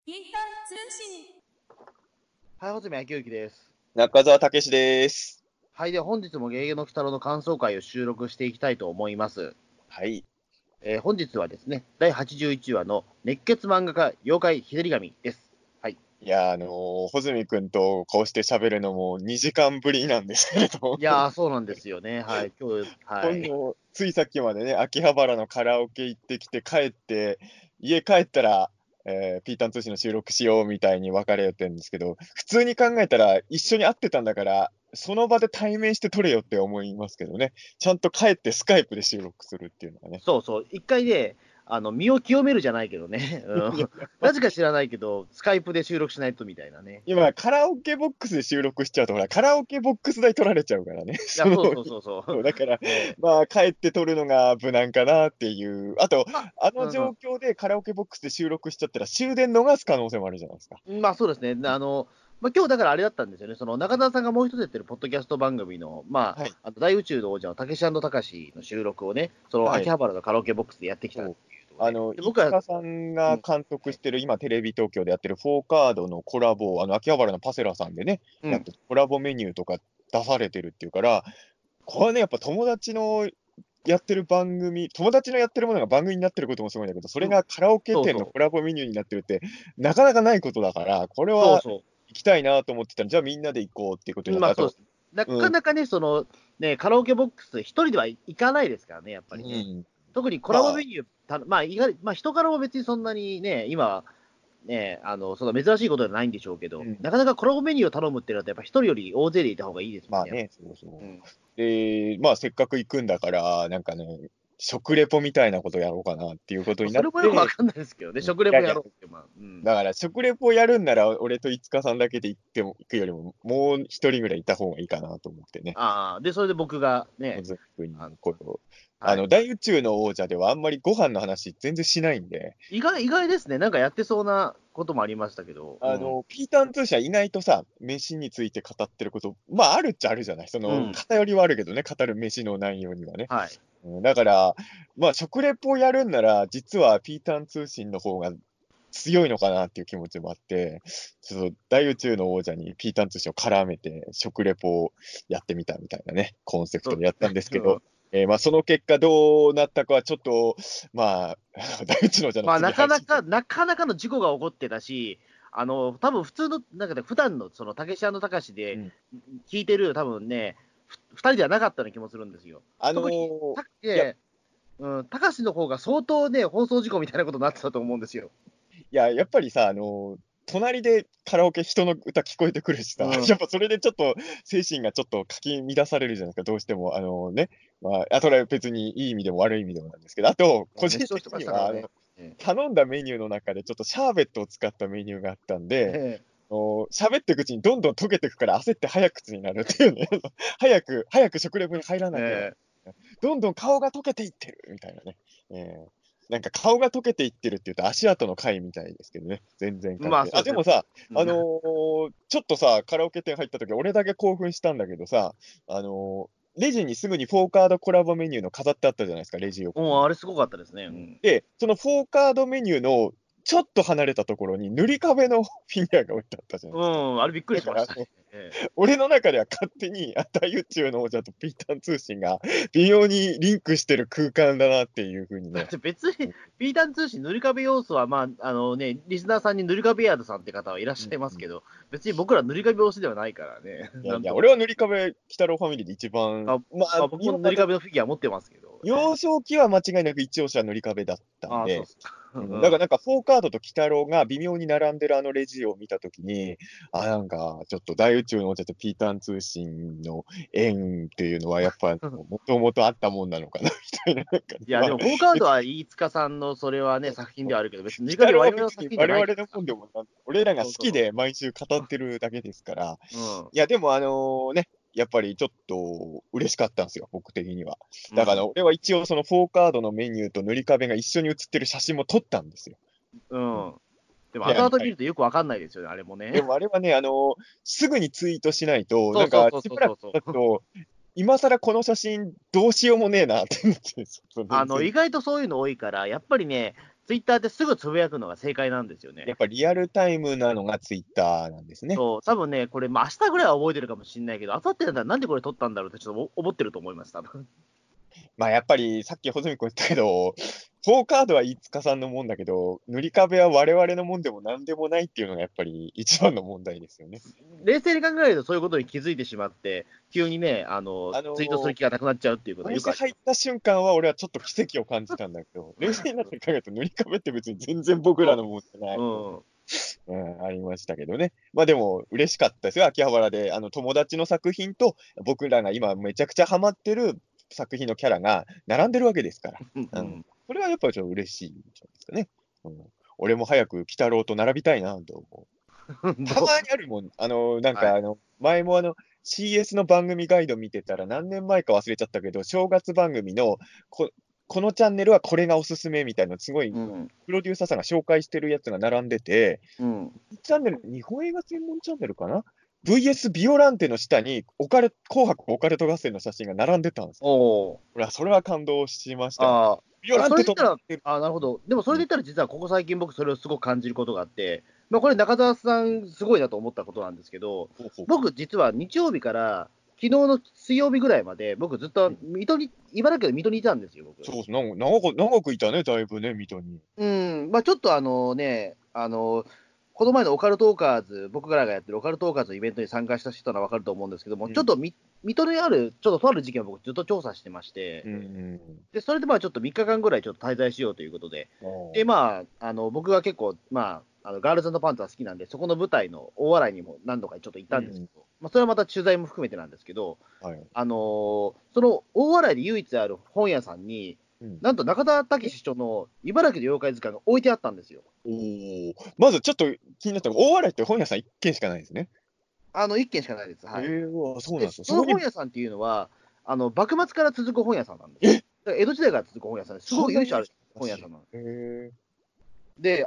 インター通信。 はい、穂積昭之です。 中澤武史です。 はい、では本日もゲゲゲの鬼太郎の感想会を収録していきたいと思います。 はい。 本日はですね、第81話の熱血漫画家妖怪ひねり神です。はい。 いや、穂積くんとこうして喋るのも2時間ぶりなんですけれども、 いやー、そうなんですよね。はい、今日、はい。 ついさっきまでね、秋葉原のカラオケ行ってきて帰って、家帰ったら、ピータン通信の収録しようみたいに別れてるんですけど、普通に考えたら一緒に会ってたんだから、その場で対面して撮れよって思いますけどね。ちゃんと帰ってスカイプで収録するっていうのがね。 そうそう、一回ね、身を清めるじゃないけどね、うん、なぜか知らないけど、スカイプで収録しないとみたいなね。 今、カラオケボックスで収録しちゃうと、ほら、カラオケボックス代取られちゃうからね。 いや、そうそうそうそそうだから、 う。ね、 まあ、帰って撮るのが無難かなっていう。あと、あの状うん況でカラオケボックスで収録しちゃったら、終電逃す可能性もあるじゃないですか。 うん、まあそうですね。今日だからあれだったんですよね。その中澤さんがもう一つやってるポッドキャスト番組の、 はい。 大宇宙の王者のたけしたかしの収録をね、そのはい。 秋葉原のカラオケボックスでやってきたってそう。 いうところで、で飯僕は、 塚さんがうん、 監督してる、今テレビ東京でやってるフォーカードのコラボを、秋葉原のパセラさんでね、 うん、 やってコラボメニューとか出されてるっていうから、これはね、やっぱ友達のやってる番組、友達のやってるものが番組になってることもすごいんだけど、それうん、 がカラオケ店のそうそう、 コラボメニューになってるって、なかなかないことだから、これはそうそ行きたいなと思ってたら、じゃあみんなで行こうっていうことにう、 なって、あと、 まあそうです。なうん、 かなかね、その、ね、カラオケボックス一人では行かないですからね、やっぱりね。 うん、 特にコまあ、 ラボメニュー、まあ、意外、まあ人からも別にそんなにね、今、ね、その珍しいことじゃないんでしょうけど、 うん、 なかなかコラボメニューを頼むっていうのは、やっぱ一人より大勢でいた方がいいですもんね。 まあね、そうそう。 うん。 で、まあせっかく行くんだから、なんかね、食レポみたいなことやろうかなっていうことになそれもよくわって、 かんないですけどね、 うんい食レポやいや、 やろうって、まあ、うん。 だから食レポやるんなら、俺と五日さんだけで行くよりも、もう一人ぐらいいた方がいいかなと思ってね。 ああ、で、それで僕がね、 小津君あにこれを。 はい。 大宇宙の王者ではあんまりご飯の話全然しないんで、 意外ですね。なんかやってそうなこともありましたけど、うん。 ピーターン通社意外とさ、飯について語ってること、まああるっちゃあるじゃない。 うん。 偏りはあるけどね、語る飯の内容にはね。 はい。 だから、まあ食レポをやるんなら、実はピーターン通信の方が強いのかなっていう気持ちもあって、ちょっと大宇宙の王者にピーターン通信を絡めて食レポをやってみたみたいなね、コンセプトでやったんですけど、 うん。 まあその結果どうなったかはちょっと、まあ、大宇宙の王者のまあ、 次配信なかなかの事故が起こってたし、多分普通の、なんかね、普段の、その、たけしたかしでうん。 聞いてる、多分ね、二人ではなかったような気もするんですよ。 あの特に、 ーいや、 えうん、たかしの方が相当ね、放送事故みたいなことになってたと思うんですよ。 やっぱりさ、隣でカラオケ人の歌聞こえてくるしさ、 うん。 やっぱそれでちょっと精神がちょっとかき乱されるじゃないですか、どうしても。まあ、それは別にいい意味でも悪い意味でもなんですけど、あと、個人熱唱して的には、 ましたからね。え頼んだメニューの中でちょっとシャーベットを使ったメニューがあったんで、 え喋っていくうちにどんどん溶けていくから焦って早口になるっていうね。早く食レポに入らなきゃ。 えどんどん顔が溶けていってるみたいなね。なんか顔が溶けていってるって言うと足跡の回みたいですけどね。全然関係ない。あ、 まあそうですね。 でもさ、 うんちょっとさ、カラオケ店入った時俺だけ興奮したんだけどさ、レジにすぐにフォーカードコラボメニューの飾ってあったじゃないですか、レジ横に。 もうあれすごかったですね。うん。 で、そのフォーカードメニューのちょっと離れたところに塗り壁のフィギュアが置いてあったじゃないですか。 うん、あれびっくりだから、 しましたね。 俺の中では勝手に、大宇宙の王者とピーターン通信が微妙にリンクしてる空間だなっていう風にね。 だって別に、ピータン通信塗り壁要素は、まあ、リスナーさんに塗り壁ヤードさんって方はいらっしゃいますけど、別に僕ら塗り壁推しではないからね。 いやいや、 なんとも。 俺は塗り壁、鬼太郎ファミリーで一番、 あ、 まあ、 僕も塗り今まで、 壁のフィギュア持ってますけど。 幼少期は間違いなく一押しは塗り壁だったんああ、そうっで、 すか。うだからん。 なんかフォーカードと鬼太郎が微妙に並んでるあのレジを見たときに、なんかちょっと大宇宙の王者とピーターン通信の縁っていうのはやっぱもともとあったもんなのかな、みたいな。なんかいや、 まあ、 でも、フォーカード別は飯塚さんのそれはね、作品ではあるけど、別に塗り鬼太郎は壁我々の別に我作品じゃないか 々のもんでもな俺らが好きら。そうそで毎週語ってるだけですから、 う。うん。 いや、でもね、やっぱりちょっと嬉しかったんですよ、僕的には。だからうん。 俺は一応そのフォーカードのメニューと塗り壁が一緒に写ってる写真も撮ったんですよ。 ううん、 ん。でも、 部屋に入る。 後々見るとよくわかんないですよね、あれもでね。 もあれはね、すぐにツイートしないと、なんそうそうそうかしばらくそうそう。 経つと、今更この写真どうしようもねえなって思って、その全然。 意外とそういうの多いから、やっぱりね、 ツイッターってすぐつぶやくのが正解なんですよね。 やっぱリアルタイムなのがツイッターなんですね。 そう、多分ね、これ、まあ、明日ぐらいは覚えてるかもしれないけど、明後日だったらなんでこれ撮ったんだろうってちょっと思ってると思います、多分。 まあやっぱりさっき穂積君言ったけど、4カードは飯塚さんのもんだけど、塗り壁は我々のもんでもなんでもないっていうのがやっぱり一番の問題ですよね。 冷静に考えるとそういうことに気づいてしまって、急にね、ツイートする気がなくなっちゃうっていうことおはよくある。 店入った瞬間は俺はちょっと奇跡を感じたんだけど、冷静になって考えると塗り壁って別に全然僕らのもんじゃない。 うん。 ありましたけどね。まあでも嬉しかったですよ、秋葉原で。友達の作品と僕らが今めちゃくちゃハマってる作品のキャラが並んでるわけですから。それはやっぱりちょっと嬉しいんじゃないですかね。俺も早く鬼太郎と並びたいなと思う。たまにあるもん。前もCS の番組ガイド見てたら何年前か忘れちゃったけど、正月番組のこのチャンネルはこれがおすすめみたいな、すごいプロデューサーさんが紹介してるやつが並んでて、チャンネル、日本映画専門チャンネルかな ?VS ビオランテの下に紅白オカルト合戦の写真が並んでたんですよ。それは感動しましたよ。ビオランテと。 なるほど。でもそれで言ったら実はここ最近僕それをすごく感じることがあって、まあこれ中澤さんすごいなと思ったことなんですけど、僕実は日曜日から昨日の水曜日ぐらいまで僕ずっと茨城の水戸にいたんですよ、僕。 そうそう、長くいたね、だいぶね、水戸に。 まあちょっとこの前のオカルトーカーズ、僕らがやってるオカルトーカーズのイベントに参加した人なら分かると思うんですけども、ちょっと水戸にある、ちょっととある事件を僕ずっと調査してまして、で、それでまあちょっと3日間ぐらいちょっと滞在しようということで、で、まあ、僕が結構、まあ、ガールズパンツァー好きなんで、そこの舞台の大洗にも何度かちょっと行ったんですけど、まあ、それはまた取材も含めてなんですけど、その大洗で唯一ある本屋さんに、なんと中田武史師匠の茨城の妖怪図鑑が置いてあったんですよ。 まずちょっと気になったのが、大洗って本屋さん1軒しかないですね。 1軒しかないです。はい。 そうなんですよ。 その本屋さんっていうのは、幕末から続く本屋さんなんです。江戸時代から続く本屋さんです。すごい由緒ある本屋さんなんです。で、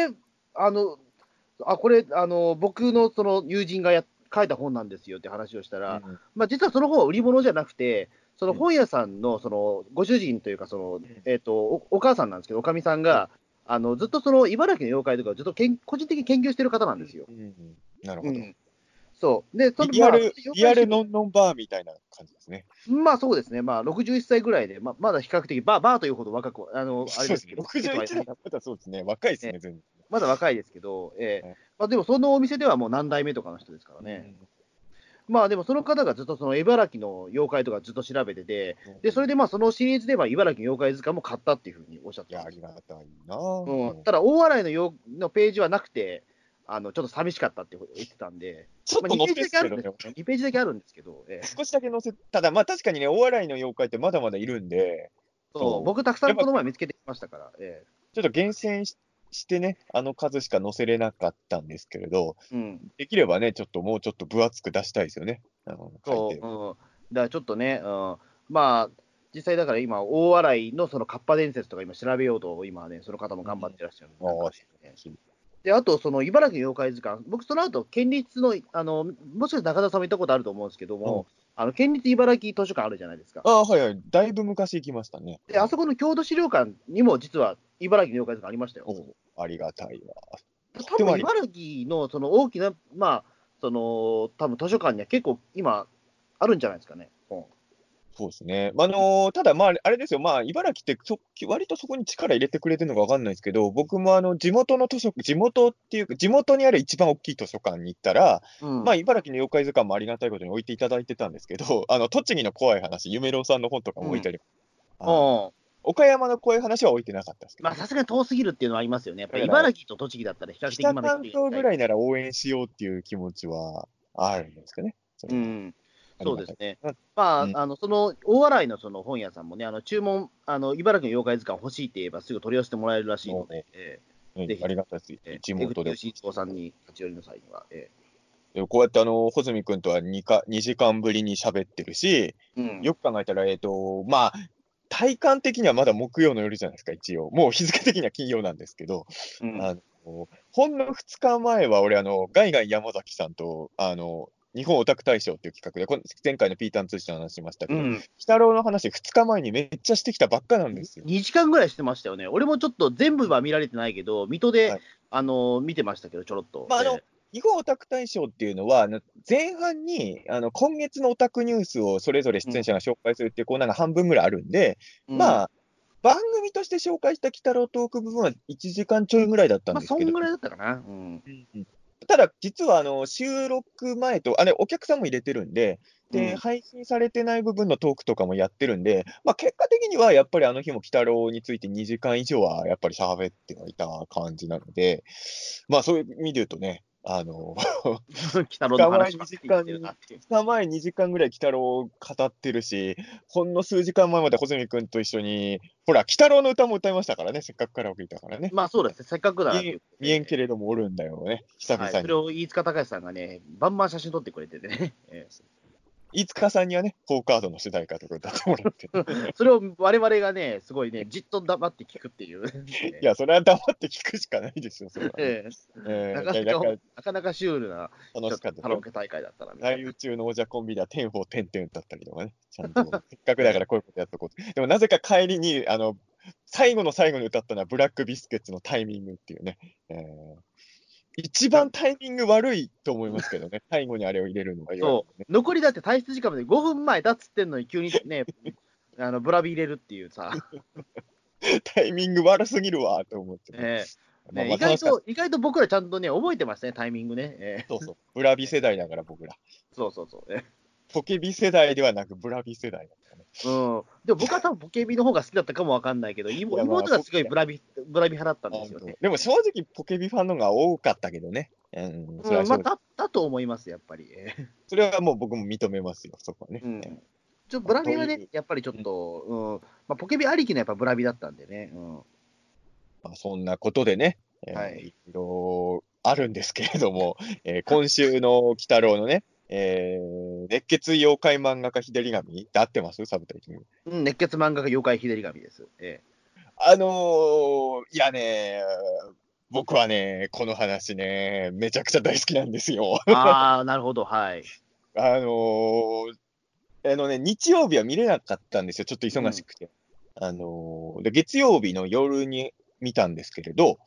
僕のその友人が書いた本なんですよって話をしたら、まあ実はその本は売り物じゃなくて、その本屋さんのそのご主人というかお母さんなんですけど、おかみさんが、ずっとその茨城の妖怪とかをずっと個人的に研究してる方なんですよ。 なるほど。 そう。で、 リアルノンノンバーみたいな感じですね。 まあそうですね。まあ61歳ぐらいで、まだ比較的、バーというほど若く、あれですけど。 61歳だったらそうですね。若いですね、全然。 まだ若いですけど、まあでもそのお店ではもう何代目とかの人ですからね。まあでもその方がずっとその茨城の妖怪とかずっと調べてて、で、それでまあそのシリーズでは茨城の妖怪図鑑も買ったっていうふうにおっしゃってまありがたいな。 ただ大洗のページはなくて、ちょっと寂しかったって言ってたんで、 ちょっと載ってるけどね。 2ページだけあるんですけど、 少しだけ載せ、ただまあ確かにね、大洗の妖怪ってまだまだいるんで、 僕たくさんこの前見つけてきましたから、 ちょっと厳選してね、数しか載せれなかったんですけれど、できればね、もうちょっと分厚く出したいですよね。 だからちょっとね、まあ、実際だから今、大洗のそのカッパ伝説とか今調べようと、今ね、その方も頑張ってらっしゃるで、あと、その茨城の妖怪図鑑、僕、その後、県立の、もしかしたら中田さんも行ったことあると思うんですけども、県立茨城図書館あるじゃないですか。 はいはい。だいぶ昔行きましたね。 で、あそこの郷土資料館にも、実は茨城の妖怪図鑑ありましたよ。 ありがたいわ。 多分茨城のその大きな、まあ、多分図書館には結構今、あるんじゃないですかね。 そうですね。ただ、まあ、あれですよ、まあ、茨城って割とそこに力入れてくれてるのかわかんないですけど、僕も地元っていうか、地元にある一番大きい図書館に行ったら、まあ、茨城の妖怪図鑑もありがたいことに置いていただいてたんですけど、栃木の怖い話、夢郎さんの本とかも置いたり、岡山の怖い話は置いてなかったですけど、 まあ、さすがに遠すぎるっていうのはありますよね。やっぱり茨城と栃木だったら比較的北関東ぐらいなら応援しようっていう気持ちはあるんですかね。 そうですね。まあ、その大洗のその本屋さんもね、注文、茨城の妖怪図鑑欲しいって言えばすぐ取り寄せてもらえるらしいので、 ぜひありがたいです。地元で。 吉藤さんに立ち寄りの際には。 こうやって穂積君とは2時間ぶりに喋ってるし、よく考えたら、まあ、体感的にはまだ木曜の夜じゃないですか、一応。もう日付的には金曜なんですけど、ほんの2日前は俺、ガイガイ山崎さんと、 日本オタク大賞っていう企画で、前回のピータン通信の話しましたけど、鬼太郎の話2日前にめっちゃしてきたばっかなんですよ。 2時間ぐらいしてましたよね。俺もちょっと全部は見られてないけど、水戸で、見てましたけど、ちょろっと。 日本オタク大賞っていうのは、前半に今月のオタクニュースをそれぞれ出演者が紹介するっていうコーナーが半分ぐらいあるんで、まあ、番組として紹介した鬼太郎トーク部分は1時間ちょいぐらいだったんですけど。 そんぐらいだったかな。 ただ、実は収録前と、お客さんも入れてるんで、で、配信されてない部分のトークとかもやってるんで、結果的にはやっぱりあの日も鬼太郎について2時間以上はやっぱり喋ってはいた感じなので、そういう意味で言うとね、 鬼太郎の話ばっかり言ってるなっていう。 2日前2時間ぐらい鬼太郎を語ってるし、ほんの数時間前まで穂積君と一緒に、ほら、鬼太郎の歌も歌いましたからね、せっかくカラオケ行ったからね。 そうですね、せっかくだなって。 見えんけれどもおるんだよね、久々に。 それを飯塚隆さんがね、バンバン写真撮ってくれててね。 飯塚さんにはね、フォーカードの主題歌とか歌ってもらって。 それを我々がね、すごいね、じっと黙って聞くっていう。 いや、それは黙って聞くしかないですよ、それは、 なかなかシュールな楽しかったカラオケ大会だったら。 大宇宙の王者コンビでは天宝天天だったりとかね、ちゃんと、せっかくだからこういうことやっとこう。でもなぜか帰りに、最後の最後に歌ったのはブラックビスケッツのタイミングっていうね。一番タイミング悪いと思いますけどね、最後にあれを入れるのが、 そう、残りだって退出時間まで5分前だっつってんのに、急にね、ブラビ入れるっていうさ。 タイミング悪すぎるわと思って、 意外と僕らちゃんとね、覚えてましたね、タイミングね。 そうそう、ブラビ世代だから、僕ら。 そうそうそう。 ポケビ世代ではなく、ブラビ世代だったね。 でも僕は多分ポケビの方が好きだったかもわかんないけど、妹がすごいブラビ派だったんですよね。 でも正直、ポケビファンの方が多かったけどね。 だと思います、やっぱり。 それはもう僕も認めますよ、そこはね。 ブラビはね、やっぱりちょっと、ポケビありきのやっぱブラビだったんでね。 そんなことでね、いろいろあるんですけれども、今週の鬼太郎のね、熱血妖怪漫画家日照り紙って合ってますサブタイトル。 熱血漫画家妖怪日照り紙です。 いやね、僕はね、この話ね、めちゃくちゃ大好きなんですよ。 なるほど、はい。 日曜日は見れなかったんですよ、ちょっと忙しくて。で月曜日の夜に見たんですけれど、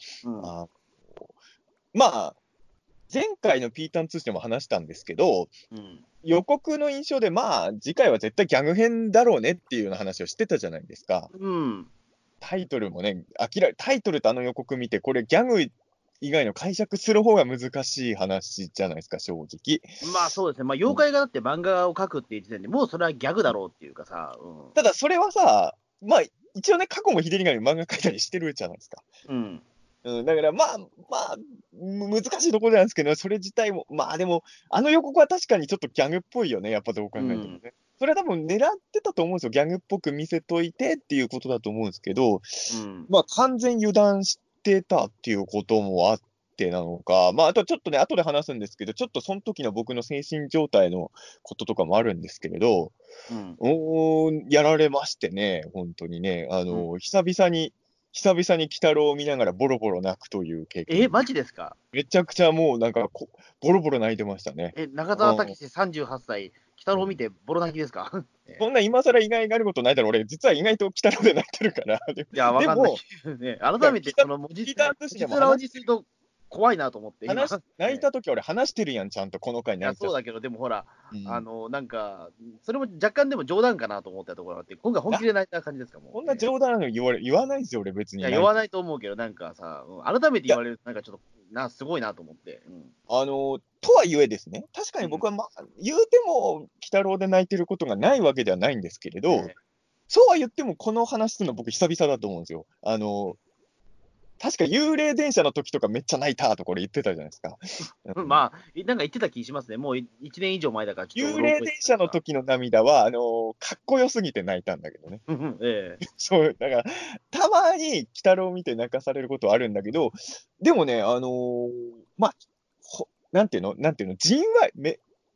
前回のピータン通信でも話したんですけど、予告の印象で、次回は絶対ギャグ編だろうねっていうような話をしてたじゃないですか。タイトルもね、タイトルと予告見て、これギャグ以外の解釈する方が難しい話じゃないですか、正直。 そうですね。妖怪がだって漫画を描くっていう時点でもうそれはギャグだろうっていうかさ。 ただそれはさ、一応ね、過去も日照り紙漫画描いたりしてるじゃないですか。だから難しいところなんですけど、それ自体も、でも、予告は確かにちょっとギャグっぽいよね、やっぱどう考えてもね。それは多分狙ってたと思うんですよ。ギャグっぽく見せといてっていうことだと思うんですけど、完全油断してたっていうこともあってなのか、あとちょっとね、後で話すんですけど、ちょっとその時の僕の精神状態のこととかもあるんですけれど、やられましてね、本当にね、久々に鬼太郎を見ながらボロボロ泣くという経験。 マジですか？ めちゃくちゃもうなんかボロボロ泣いてましたね。 中澤武史38歳、鬼太郎を見てボロ泣きですか？ そんな今更意外があることないだろ、俺、実は意外と鬼太郎で泣いてるから。 いや、わかんない。改めて、この文字面をすると怖いなと思って。 泣いたとき俺話してるやん、ちゃんとこの回泣いた。 そうだけど、でもほら、なんか、それも若干でも冗談かなと思ったところがあって、今回本気で泣いた感じですかも。 こんな冗談の言わないですよ、俺別に。 言わないと思うけど、なんかさ、改めて言われると、なんかちょっと、すごいなと思って。 とはいえですね、確かに僕は言うても、鬼太郎で泣いてることがないわけではないんですけれど、そうは言っても、この話するの僕久々だと思うんですよ。確か幽霊電車の時とかめっちゃ泣いたところ言ってたじゃないですか。 なんか言ってた気しますね。もう1年以上前だから。 幽霊電車の時の涙は、かっこよすぎて泣いたんだけどね。そう、だから、たまに鬼太郎を見て泣かされることはあるんだけど、でもね、なんていうの、じんわり、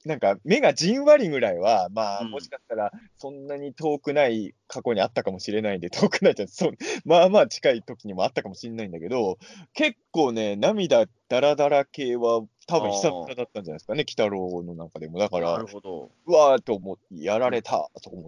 なんか目がじんわりぐらいは、まあ、 うんもしかしたらそんなに遠くない過去にあったかもしれないんで、遠くないじゃん、まあまあ近い時にもあったかもしれないんだけど、結構ね、涙だらだら系は多分久々だったんじゃないですかね、鬼太郎の中でも。だかなら、 るほど。 うわーと思って、やられたと思って、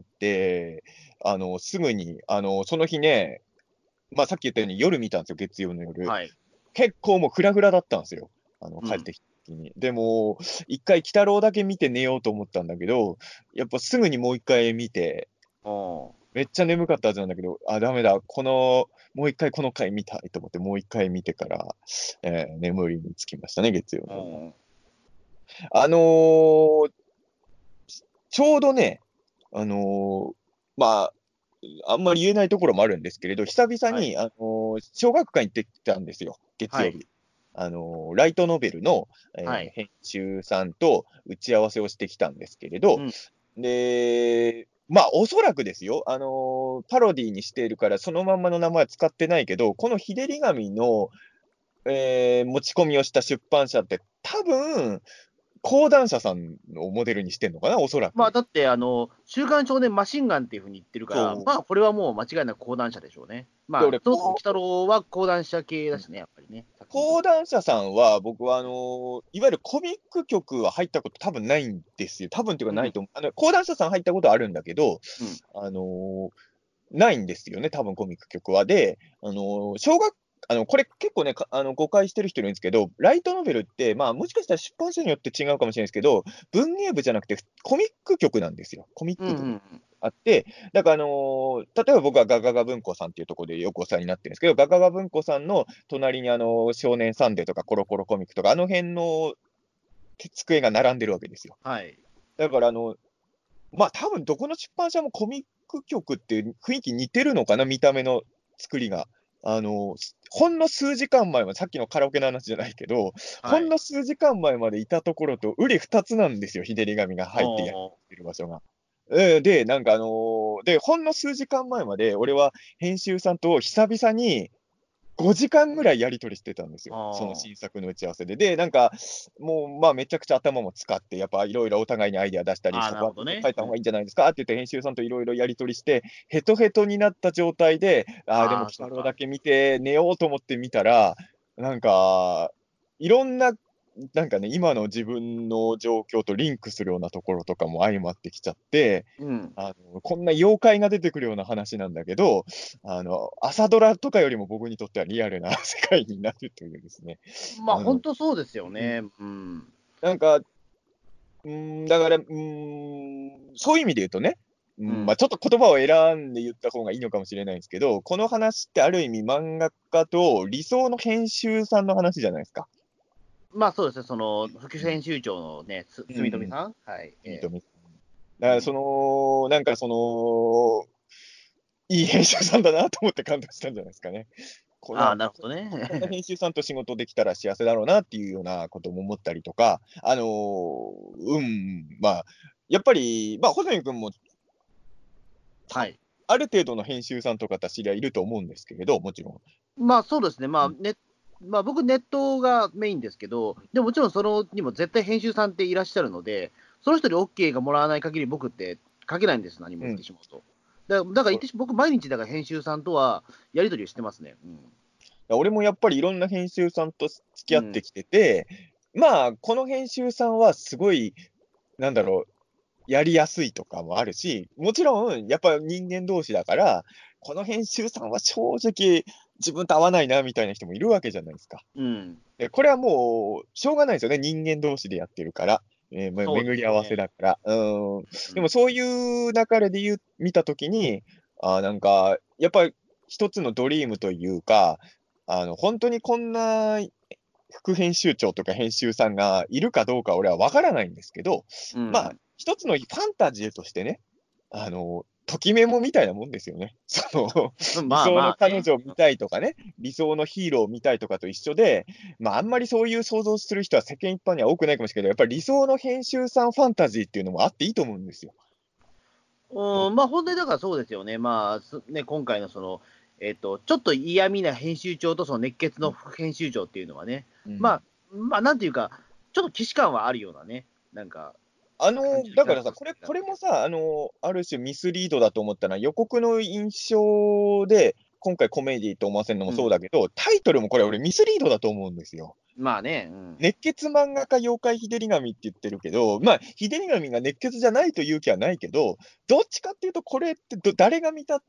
すぐに、その日ね、まあさっき言ったように夜見たんですよ、月曜の夜。 はい。 結構もうフラフラだったんですよ。 うん。 帰ってきた時に。でも、一回鬼太郎だけ見て寝ようと思ったんだけど、やっぱすぐにもう一回見て、 あめっちゃ眠かったはずなんだけど、あ、ダメだ、もう一回この回見たいと思って、もう一回見てから、眠りにつきましたね、月曜あ。 の夜。 うん。 あのーちょうどね、あのーまあんまり言えないところもあるんですけれど、久々 はい。 に、小学館行ってきたんですよ、月はい。 曜日。ライトノベルの、 はい。 編集さんと打ち合わせをしてきたんですけれど、 うん。 で、まあ、おそらくですよ、パロディにしているから、そのまんまの名前は使ってないけど、この日照り紙の、持ち込みをした出版社って、多分、講談社さんをモデルにしてんのかな、おそらく。 まあ、だって、週刊少年マシンガンっていうふうに言ってるから、 そう。 まあ、これはもう間違いなく講談社でしょうね。 で、 まあ、 俺、 そもそも鬼太郎は講談社系だしね、やっぱりね。作品として。 講談社さんは、僕は、いわゆるコミック局は入ったこと多分ないんですよ。多分っていうかうん。 ないと思う。講談社さん入ったことはあるんだけど、 うん。 あの、ないんですよね、多分コミック局は。で、これ結構ね、誤解してる人いるんですけど、ライトノベルって、まあ、もしかしたら出版社によって違うかもしれないですけど、文芸部じゃなくて、コミック局なんですよ。コミッうん。 ク部がうん。 あって、だから、例えば僕はガガガ文庫さんっていうところでよくお世話になってるんですけど、ガガガ文庫さんの隣に少年サンデーとかコロコロコミックとか、あの辺の机が並んでるわけですよ。 はい。 だから、まあ、多分どこの出版社もコミック局って雰囲気似てるのかな、見た目の作りが。ほんの数時間前は、さっきのカラオケの話じゃないけど、ほはい。 んの数時間前までいたところと、瓜二つなんですよ、日照り紙が入ってやっおてる場所が。で、なんかで、ほんの数時間前まで、俺は編集さんと久々に5時間ぐらいやり取りしてたんですよ。そのあ新作の打ち合わせで。で、なんか、もう、まあ、めちゃくちゃ頭も使って、やっぱいろいろお互いにアイデア出したり、 あー、 そこはこうなるほどね。うん。 変えた方がいいんじゃないですかって言って、編集さんといろいろやり取りして、ヘトヘトになった状態で、ああ、でも、 ああ、 鬼そっか。 太郎だけ見て寝ようと思って見たら、なんか、いろんな、なんかね、今の自分の状況とリンクするようなところとかも相まってきちゃって、 うん。 こんな妖怪が出てくるような話なんだけど、朝ドラとかよりも僕にとってはリアルな世界になるというですね。 まあ、本当そうですうん、 よね。うん。 なんか、だから、そういう意味で言うとね、まあ、 うん。 ちょっと言葉を選んで言った方がいいのかもしれないんですけど、この話ってある意味漫画家と理想の編集さんの話じゃないですか。 まあ、そうですね。副うん。 編集長のね、 うん。 住富さん。はい。 君とみだから、 うん。 なんかいい編集さんだなと思って感動したんじゃないですかね。 ああ、なるほどこんなね。 編集さんと仕事できたら幸せだろうなっていうようなことも思ったりとか、まあ、やっぱり、まあ、細見君も、 はい。 ある程度の編集さんとかと知り合いいると思うんですけれど、もちろん。 まあ、そうですね。 うん。 まあ、僕、ネットがメインですけど、でももちろんそのにも絶対編集さんっていらっしゃるので、その人に OK がもらわない限り僕って書けないんです、何も言ってうん。 しまうと。だから僕、毎日だから編集さんとはやり取りをしてますね。 俺もやっぱりいろんな編集さんと付きうん。 合ってきてて、まあ、この編集さんはすごい、なんだろう、やりやすいとかもあるし、もちろん、やっぱ人間同士だから、この編集さんは正直自分と合わないなみたいな人もいるわけじゃないですか。 うん。 で、これはもう、しょうがないですよね。人間同士でやってるから。 そうで巡り合わせすね。 だから。でもうん。 そういう流れで見たときに、なんか、やっぱり一つのドリームというか、本当にこんな副編集長とか編集さんがいるかどうか俺はわからないんですけど、まあ、 うん。 一つのファンタジーとしてね、ときメモみたいなもんですよね。理まあ想のまあね。 彼女を見たいとかね、理想のヒーローを見たいとかと一緒で、まあ、あんまりそういう想像する人は世間一般には多くないかもしれないけど、やっぱり理想の編集さんファンタジーっていうのもあっていいと思うんですよ。 まあ、本当にだからそうですよね。まあ、今回のちょっと嫌味な編集長とその熱血のうん。 副編集長っていうのはね、 うん。 まあ、なんていうか、ちょっと既視感はあるようなね、なんか、 だからさ、これもさ、ある種ミスリードだと思ったのは、予告の印象で、今回コメディと思わせるのもそうだけど、タイトルもこれ俺ミスリードだと思うんですよ。 まあね、 熱血漫画家妖怪日照り神って言ってるけど、まあ、日照り神が熱血じゃないという気はないけど、どっちかっていうと、これって誰が見たって、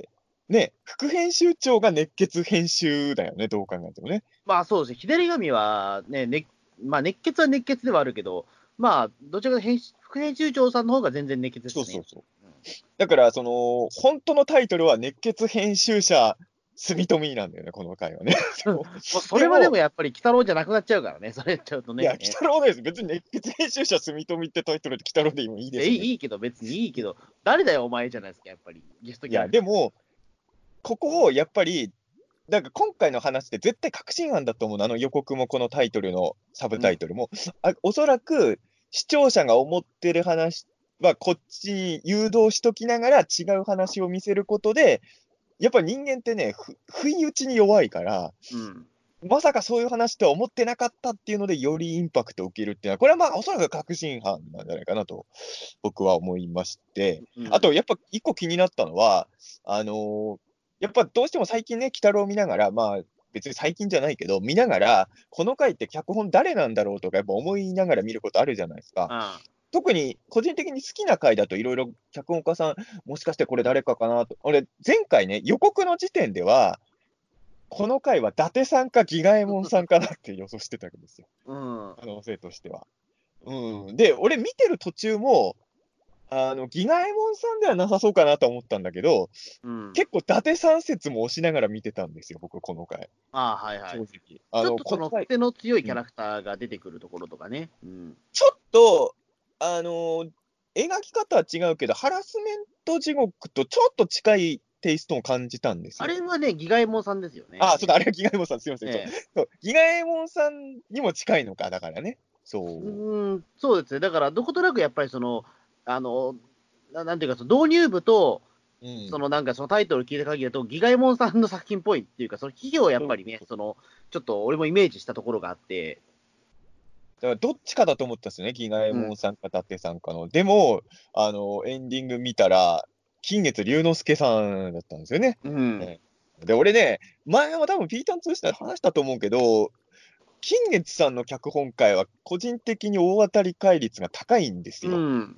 ね、副編集長が熱血編集だよね、どう考えてもね。 まあそうですね、日照り神はね、まあ熱血は熱血ではあるけど、まあ、どちらかというと副編集長さんの方が全然熱血ですね。 そう。だから、本当のタイトルは熱血編集者、住友なんだよね、この回はね。 もうそれはでもやっぱり、鬼太郎じゃなくなっちゃうからね、それやっちゃうとね。 いや、鬼太郎です。別に熱血編集者、住友ってタイトルで鬼太郎でもいいですよ、ね。 いいけど、別にいいけど、誰だよ、お前じゃないですか、やっぱり、ゲストキャラ。 いや、でも、ここをやっぱり、なんか今回の話って絶対確信犯だと思うの。予告もこのタイトルのサブタイトルも。おそらく視聴者が思ってる話はこっちに誘導しときながら違う話を見せることで、やっぱ人間ってね、不意打ちに弱いから、まさかそういう話とは思ってなかったっていうので、よりインパクトを受けるっていうのは、これはまあおそらく確信犯なんじゃないかなと僕は思いまして、あとやっぱ一個気になったのは、やっぱどうしても最近ね、鬼太郎を見ながら、まあ別に最近じゃないけど、見ながら、この回って脚本誰なんだろうとか、やっぱ思いながら見ることあるじゃないですか。特に個人的に好きな回だといろいろ脚本家さん、もしかしてこれ誰かかなと。俺、前回ね、予告の時点では、この回は伊達さんかギガエモンさんかなって予想してたわけですよ。可能性としては。で、俺見てる途中も、ギガエモンさんではなさそうかなと思ったんだけど、結構伊達さん説も押しながら見てたんですよ、僕、この回。 はい。 正直。 ちょっとその癖の強いキャラクターが出てくるところとかね。 ちょっと、描き方は違うけど、ハラスメント地獄とちょっと近いテイストを感じたんですよ。 あれはね、ギガエモンさんですよね。 そうだ、あれはギガエモンさん、すみません。そうギガエモンさんにも近いのか、だからね。 そうですね。だから、どことなくやっぱりなんていうか、導入部と、そのタイトル聞いた限りだと、ギガエモンさんの作品っぽいっていうか、その企業をやっぱりね、ちょっと俺もイメージしたところがあって、 だからどっちかだと思ったんですよね、ギガエモンさんか、伊達さんかの。でも、エンディング見たら、金月龍之介さんだったんですよね。で、俺ね、前は多分ピーターン通して話したと思うけど、金月さんの脚本会は個人的に大当たり倍率が高いんですよ。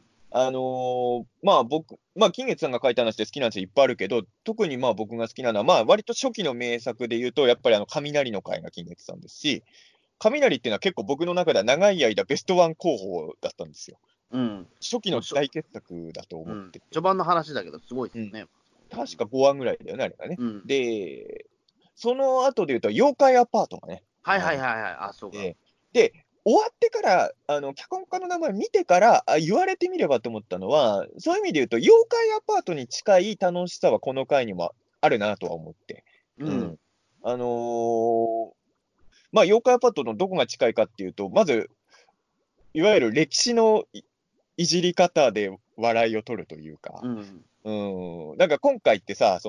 金月さんが書いた話で好きな話いっぱいあるけど、特にまあ僕が好きなのは、まあ割と初期の名作で言うと、やっぱり雷の会が金月さんですし、雷っていうのは結構僕の中では長い間ベストワン候補だったんですよ。初期の大傑作だと思ってて。 序盤の話だけど、すごいですね。 確か5話ぐらいだよね、あれがね。で、その後で言うと、妖怪アパートがね。 そうか。 で、終わってから、脚本家の名前見てから、言われてみればと思ったのは、そういう意味で言うと、妖怪アパートに近い楽しさはこの回にもあるなとは思って。妖怪アパートのどこが近いかっていうと、まず、いわゆる歴史のいじり方で笑いを取るというか、なんか今回ってさ、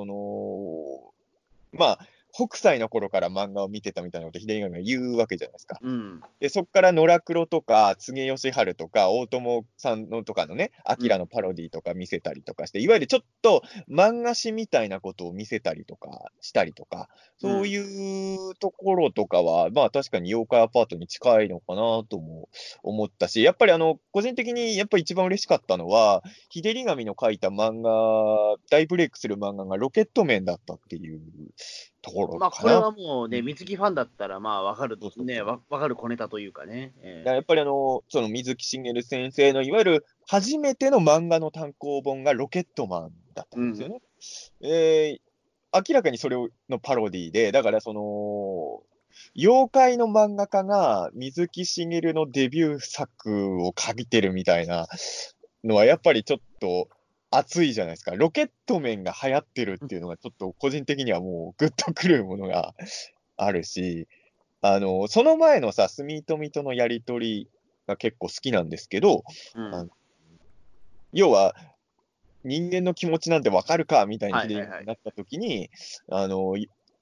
北斎の頃から漫画を見てたみたいなことを秀頼が言うわけじゃないですか。で、そこから野良黒とか、柘植義治とか、大友さんのとかのね、明のパロディとか見せたりとかして、いわゆるちょっと漫画誌みたいなことを見せたりとかしたりとか、そういうところとかは、まあ確かに妖怪アパートに近いのかなとも思ったし、やっぱり個人的にやっぱり一番嬉しかったのは、日照り神の書いた漫画、大ブレイクする漫画がロケットメンだったっていうところかな。 これはもうね、水木ファンだったら、わかるね、わかる小ネタというかね。 やっぱりその水木しげる先生のいわゆる初めての漫画の単行本がロケットマンだったんですよね。明らかにそれのパロディで、だから妖怪の漫画家が水木しげるのデビュー作を書いてるみたいなのは、やっぱりちょっと熱いじゃないですか。ロケットメンが流行ってるっていうのが、ちょっと個人的にはもうグッとくるものがあるし、その前のさ、住友とのやりとりが結構好きなんですけど、要は、人間の気持ちなんてわかるかみたいになった時に、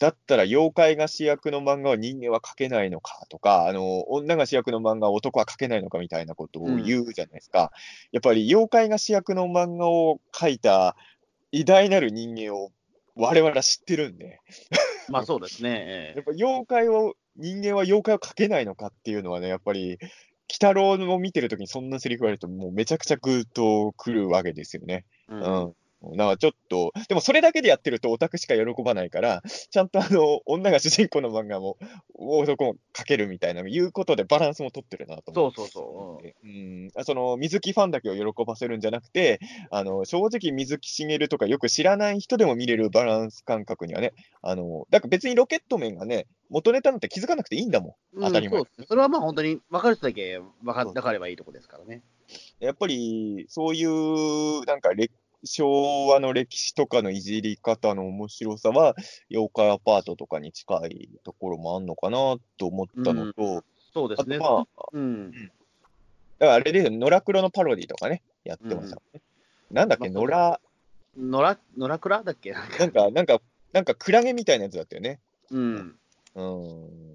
だったら妖怪が主役の漫画は人間は描けないのかとか、女が主役の漫画は男は描けないのかみたいなことを言うじゃないですか。やっぱり妖怪が主役の漫画を描いた偉大なる人間を我々は知ってるんで、 まあそうですね。 やっぱ人間は妖怪を描けないのかっていうのはね、やっぱり、鬼太郎を見てるときにそんなセリフ言われると、もうめちゃくちゃグーッとくるわけですよね。 うん。 だからちょっと、でもそれだけでやってるとオタクしか喜ばないから、ちゃんと女が主人公の漫画も男も描けるみたいな、いうことでバランスも取ってるなと思そうそうって。 そう。 その水木ファンだけを喜ばせるんじゃなくて、正直水木しげるとかよく知らない人でも見れるバランス感覚にはね、だから別にロケット面がね、元ネタなんて気づかなくていいんだもん。当たり前。 そうですね。それはまあ本当に分かる人だけ分かればいいとこですからね。 やっぱり、そういう、なんか昭和の歴史とかのいじり方の面白さは、妖怪アパートとかに近いところもあんのかなと思ったのと、 そうですね。 あとまあ、だからあれで、野良黒のパロディとかね、やってましたもんね。なんだっけ、野良、 野良倉だっけなんかクラゲみたいなやつだったよね。 うん。 うん。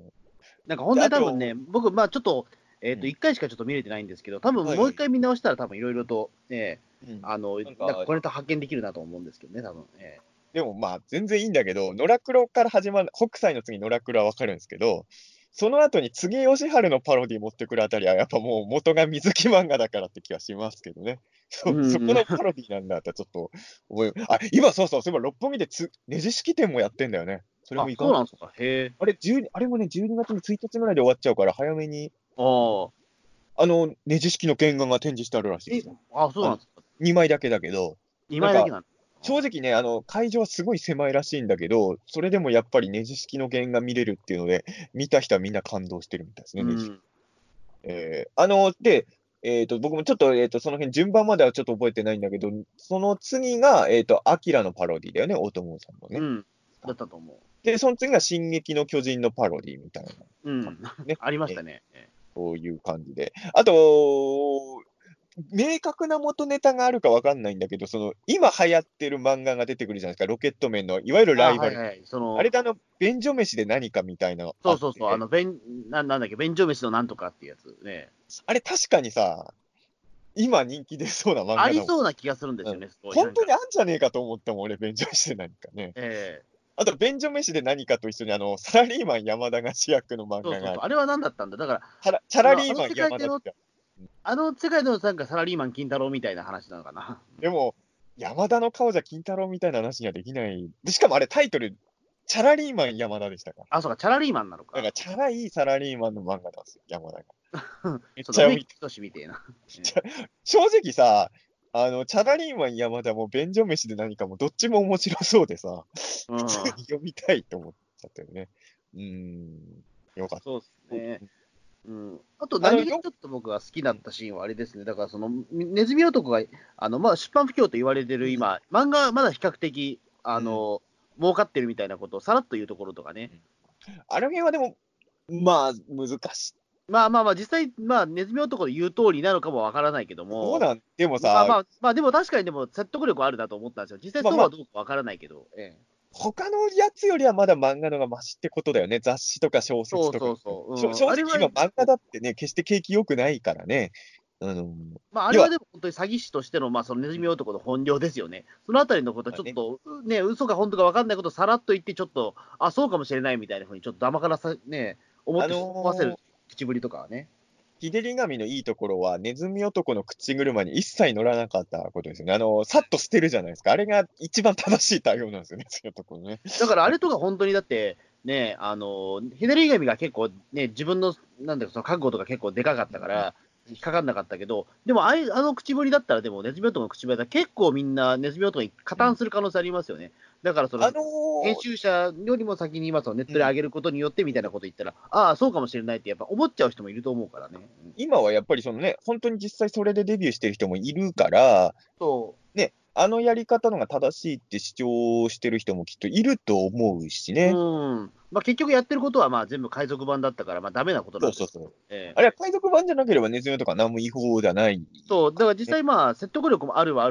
なんか本当に多分ね、僕、まあちょっと、1回しかちょっと見れてないんですけど、多分もう一回見直したら、多分いろいろと、なんかこれと発見できるなと思うんですけどね、多分。 でもまあ、全然いいんだけど、野良黒から始まる、北斎の次野良黒はわかるんですけど、その後に次吉春のパロディ持ってくるあたりは、やっぱもう元が水木漫画だからって気はしますけどね。そこのパロディなんだってちょっと今そういえば六本木でネジ式店もやってんだよね。それもいかそうなんですか。へえ。 あれもね、12月に1日ぐらいで終わっちゃうから、早めに、 ああ。 ネジ式の原画が展示してあるらしいですよ。 そうなんですか。 2枚だけだけど、 2枚だけなん正直ね、会場はすごい狭いらしいんだけど、それでもやっぱりネジ式の原画見れるっていうので、見た人はみんな感動してるみたいですね、ネジ式。で、僕もちょっと、その辺順番まではちょっと覚えてないんだけど、その次が、アキラのパロディだよね、大友さんのね。 だったと思う。 で、その次が進撃の巨人のパロディみたいなね。ありましたね。 そういう感じで。あと、明確な元ネタがあるかわかんないんだけど、今流行ってる漫画が出てくるじゃないですか、ロケットメンの、いわゆるライバル。あれで便所飯で何かみたいな。 そう、なんだっけ、便所飯のなんとかっていうやつね。 あれ確かにさ、今人気出そうな漫画ありそうな気がするんですよね、 本当にあんじゃねえかと思ったもん、俺、便所飯で何かね。あと、便所飯で何かと一緒に、サラリーマン山田が主役の漫画がある。 あれは何だったんだだから、チャラリーマン山田って。 世界のなんかサラリーマン金太郎みたいな話なのかな。 でも、山田の顔じゃ金太郎みたいな話にはできない。で、しかもあれタイトル、チャラリーマン山田でしたから。 そうか、チャラリーマンなのか。 だから、チャラいサラリーマンの漫画なんですよ、山田が。 めっちゃ読みみたいな。 正直さ、チャラリーマン山田も便所飯で何かもどっちも面白そうでさ、普通に読みたいと思っちゃったよね。よかった。 そうですね。あと、何がちょっと僕が好きだったシーンはあれですね。だから、ネズミ男が、まあ、出版不況と言われてる今、漫画はまだ比較的、儲かってるみたいなことをさらっと言うところとかね。 あの辺はでも、まあ、難しい。 まあ、実際、まあ、ネズミ男の言う通りなのかもわからないけども、 でもさ、 でも確かにでも説得力あるなと思ったんですよ。実際そうはどうかわからないけど。 他のやつよりはまだ漫画のがマシってことだよね。雑誌とか小説とか。正直今漫画だってね、決して景気良くないからね。 あれはでも本当に詐欺師としての、そのネズミ男の本領ですよね。そのあたりのことはちょっと、ね、嘘か本当か分かんないことをさらっと言って、ちょっと、そうかもしれないみたいなふうに、ちょっと甘から思わせる口ぶりとかはね。 日照り紙のいいところは、ネズミ男の口車に一切乗らなかったことですよね。さっと捨てるじゃないですか。あれが一番正しい対応なんですよね、そういうところね。 だからあれとか本当にだって、ね、日照り紙が結構ね、自分の、なんだろう、その覚悟とか結構でかかったから、引っかかんなかったけど、でも口ぶりだったら、でもネズミ男の口ぶりだったら、結構みんなネズミ男に加担する可能性ありますよね。だから編集者よりも先に今ネットで上げることによってみたいなこと言ったら、そうかもしれないってやっぱ思っちゃう人もいると思うからね。 今はやっぱり本当に実際それでデビューしてる人もいるから、ね、やり方のが正しいって主張してる人もきっといると思うしね。 結局やってることは全部海賊版だったから、ダメなことなんです。 そう。あれは海賊版じゃなければネズミとか何も違法じゃない。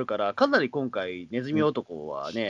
だから実際説得力もあるはあるから、かなり今回ネズミ男はね、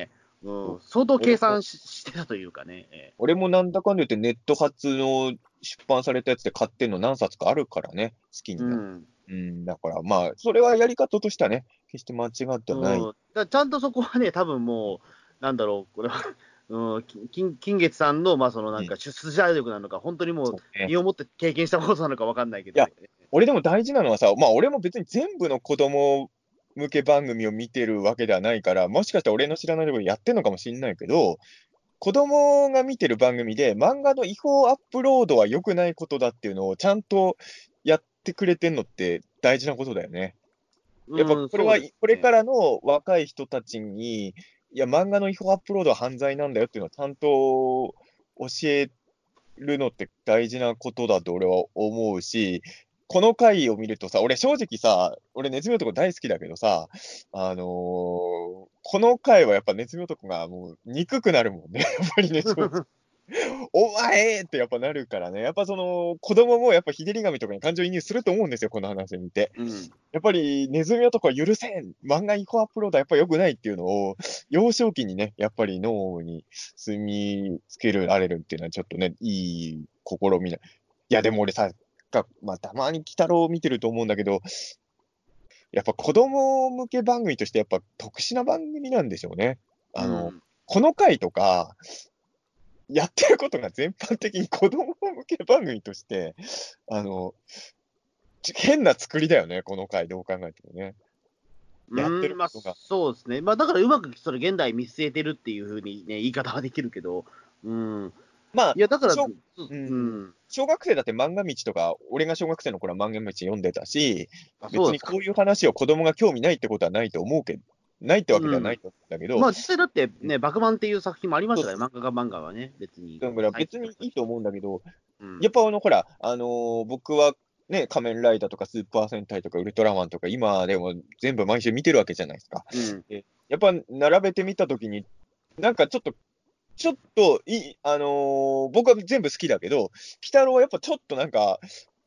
相当計算してたというかね。 俺もなんだかんだ言ってネット発の出版されたやつで買ってんの何冊かあるからね、好きには。だからまあ、それはやり方としてはね、決して間違ってはない。 ちゃんとそこはね、多分もう、なんだろう、これは金月さんの、まあ、そのなんか出社力なのか、本当にもう、身をもって経験したことなのか分かんないけど、ね。 いや、俺でも大事なのはさ、まあ、俺も別に全部の子供向け番組を見てるわけではないから、もしかしたら俺の知らないところでやってるのかもしれないけど、子供が見てる番組で、漫画の違法アップロードは良くないことだっていうのをちゃんとやってくれてんのって大事なことだよね。やっぱこれは、これからの若い人たちに、いや、漫画の違法アップロードは犯罪なんだよっていうのをちゃんと教えるのって大事なことだと俺は思うし、この回を見るとさ、俺正直さ、俺ネズミ男大好きだけどさ、この回はやっぱネズミ男がもう憎くなるもんね、やっぱりね、お前ってやっぱなるからね、やっぱその子供もやっぱ日照り紙とかに感情移入すると思うんですよ、この話を見て。やっぱりネズミ男は許せん、漫画違法アップロードはやっぱ良くないっていうのを、幼少期にね、やっぱり脳に住みつけられるっていうのはちょっとね、いい試みな。いや、でも俺さ、まあ、たまに鬼太郎を見てると思うんだけど、やっぱ子供向け番組としてやっぱ特殊な番組なんでしょうね。この回とか、やってることが全般的に子供向け番組として、変な作りだよね、この回、どう考えてもね。 やってることが。そうですね。まあ、だからうまくそれ現代見据えてるっていうふうにね、言い方はできるけど、 まあ、 いや、だから、 小学生だって漫画道とか、俺が小学生の頃は漫画道読んでたし、別にこういう話を子供が興味ないってことはないと思うけど、ないってわけではないと思うんだけど。 まあ実際だってね、バクマンっていう作品もありましたから、漫画はね、別に。 だから別にいいと思うんだけど、やっぱほら、僕はね、仮面ライダーとかスーパー戦隊とかウルトラマンとか、今でも全部毎週見てるわけじゃないですか。やっぱ並べてみたときに、なんかちょっと僕は全部好きだけど、鬼太郎はやっぱちょっとなんか、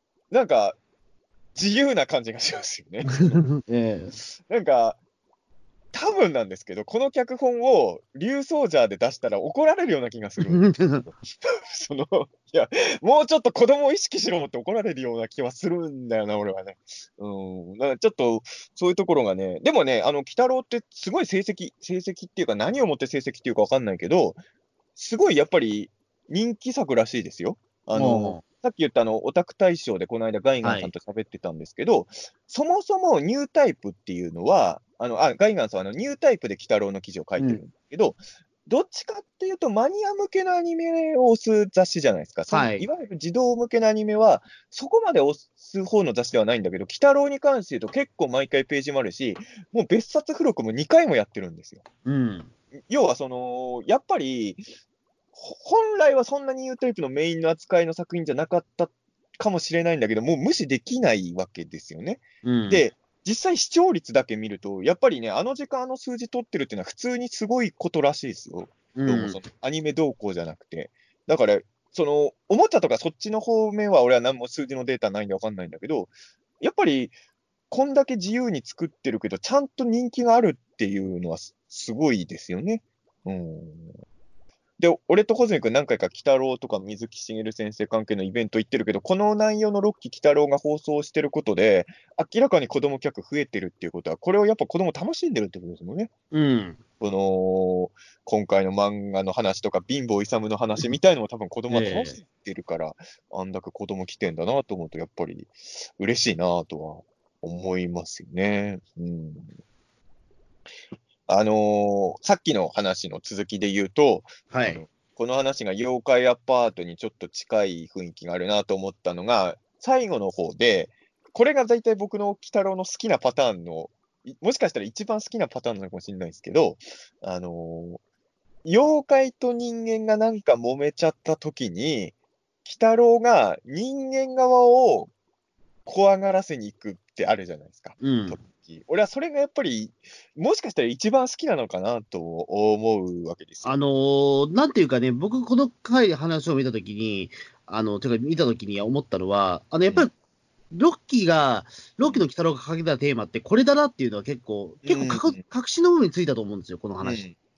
自由な感じがしますよね。なんか、多分なんですけど、この脚本を竜ソージャーで出したら怒られるような気がする。いや、もうちょっと子供を意識しろって怒られるような気はするんだよな、俺はね。だからちょっと、そういうところがね、でもね、鬼太郎ってすごい成績っていうか、何をもって成績っていうかわかんないけど、すごいやっぱり人気作らしいですよ。さっき言ったオタク大賞でこの間ガイガンさんと喋ってたんですけど、そもそもニュータイプっていうのは、ガイガンさんはニュータイプで鬼太郎の記事を書いてるんですけど、どっちかっていうとマニア向けのアニメを推す雑誌じゃないですか。いわゆる児童向けのアニメは、そこまで推す方の雑誌ではないんだけど、鬼太郎に関して言うと結構毎回ページもあるし、もう別冊付録も2回もやってるんですよ。要はやっぱり、本来はそんなにニュータイプのメインの扱いの作品じゃなかったかもしれないんだけど、もう無視できないわけですよね。で、実際視聴率だけ見ると、やっぱりね、あの時間数字取ってるっていうのは普通にすごいことらしいですよ。どうもアニメ動向じゃなくて。だから、おもちゃとかそっちの方面は俺は何も数字のデータないんでわかんないんだけど、やっぱり、こんだけ自由に作ってるけど、ちゃんと人気があるっていうのはすごいですよね。で、俺と穂積君何回か鬼太郎とか水木しげる先生関係のイベント行ってるけど、この内容の6期鬼太郎が放送してることで、明らかに子供客増えてるっていうことは、これをやっぱ子供楽しんでるってことですもんね。今回の漫画の話とか、貧乏勇の話みたいのも多分子供は楽しんでるから、あんだけ子供来てんだなと思うと、やっぱり嬉しいなとは思いますよね。さっきの話の続きで言うと、この話が妖怪アパートにちょっと近い雰囲気があるなと思ったのが、最後の方で、これが大体僕の鬼太郎の好きなパターンの、もしかしたら一番好きなパターンなのかもしれないですけど、妖怪と人間がなんか揉めちゃった時に、鬼太郎が人間側を怖がらせに行くってあるじゃないですか。俺はそれがやっぱり、もしかしたら一番好きなのかなと思うわけですよ。 なんていうかね、僕、この回で話を見たときに、見たときに思ったのは、やっぱり、ロッキーの鬼太郎が掲げたテーマってこれだなっていうのは結構確信の部分についたと思うんですよ、この話。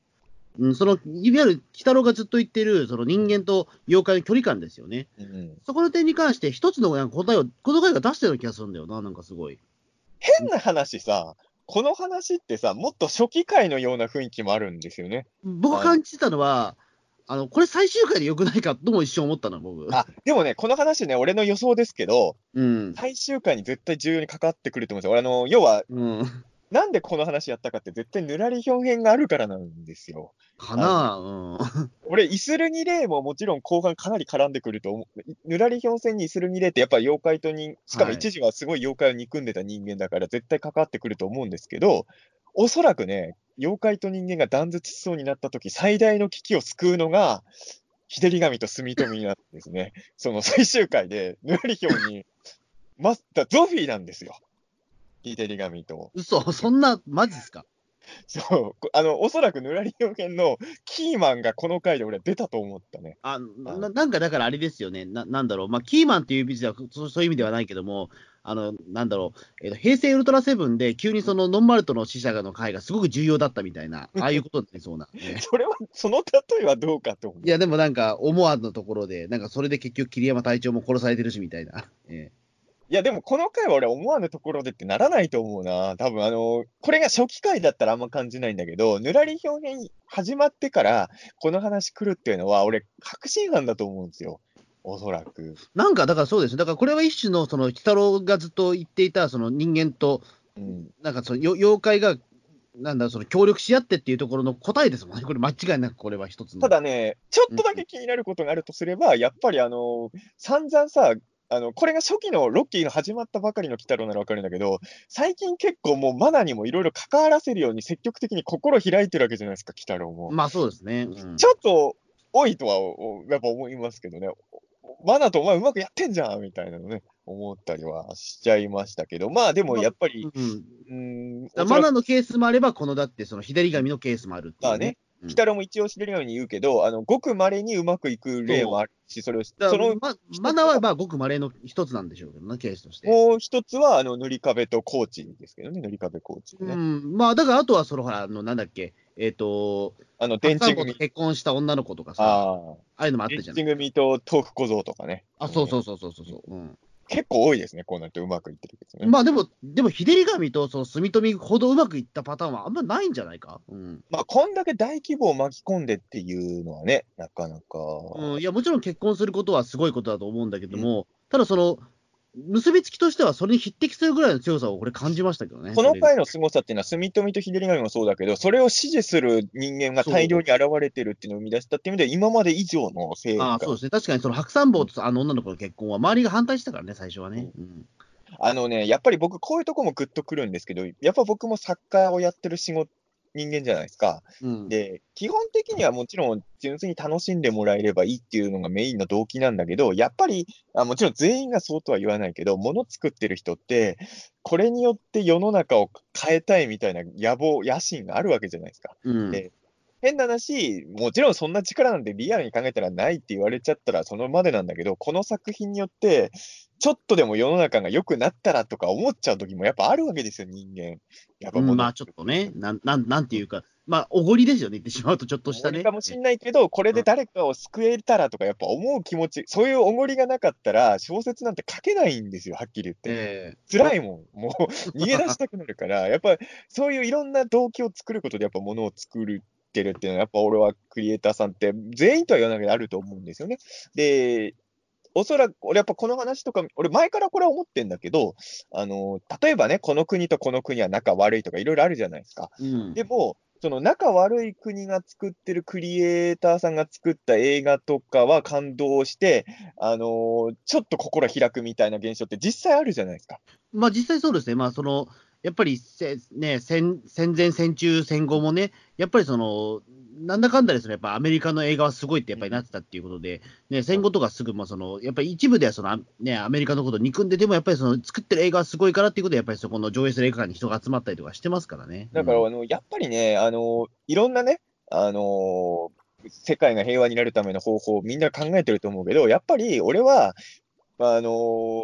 うん、いわゆる、鬼太郎がずっと言ってる、その人間と妖怪の距離感ですよね。そこの点に関して、一つのなんか答えが出してるような気がするんだよな、なんかすごい。 変な話さ、この話ってさ、もっと初期回のような雰囲気もあるんですよね。 僕が感じてたのは、これ最終回でよくないかとも一瞬思ったの、僕。 でもね、この話ね、俺の予想ですけど、 うん。 最終回に絶対重要に関わってくると思うんですよ。俺、要は、 うん。 なんでこの話やったかって、絶対ぬらりひょん編があるからなんですよ。 かなうん。 俺、イスルギレイももちろん後半かなり絡んでくると思う。ぬらりひょん戦にイスルギレイってやっぱ妖怪としかもはい。 一時はすごい妖怪を憎んでた人間だから絶対関わってくると思うんですけど、おそらくね、妖怪と人間が断絶しそうになった時、最大の危機を救うのが、日照神と住富なんですね。その最終回で、ぬらりひょんに、ゾフィーなんですよ。日照神と。 嘘、そんな、マジっすか？ そう、おそらくぬらりひょん編のキーマンがこの回で俺は出たと思ったね。 なんかだからあれですよね。なんだろう。まあ、キーマンっていう意味では、そういう意味ではないけども、なんだろう。平成ウルトラセブンで急にそのノンマルトの死者の回がすごく重要だったみたいな、ああいうことになりそうな。 その例えはどうかと思う。 いや、でもなんか思わぬところで、なんかそれで結局桐山隊長も殺されてるしみたいな。 いや、でもこの回は俺思わぬところでってならないと思うな。多分これが初期回だったらあんま感じないんだけど、ぬらり表現始まってからこの話来るっていうのは俺確信犯だと思うんですよ。おそらく。 なんかだからそうですね。だからこれは一種のその鬼太郎がずっと言っていたその人間と、 うん。 なんかその妖怪が、なんだその協力し合ってっていうところの答えですもんね。これ間違いなくこれは一つの。 ただね、ちょっうんとだけ気になることがあるとすれば、やっぱり散々さ、これが初期のロッキーの始まったばかりの鬼太郎ならわかるんだけど、最近結構もうマナにもいろいろ関わらせるように積極的に心開いてるわけじゃないですか、鬼太郎も。 まあそうですね。うん。 ちょっと多いとはやっぱ思いますけどね。マナとお前うまくやってんじゃんみたいなのね、思ったりはしちゃいましたけど、まあでもまあ、 やっぱり、 うん。 おそらくマナのケースもあれば、だってその日照り神のケースもあるっていうね。 まあね、 うん。 鬼太郎も一応知れるように言うけど、ごく稀にうまくいく例もそう。 あるし、それを、 だからそのマナは一つは、 まあごく稀の一つなんでしょうけどね、ケースとして。 もう一つは、塗り壁とコーチですけどね、塗り壁コーチうね。 ん。まあだからあとはほら、なんだっけ、 電初参謀と池組、 結婚した女の子とかさ、 ああ、 ああいうのもあった電じゃないですか。 池組と豆腐小僧とかね。 あ、そうそうそうそうそう。うん。 結構多いですね、こうなるとうまくいってるですね。 まあでも、日照り神とその住富ほどうまくいったパターンはあんまないんじゃないか。うん。 まあ、こんだけ大規模を巻き込んでっていうのはね、なかなか。 うん、いや、もちろん結婚することはすごいことだと思うんだけどうんも、ただ結びつきとしてはそれに匹敵するぐらいの強さをこれ感じましたけどね、 このそれが。 回の凄さっていうのは、住富と秀神もそうだけど、それを支持する人間が大量にそう。 現れてるっていうのを生み出したっていう意味では、今まで以上の成果。 そうですね。確かにその白山坊とあの女の子の結婚は周りが反対したからね、最初はね。うん。 やっぱり僕、こういうとこもグッとくるんですけど、やっぱ僕も作家をやってる人間じゃないですか。 うん。 で、基本的にはもちろん純粋に楽しんでもらえればいいっていうのがメインの動機なんだけど、やっぱり、もちろん全員がそうとは言わないけど、もの作ってる人って、これによって世の中を変えたいみたいな野望、野心があるわけじゃないですか。 うん。 で、変な話、もちろんそんな力なんてリアルに考えたらないって言われちゃったらそのまでなんだけど、この作品によって、ちょっとでも世の中が良くなったらとか思っちゃう時もやっぱあるわけですよ、人間。やっぱうん、 物まあちょっとね、なんていうか、まあおごりですよね、言ってしまうとちょっとしたね。 おごりかもしんないけど、これで誰かを救えたらとかやっぱ思う気持ち、そういうおごりがなかったら小説なんて書けないんですよ、はっきり言って。 ええ辛いもん。もう逃げ出したくなるから、やっぱそういういろんな動機を作ることでやっぱ物を作るってるっていうのは、やっぱ俺はクリエイターさんって全員とは言わないけどあると思うんですよね。で、おそらく、俺やっぱこの話とか、俺前からこれは思ってんだけど、例えばね、この国とこの国は仲悪いとかいろいろあるじゃないですか。 うん。 でも、その仲悪い国が作ってるクリエイターさんが作った映画とかは感動して、ちょっと心開くみたいな現象って実際あるじゃないですか。 まあ実際そうですね。まあやっぱり戦前、戦中、戦後もね、やっぱりなんだかんだですね、やっぱアメリカの映画はすごいってやっぱりなってたっていうことで、ね、戦後とかすぐ、やっぱり一部ではアメリカのことを憎んでても、やっぱり作ってる映画はすごいからっていうことで、やっぱりそこの上映する映画館に人が集まったりとかしてますからね。 だから、やっぱりね、いろんなね、世界が平和になるための方法をみんな考えてると思うけど、やっぱり俺は、あの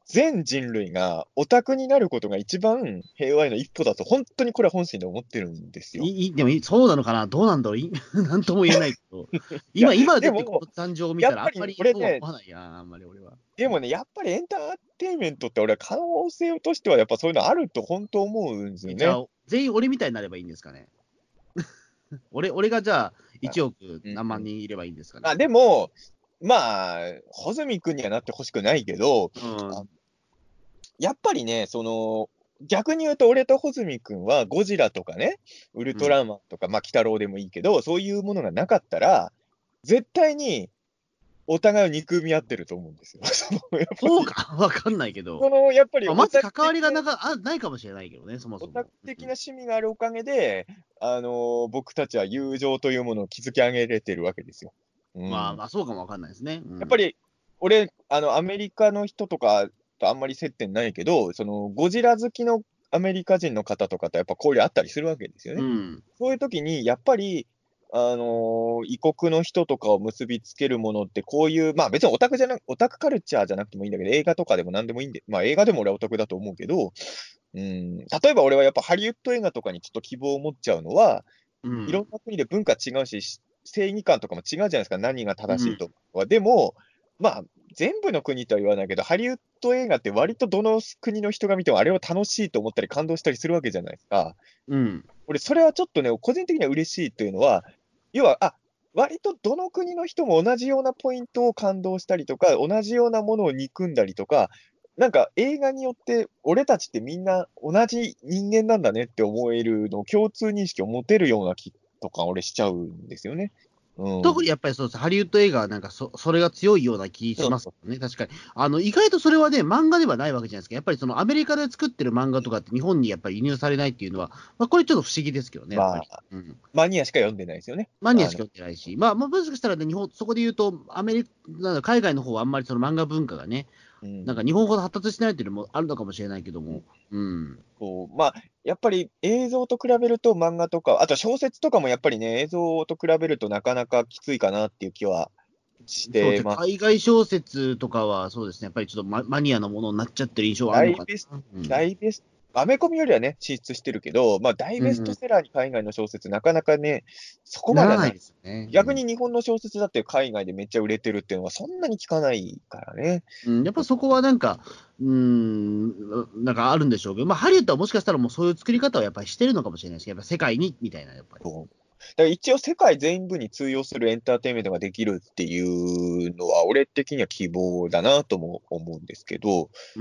全人類がオタクになることが一番平和への一歩だと、本当にこれは本心で思ってるんですよ。 でもそうなのかな、どうなんだろう、なんとも言えないけど、 いや、 今でも、 でってこの惨状を見たら、あんやっぱりまりそうは俺ね、 思わないな、あんまり俺は。 でもね、やっぱりエンターテインメントって俺は可能性としてはやっぱそういうのあると本当思うんですよね。 じゃあ、全員俺みたいになればいいんですかね。俺がじゃあ、1億うんうん、 何万人いればいいんですかね。 あ、でも、まあ、穂積君にはなってほしくないけど、 うん。 あやっぱりね、逆に言うと俺と穂積君はゴジラとかね、ウルトラマンとか、まあ、鬼太郎でもいいけど、そういうものがなかったら、絶対にお互いを憎み合ってると思うんですよ。やっぱり、 そうか、わかんないけど。 やっぱりまず関わりがないかもしれないけどね、そもそも。 オタク的な趣味があるおかげで、僕たちは友情というものを築き上げれてるわけですよ。うん。 まあ、そうかもわかんないですね。 やっぱり、俺、アメリカの人とかとあんまり接点ないけど、ゴジラ好きのアメリカ人の方とかとやっぱ交流あったりするわけですよね。 うん。 そういう時に、やっぱり、異国の人とかを結びつけるものって、こういう、まあ別にオタクカルチャーじゃなくてもいいんだけど、映画とかでも何でもいいんで、まあ映画でも俺はオタクだと思うけど、例えば俺はやっぱハリウッド映画とかにちょっと希望を持っちゃうのは、いろんな国で文化違うし、正義感とかも違うじゃないですか、何が正しいとかは。でも、まあ、全部の国とは言わないけど、ハリウッド映画って割とどの国の人が見てもあれを楽しいと思ったり感動したりするわけじゃないですか。 うん。 俺、それはちょっとね、個人的には嬉しいというのは、要は、割とどの国の人も同じようなポイントを感動したりとか、同じようなものを憎んだりとか、なんか映画によって、俺たちってみんな同じ人間なんだねって思えるの、共通認識を持てるような気とか、俺しちゃうんですよね。うん。 特にやっぱりそうです。ハリウッド映画はなんかそれが強いような気しますよね。確かに。意外とそれはね、漫画ではないわけじゃないですか。やっぱりそのアメリカで作ってる漫画とかって日本にやっぱり輸入されないっていうのは、まあこれちょっと不思議ですけどね、やっぱり。 まあ、 うん。 マニアしか読んでないですよね。 マニアしか読んでないし、まあもしかしたらね、そこで言うと、なんだ海外の方はあんまりその漫画文化がね、 うん。 なんか日本ほど発達してないっていうのもあるのかもしれないけどうん。 も、うん。 まあ、やっぱり映像と比べると漫画とか、あと小説とかもやっぱりね、映像と比べるとなかなかきついかなっていう気はしそうですね、 てます。 海外小説とかはそうですね、やっぱりちょっとマニアなものになっちゃってる印象はあるのか大ベスな。うん。 大ベスアメコミよりはね、進出してるけど、まあ、大ベストうん、 セラーに海外の小説、なかなかね、そこまではない。 ならないですよね。 逆に日本の小説だって海外でめっちゃ売れてるっていうのはそんなに聞かないからね。 うん、やっぱそこはなんか、なんかあるんでしょうけど、まあ、ハリウッドはもしかしたらもうそういう作り方をやっぱりしてるのかもしれないですけど、やっぱ世界にみたいな、やっぱり。 そうだから一応世界全部に通用するエンターテインメントができるっていうのは、俺的には希望だなとも思うんですけど、 うん。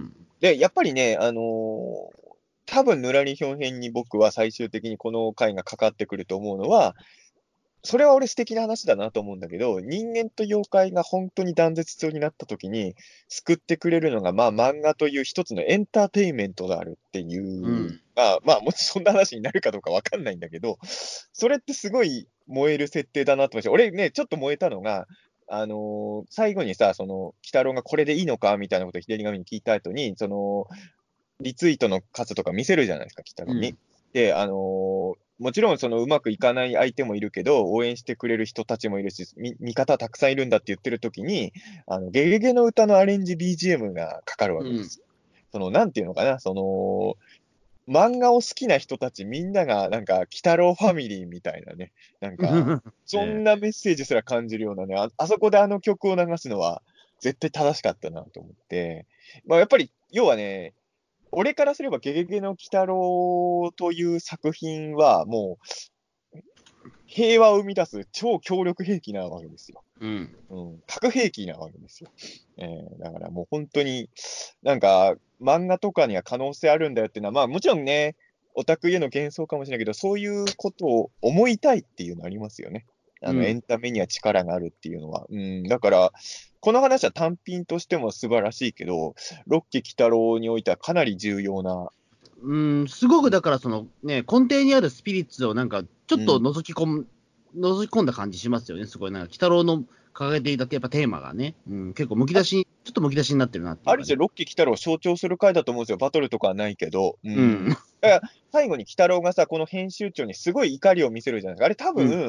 で、やっぱりね、多分ぬらりひょん編に僕は最終的にこの回がかかってくると思うのは、それは俺素敵な話だなと思うんだけど、人間と妖怪が本当に断絶症になった時に救ってくれるのが、まあ漫画という一つのエンターテインメントがあるっていう、 うん。 まあもちろんそんな話になるかどうかわかんないんだけど、それってすごい燃える設定だなと思って、俺ね、ちょっと燃えたのが、最後にさ、鬼太郎がこれでいいのかみたいなことを左紙に聞いた後に、リツイートの数とか見せるじゃないですか、鬼太郎に。 うん。 で、もちろんうまくいかない相手もいるけど、応援してくれる人たちもいるし、味方たくさんいるんだって言ってる時に、ゲゲゲの歌のアレンジ BGM がかかるわうん。 けです。なんていうのかな、漫画を好きな人たちみんなが、なんか、鬼太郎ファミリーみたいなね、なんか、そんええ、 なメッセージすら感じるようなね、あそこであの曲を流すのは、絶対正しかったなと思って、まあ、やっぱり、要はね、俺からすればゲゲゲの鬼太郎という作品は、もう、平和を生み出す超強力兵器なわけですよ。 うん。 核兵器なわけですよ。だからもう本当に、なんか、漫画とかには可能性あるんだよっていうのは、まあもちろんね、オタクへの幻想かもしれないけど、そういうことを思いたいっていうのありますよね。エうん。 ンタメには力があるっていうのは。だから、この話は単品としても素晴らしいけど、ロッキー鬼太郎においてはかなり重要な、 うん、すごくだからそのね、根底にあるスピリッツをなんか、ちょっとうん、 覗き込んだ感じしますよね、すごい。なんか、鬼太郎の掲げていたやっぱテーマがね、結構ちょっとむき出しになってるなっていうかね。 ある種ロッキー鬼太郎を象徴する回だと思うんですよ。バトルとかはないけど。 うん。 だから最後に鬼太郎がさ、この編集長にすごい怒りを見せるじゃないですか。あれ多うん。 分、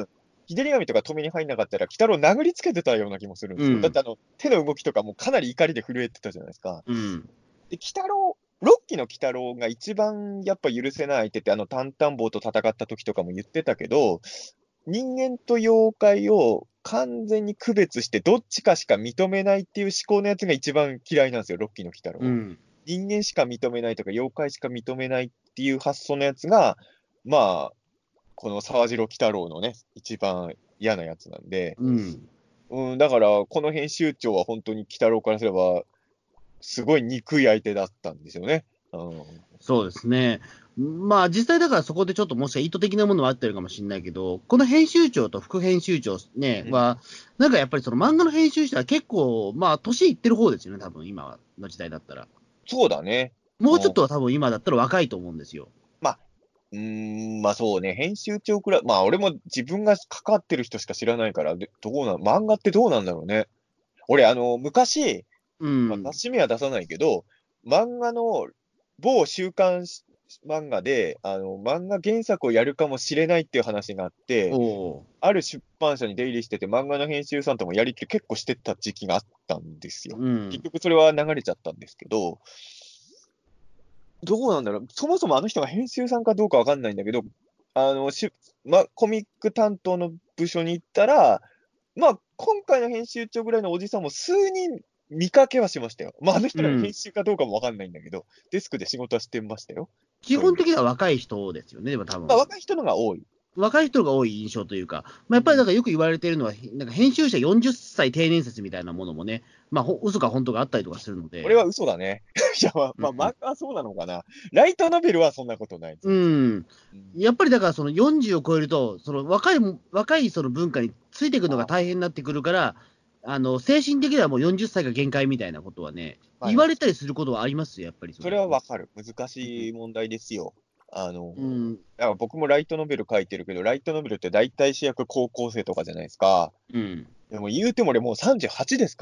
日照り紙とか止めに入んなかったら、鬼太郎殴りつけてたような気もするんですよ。だって手の動きとかもかなり怒りで震えてたじゃないですか。で、6期の鬼太郎が一番やっぱ許せない相手って、タンタン棒と戦った時とかも言ってたけど、人間と妖怪を完全に区別して、どっちかしか認めないっていう思考のやつが一番嫌いなんですよ、6期の鬼太郎。人間しか認めないとか、妖怪しか認めないっていう発想のやつが、まあ、この沢次郎鬼太郎のね、一番嫌なやつなんで、だから、この編集長は本当に鬼太郎からすれば、すごい憎い相手だったんですよね。 そうですね。まあ実際だからそこでちょっともしか意図的なものはあってるかもしれないけど、この編集長と副編集長ね、は、なんかやっぱりその漫画の編集者は結構、まあ年いってる方ですよね、多分今の時代だったら。 そうだね。 もうちょっとは多分今だったら若いと思うんですよ。 まあそうね、編集長くらい、まあ俺も自分が関わってる人しか知らないから、漫画ってどうなんだろうね。俺、昔、出し目は出さないけど、漫画の某週刊漫画で、漫画原作をやるかもしれないっていう話があって、ある出版社に出入りしてて、漫画の編集さんともやりって結構してた時期があったんですよ。結局それは流れちゃったんですけど、どうなんだろう、そもそもあの人が編集さんかどうかわかんないんだけど、コミック担当の部署に行ったら、まあ、今回の編集長ぐらいのおじさんも数人見かけはしましたよ。まあ、あの人らが編集かどうかもわかんないんだけど、デスクで仕事はしてましたよ。 基本的には若い人ですよね、でも多分。 まあ、若い人のが多い。 若い人が多い印象というか、まあ、やっぱりなんかよく言われているのは、なんか編集者40歳定年説みたいなものもね、まあ、嘘か本当があったりとかするので。 これは嘘だね。いや、漫画はそうなのかな。ライトノベルはそんなことない。 やっぱりだから、その40を超えると、その若いその文化についていくのが大変になってくるから、精神的にはもう40歳が限界みたいなことはね、言われたりすることはありますよ、やっぱり。 それはわかる。難しい問題ですよ。だから僕もライトノベル書いてるけど、ライトノベルって大体主役高校生とかじゃないですか。でも言うても俺もう38ですから、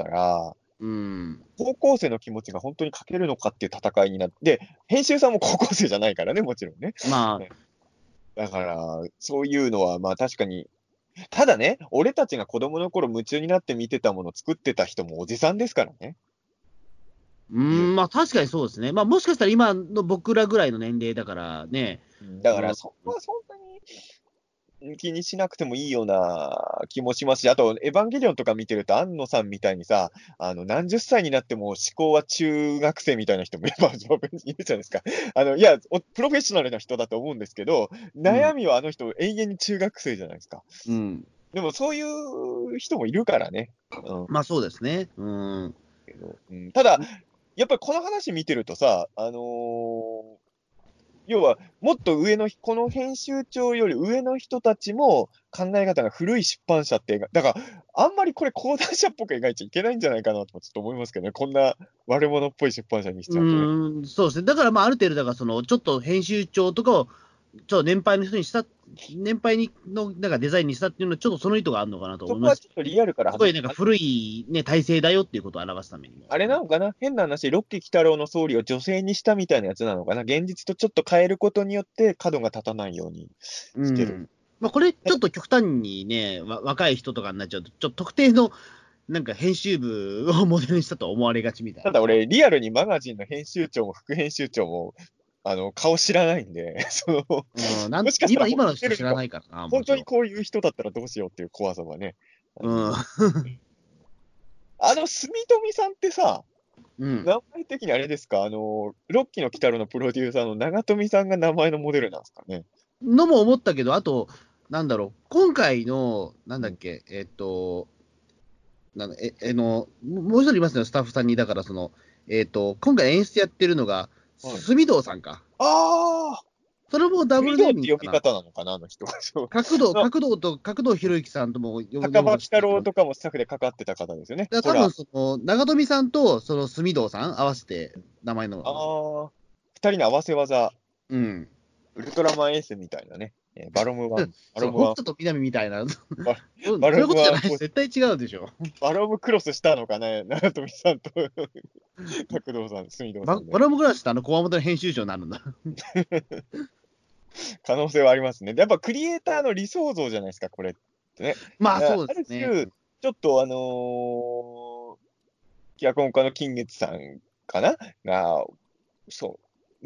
高校生の気持ちが本当に書けるのかっていう戦いになって、編集さんも高校生じゃないからね、もちろんね。だから、そういうのはまあ確かに、ただね、俺たちが子供の頃夢中になって見てたものを作ってた人もおじさんですからね。 まあ確かにそうですね。まあもしかしたら今の僕らぐらいの年齢だからね。 だからそこはそんなに気にしなくてもいいような気もしますし、あと、エヴァンゲリオンとか見てると、庵野さんみたいにさ、何十歳になっても思考は中学生みたいな人もいるじゃないですか。いや、プロフェッショナルな人だと思うんですけど、悩みはあの人、永遠に中学生じゃないですか。でもそういう人もいるからね。 まあそうですね。 ただ、やっぱりこの話見てるとさ、要は、もっと上の、この編集長より上の人たちも考え方が古い出版社って、だから、あんまりこれ講談社っぽく描いちゃいけないんじゃないかなとちょっと思いますけどね。こんな悪者っぽい出版社にしちゃうとね。 そうですね。だからまあある程度、だからその、ちょっと編集長とかを、ちょっと年配の人にした、年配のなんかデザインにしたっていうのは、ちょっとその意図があるのかなと思います。 そこはちょっとリアルからすごいなんか古い、ね、体制だよっていうことを表すためにも。 あれなのかな、変な話、六木鬼太郎の総理を女性にしたみたいなやつなのかな、現実とちょっと変えることによって角が立たないようにしてる。 まあ、これ、ちょっと極端にね、若い人とかになっちゃうと、ちょっと特定のなんか編集部をモデルにしたと思われがちみたいな。 ただ俺、リアルにマガジンの編集長も副編集長も、顔知らないんで、 もしかしたら今の人知らないからな。 本当にこういう人だったらどうしようっていう怖さはね。住富さんってさ、名前的にあれですか、ロッキーの鬼太郎のプロデューサーの長富さんが名前のモデルなんですかね。 のも思ったけど、あと、なんだろう、今回の、なんだっけ、もう一人いますね、スタッフさんに、だから今回演出やってるのが、住堂さんか。それもダブルネーミングって読み方なのかな、あの人。 角堂博之さんとも呼ぶ。高場鬼太郎とかもスタッフでかかってた方ですよね。 多分長富さんと住堂さん合わせて名前の。 二人の合わせ技。 ウルトラマンエースみたいなね。バロムワン。 北斗と南みたいな。そういうことじゃない。絶対違うでしょ。 バロムクロスしたのかね、長富さんと角堂さん、住堂さん。 バロムクロスってこわもての編集長になるんだ。 可能性はありますね。やっぱクリエイターの理想像じゃないですか、これってね。 まあそうですね。 ある種、ちょっと脚本家の金月さんかなが、そう、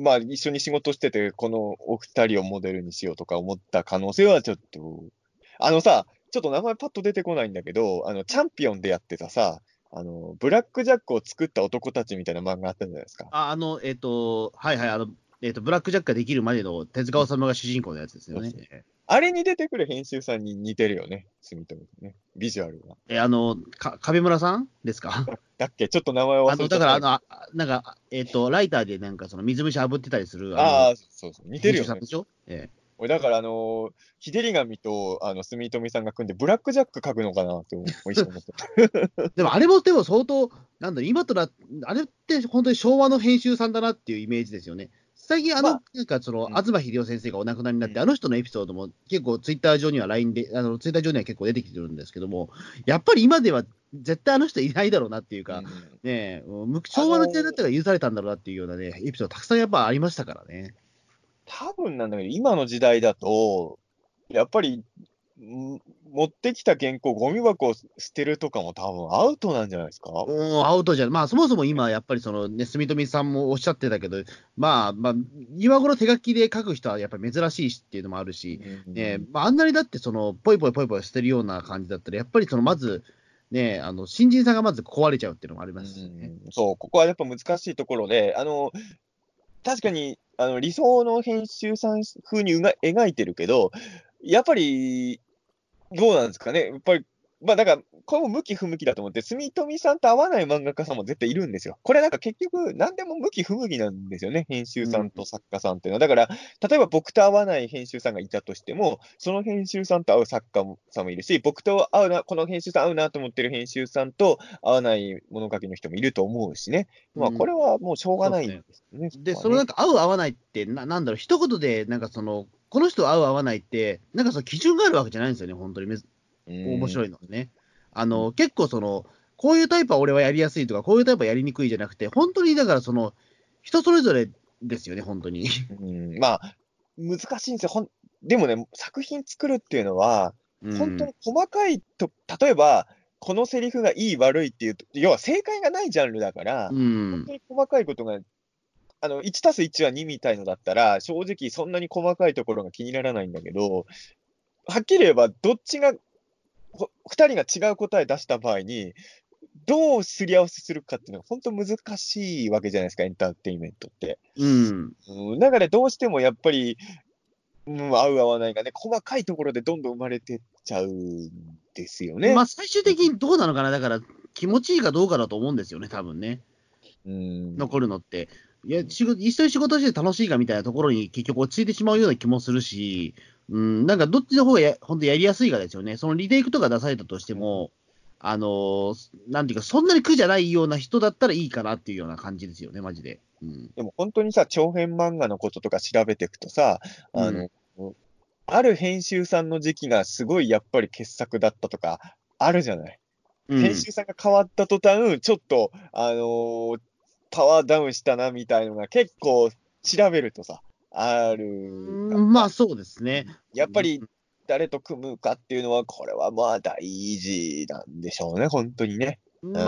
まあ一緒に仕事してて、このお二人をモデルにしようとか思った可能性はちょっと、ちょっと名前パッと出てこないんだけど、チャンピオンでやってたさ、ブラックジャックを作った男たちみたいな漫画あったじゃないですか。 はいはい、ブラックジャックができるまでの手塚治虫が主人公のやつですよね。 そうそうあれに出てくる編集さんに似てるよね、住友ね。ビジュアルが。 壁村さんですか？ だっけちょっと名前忘れちゃった。 だからなんか、ライターでなんかその水虫炙ってたりする、 そうそう、似てるよね。 編集さんでしょ？ 俺、だから、日照り紙と、住友さんが組んで、ブラックジャック書くのかなって一緒に思ってた。 でも、あれもでも相当、なんだろう、今とな、あれって本当に昭和の編集さんだなっていうイメージですよね。最近、なんかその、東秀夫先生がお亡くなりになって、あの人のエピソードも結構ツイッター上には LINE で、ツイッター上には結構出てきてるんですけども、やっぱり今では絶対あの人いないだろうなっていうか、ね、昭和の時代だったから許されたんだろうなっていうようなね、エピソードたくさんやっぱありましたからね。 多分なんだけど、今の時代だと、やっぱり、持ってきた原稿、ゴミ箱を捨てるとかも多分アウトなんじゃないですか。 アウトじゃん。まあ、そもそも今、やっぱりその、ね、住富さんもおっしゃってたけど、まあ、今頃手書きで書く人はやっぱり珍しいしっていうのもあるし、あんなにだって、ポイポイポイポイ捨てるような感じだったら、やっぱりまず、ね、新人さんがまず壊れちゃうっていうのもありますしね。 そう、ここはやっぱ難しいところで、確かに、理想の編集さん風に描いてるけど、やっぱり、どうなんですかね。やっぱり、だから、これも向き不向きだと思って、住富さんと合わない漫画家さんも絶対いるんですよ。これなんか結局、何でも向き不向きなんですよね。編集さんと作家さんっていうのは。だから、例えば僕と合わない編集さんがいたとしても、その編集さんと合う作家さんもいるし、僕と合うな、この編集さん合うなと思ってる編集さんと合わない物書きの人もいると思うしね。これはもうしょうがないんですね。 で、そのなんか合う合わないって、なんだろう、一言で、なんかこの人合う合わないって、なんか基準があるわけじゃないんですよね、本当に面白いのね。結構こういうタイプは俺はやりやすいとか、こういうタイプはやりにくいじゃなくて、本当にだから人それぞれですよね、本当に。 難しいんですよ。でもね、作品作るっていうのは、本当に細かいと、例えば、このセリフがいい悪いっていうと、要は正解がないジャンルだから、本当に細かいことが、1たす1は2みたいのだったら、正直そんなに細かいところが気にならないんだけど、はっきり言えば、どっちが、2人が違う答え出した場合に、どうすり合わせするかっていうのは、本当難しいわけじゃないですか、エンターテインメントって。だからどうしてもやっぱり、合う合わないがね、細かいところでどんどん生まれてっちゃうんですよね。 最終的にどうなのかな、だから気持ちいいかどうかだと思うんですよね、多分ね。残るのって。いや、一緒に仕事して楽しいかみたいなところに結局落ち着いてしまうような気もするし、なんかどっちの方が本当やりやすいかですよね。そのリテイクとか出されたとしても、なんていうか、そんなに苦じゃないような人だったらいいかなっていうような感じですよね、マジで。 でも本当にさ、長編漫画のこととか調べていくとさ、ある編集さんの時期がすごいやっぱり傑作だったとか、あるじゃない。編集さんが変わった途端、ちょっと、パワーダウンしたなみたいのが結構調べるとさ、ある。 そうですね。 やっぱり誰と組むかっていうのは、これはまあ大事なんでしょうね、本当にね。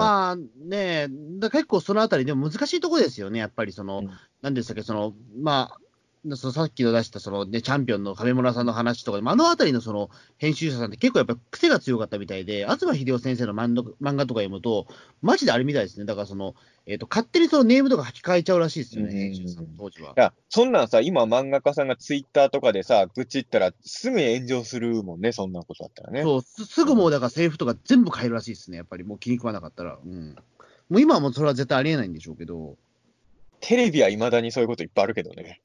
結構そのあたりでも難しいところですよね、やっぱりなんでしたっけ、さっきの出したチャンピオンの亀村さんの話とかでも、あのあたりの編集者さんって結構やっぱ癖が強かったみたいで、東秀夫先生の漫画とか読むと、マジであれみたいですね。だから勝手にネームとか書き換えちゃうらしいですよね、編集さん、当時は。 いや、そんなんさ、今漫画家さんがツイッターとかでさ、愚痴ったらすぐ炎上するもんね、そんなことだったらね。 そう、すぐもうだからセリフとか全部変えるらしいですね、やっぱりもう気に食わなかったら。もう今はもうそれは絶対ありえないんでしょうけど。 テレビは未だにそういうこといっぱいあるけどね。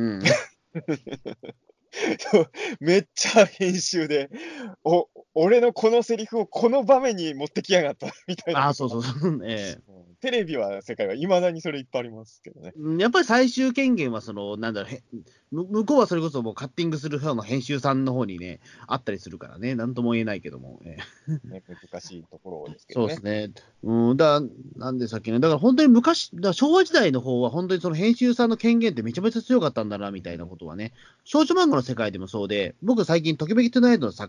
めっちゃ編集で、俺のこのセリフをこの場面に持ってきやがったみたいな。 そう。 テレビは世界は未だにそれいっぱいありますけどね。 やっぱり最終権限はなんだろう、向こうはそれこそもうカッティングする方の編集さんの方にね、あったりするからね、なんとも言えないけども。 難しいところですけどね。 そうですね。なんでさっきね、だから本当に昭和時代の方は本当に編集さんの権限ってめちゃめちゃ強かったんだな、みたいなことはね、少女漫画の世界でもそうで、僕最近、ときめきトゥナイトの作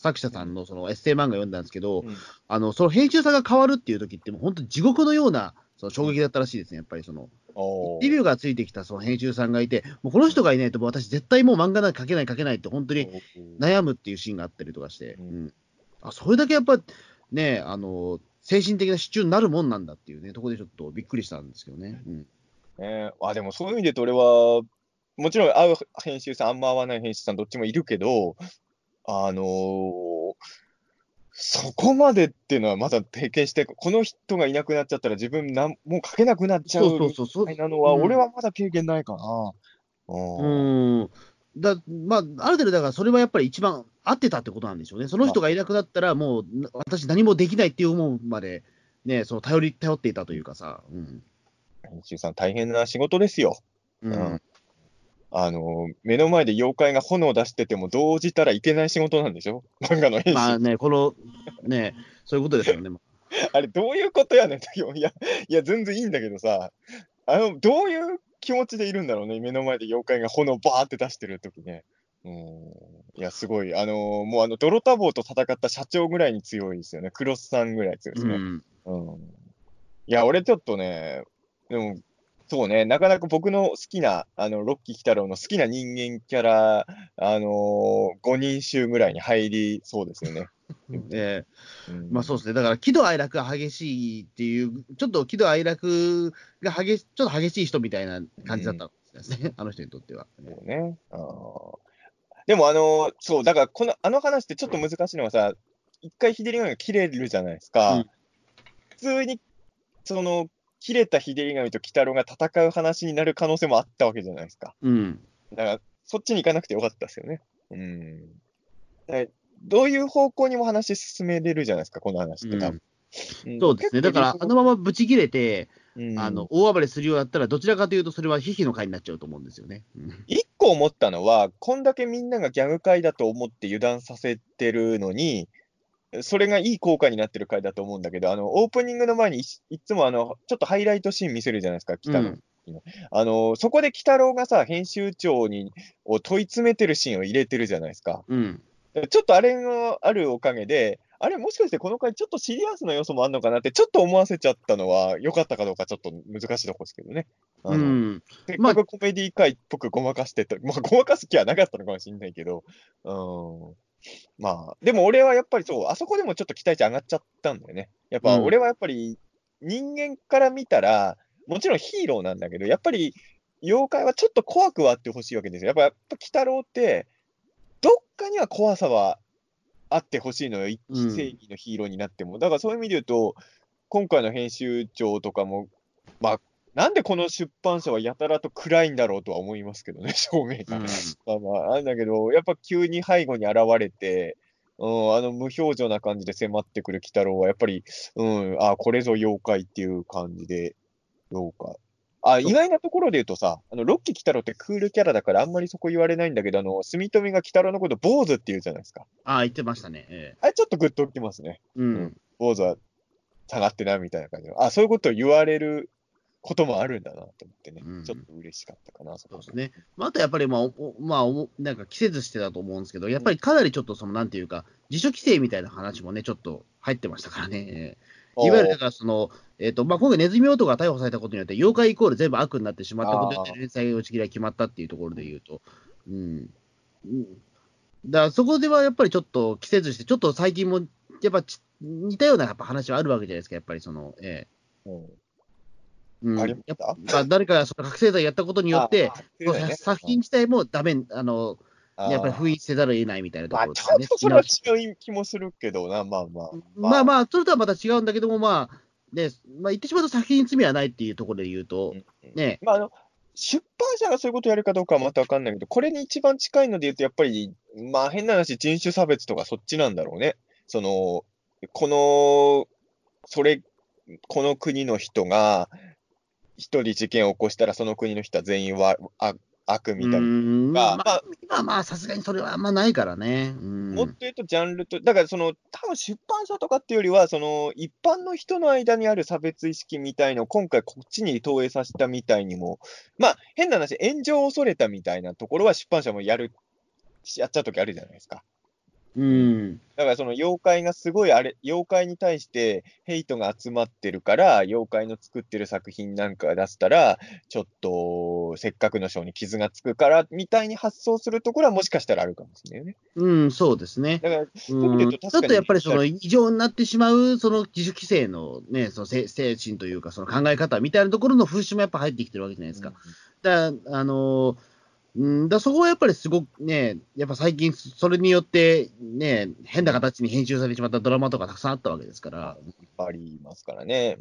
作者さんのそのエッセイ漫画読んだんですけど、 うんその編集さんが変わるっていう時って、もう本当に地獄のようなその衝撃だったらしいですね、やっぱりその。レビューがついてきたその編集さんがいて、もうこの人がいないと、もう私、絶対もう漫画なんか描けないって、本当に悩むっていうシーンがあったりとかして、それだけやっぱね、精神的な支柱になるもんなんだっていうね、ところでちょっとびっくりしたんですけどね。 でもそういう意味で言うと、俺は、もちろん合う編集さん、あんま合わない編集さん、どっちもいるけど、あのーそこまでっていうのはまだ経験して、この人がいなくなっちゃったら自分もう書けなくなっちゃそううみそうそうそう。 たいなのは、俺はまだ経験ないかな。 うん。まあ、ある程度、だからそれはやっぱり一番合ってたってことなんでしょうね。その人がいなくなったら、もう、私何もできないっていう思うまで、ね、その頼っていたというかさ。 編集さん大変な仕事ですよ。 うん。 目の前で妖怪が炎を出してても動じたらいけない仕事なんでしょ漫画の編集。 まあね、ね、そういうことですよね。 あれ、どういうことやねんって。いや、全然いいんだけどさ、どういう気持ちでいるんだろうね。目の前で妖怪が炎バーって出してるときね。いや、すごい。もう泥多忙と戦った社長ぐらいに強いですよね。クロスさんぐらい強いですね。うん。いや、俺ちょっとね、でも、そうね、なかなか僕の好きな、ロッキー鬼太郎の好きな人間キャラ、5人衆ぐらいに入りそうですよね。 まあそうですね。だから、喜怒哀楽が激しいっていう、ちょっと喜怒哀楽がちょっと激しい人みたいな感じだったんですね。あの人にとっては。 そうね。でもそう、だからあの話ってちょっと難しいのはさ、一回日照りが切れるじゃないですか。普通に、切れた日照り神と鬼太郎が戦う話になる可能性もあったわけじゃないですか。だから、そっちに行かなくてよかったですよね。だからどういう方向にも話進めれるじゃないですか、この話って多分。 そうですね。だから、あのままブチ切れて、大暴れするようだったら、どちらかというと、それはヒヒの回になっちゃうと思うんですよね。 一個思ったのは、こんだけみんながギャグ回だと思って油断させてるのに、それがいい効果になってる回だと思うんだけど、オープニングの前にいつもちょっとハイライトシーン見せるじゃないですか、北野。そこで鬼太郎がさ、編集長を問い詰めてるシーンを入れてるじゃないですか。ちょっとあれがあるおかげで、あれもしかしてこの回ちょっとシリアスな要素もあるのかなってちょっと思わせちゃったのは良かったかどうかちょっと難しいとこですけどね。せっかくコメディ回っぽくごまかしてた、まあごまかす気はなかったのかもしれないけど、まあ、でも俺はやっぱりそう、あそこでもちょっと期待値上がっちゃったんだよね。やっぱ俺はやっぱり人間から見たら、もちろんヒーローなんだけど、やっぱり妖怪はちょっと怖くはあってほしいわけですよ。やっぱ鬼太郎って、どっかには怖さはあってほしいのよ、正義のヒーローになっても。だからそういう意味で言うと、今回の編集長とかも、まあ、なんでこの出版社はやたらと暗いんだろうとは思いますけどね、照明が。なんだけど、やっぱ急に背後に現れて、無表情な感じで迫ってくる鬼太郎は、やっぱり、これぞ妖怪っていう感じで、妖怪。意外なところで言うとさ、ロッキー鬼太郎ってクールキャラだからあんまりそこ言われないんだけど、住富が鬼太郎のこと坊主って言うじゃないですか。 言ってましたね。 あれちょっとグッときますね。坊主は下がってなみたいな感じの。そういうことを言われることもあるんだなと思ってね。ちょっと嬉しかったかな、 そうですね。あとやっぱりなんか季節してたと思うんですけど、やっぱりかなりちょっとなんていうか、自主規制みたいな話もね、ちょっと入ってましたからね。いわゆるだから今回ネズミ男が逮捕されたことによって、妖怪イコール全部悪になってしまったことによって、連載打ち切りが決まったっていうところで言うと、だからそこではやっぱりちょっと季節して、ちょっと最近もやっぱ似たようなやっぱ話はあるわけじゃないですか、やっぱりやっぱ誰かがその覚醒剤やったことによって、作品自体もダメ、やっぱり封印せざるを得ないみたいなところですね。それは違う気もするけどな、 それとはまた違うんだけども、言ってしまうと作品に罪はないっていうところで言うと、 出版社がそういうことをやるかどうかはまた分かんないけど、これに一番近いので言うと、やっぱり、変な話、人種差別とかそっちなんだろうね。この国の人が、一人事件を起こしたら、その国の人は全員は悪みたいな。 さすがにそれはあんまないからね。 もっと言うと、ジャンルと、だから多分出版社とかっていうよりは、一般の人の間にある差別意識みたいのを今回こっちに投影させたみたいにも、変な話、炎上を恐れたみたいなところは出版社もやっちゃうときあるじゃないですか。 うん。 だからその妖怪がすごい妖怪に対してヘイトが集まってるから、妖怪の作ってる作品なんか出したら、ちょっとせっかくの賞に傷がつくから、みたいに発想するところはもしかしたらあるかもしれないよね。 うん、そうですね。 だから、そういう意味で言うとちょっ確かにとやっぱりその異常になってしまう、その自主規制のね、その精神というか、その考え方みたいなところの風刺もやっぱ入ってきてるわけじゃないですか。そこはやっぱりすごくね、やっぱ最近、それによってね、変な形に編集されてしまったドラマとかたくさんあったわけですから。 いっぱいありますからね。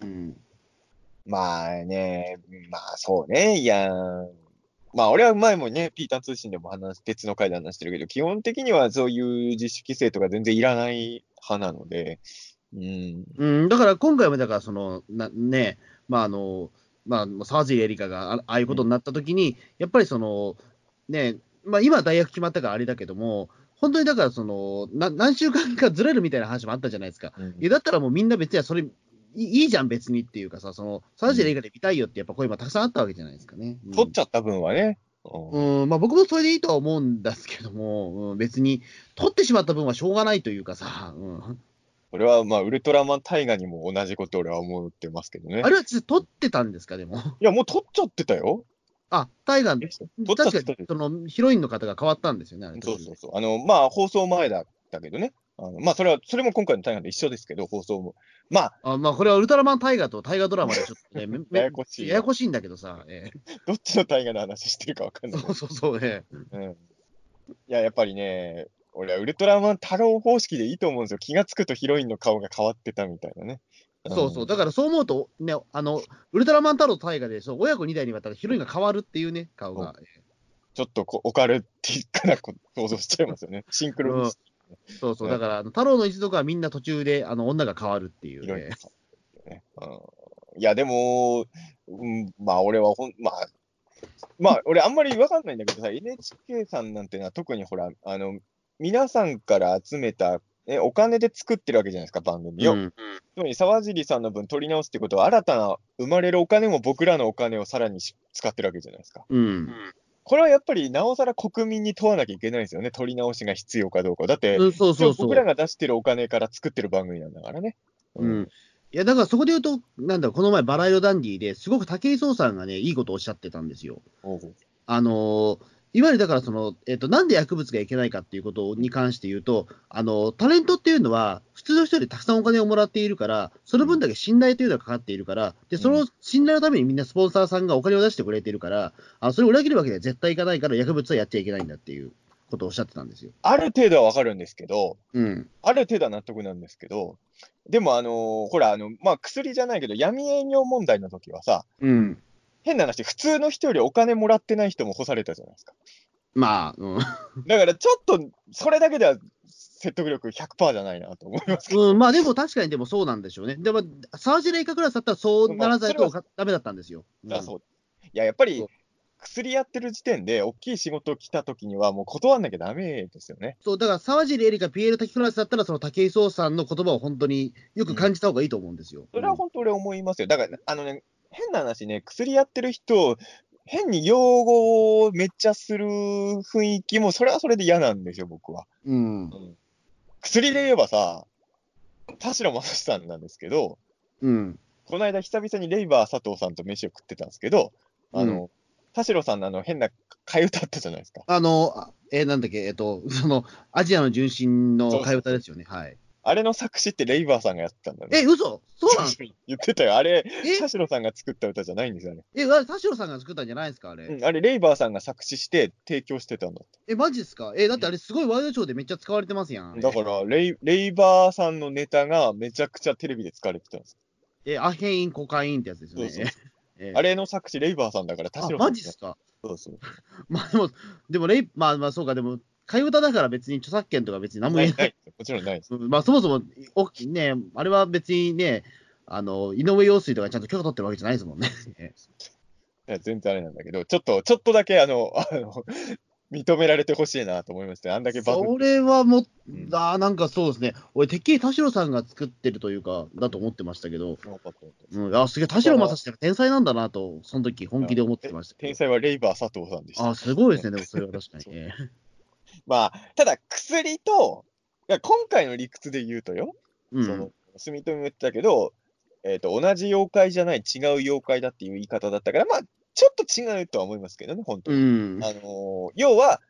まあね、まあそうね、いや、まあ俺は前もね、ピーター通信でも別の回で話してるけど、基本的にはそういう自主規制とか全然いらない派なので、 だから今回も、だからね、沢尻エリカがああいうことになったときに、やっぱりね、今は大学決まったからあれだけども、本当にだから何週間かずれるみたいな話もあったじゃないですか。だったらもうみんな別にそれいいじゃん、別にっていうかさ、沢尻エリカで見たいよってやっぱ声もたくさんあったわけじゃないですかね。 取っちゃった分はね。 僕もそれでいいとは思うんですけども、別に取ってしまった分はしょうがないというかさ、 これはまあ、ウルトラマン大河にも同じこと俺は思ってますけどね。 あれは取ってたんですか、でも。 いや、もう取っちゃってたよ。 大河、 取っちゃってた確かにヒロインの方が変わったんですよね、あれ。 そうそうそう。まあ、放送前だったけどね。まあ、それも今回の大河と一緒ですけど、放送も。まあ、 これはウルトラマン大河と大河ドラマでちょっとね、 ややこしい。 ややこしいんだけどさ、 どっちの大河の話してるかわかんない。 そうね。 いや、やっぱりね、俺はウルトラマン太郎方式でいいと思うんですよ。気がつくとヒロインの顔が変わってたみたいなね。 そうそう。だからそう思うと、ね、ウルトラマン太郎と大河で、親子2代にわたるヒロインが変わるっていうね、顔が。 ちょっとオカルティックな想像しちゃいますよね。シンクロニシティ。そうそう。だから、太郎の一族はみんな途中で、女が変わるっていうね。 いや、でも、まあ、俺はまあ、俺あんまりわかんないんだけどさ、NHK さんなんてのは特にほら、皆さんから集めた、お金で作ってるわけじゃないですか、番組を。つまり、沢尻さんの分取り直すってことは、新たな生まれるお金も僕らのお金をさらに使ってるわけじゃないですか。これはやっぱり、なおさら国民に問わなきゃいけないですよね。取り直しが必要かどうか。だって、僕らが出してるお金から作ってる番組なんだからね。 いや、だからそこで言うと、この前、バラ色ダンディですごく武井壮さんがね、いいことをおっしゃってたんですよ。いわゆるだからなんで薬物がいけないかっていうことに関して言うと、タレントっていうのは、普通の人よりたくさんお金をもらっているから、その分だけ信頼というのがかかっているから、で、その信頼のためにみんなスポンサーさんがお金を出してくれているから、それを裏切るわけには絶対いかないから、薬物はやっちゃいけないんだっていうことをおっしゃってたんですよ。 ある程度はわかるんですけど、ある程度は納得なんですけど、でもほら、まあ、薬じゃないけど、闇営業問題の時はさ、変な話、普通の人よりお金もらってない人も干されたじゃないですか。だからちょっと、それだけでは説得力100%じゃないなと思いますけど。 でも確かにでもそうなんでしょうね。でも、サージレイカクラスだったらそうならないとダメだったんですよ。 いや、やっぱり、薬やってる時点で、大きい仕事来た時には、もう断んなきゃダメですよね。 そう、だから、沢尻エリカ、ピエール滝クラスだったら、その武井壮さんの言葉を本当によく感じた方がいいと思うんですよ。 それは本当俺思いますよ。だから、変な話ね、薬やってる人、変に用語をめっちゃする雰囲気も、それはそれで嫌なんですよ、僕は。薬で言えばさ、田代正史さんなんですけど、この間久々にレイバー佐藤さんと飯を食ってたんですけど、田代さんの変な替え歌あったじゃないですか。 なんだっけ、アジアの純真の替え歌ですよね。はい。 あれの作詞ってレイバーさんがやってたんだね。 嘘そうなの言ってたよ。あれ、田代さんが作った歌じゃないんですよね。 田代さんが作ったんじゃないですか、あれ。 あれ、レイバーさんが作詞して提供してたんだって。 マジですかだってあれすごいワイドショーでめっちゃ使われてますやん。 だから、レイバーさんのネタがめちゃくちゃテレビで使われてたんです。 アヘイン、コカインってやつですよね。 あれの作詞、レイバーさんだから、田代さん。 マジっすかでも、そうか、でも、替え歌だから別に著作権とか別に何も言えない。 もちろんないです。 そもそも、ね、あれは別にね、井上陽水とかちゃんと許可取ってるわけじゃないですもんね。 いや全然あれなんだけど、ちょっとだけ認められてほしいなと思いました。あんだけバズって。それはなんかそうですね。俺、てっきり田代さんが作ってるというか、だと思ってましたけど、すげえ、田代正史って天才なんだなと、その時本気で思ってました。 天才はレイバー佐藤さんでした。 すごいですね、でもそれは確かに。 まあ、ただ薬と、今回の理屈で言うとよ、その、住友も言ってたけど、同じ妖怪じゃない、違う妖怪だっていう言い方だったから、まあ、ちょっと違うとは思いますけどね、本当に。要は、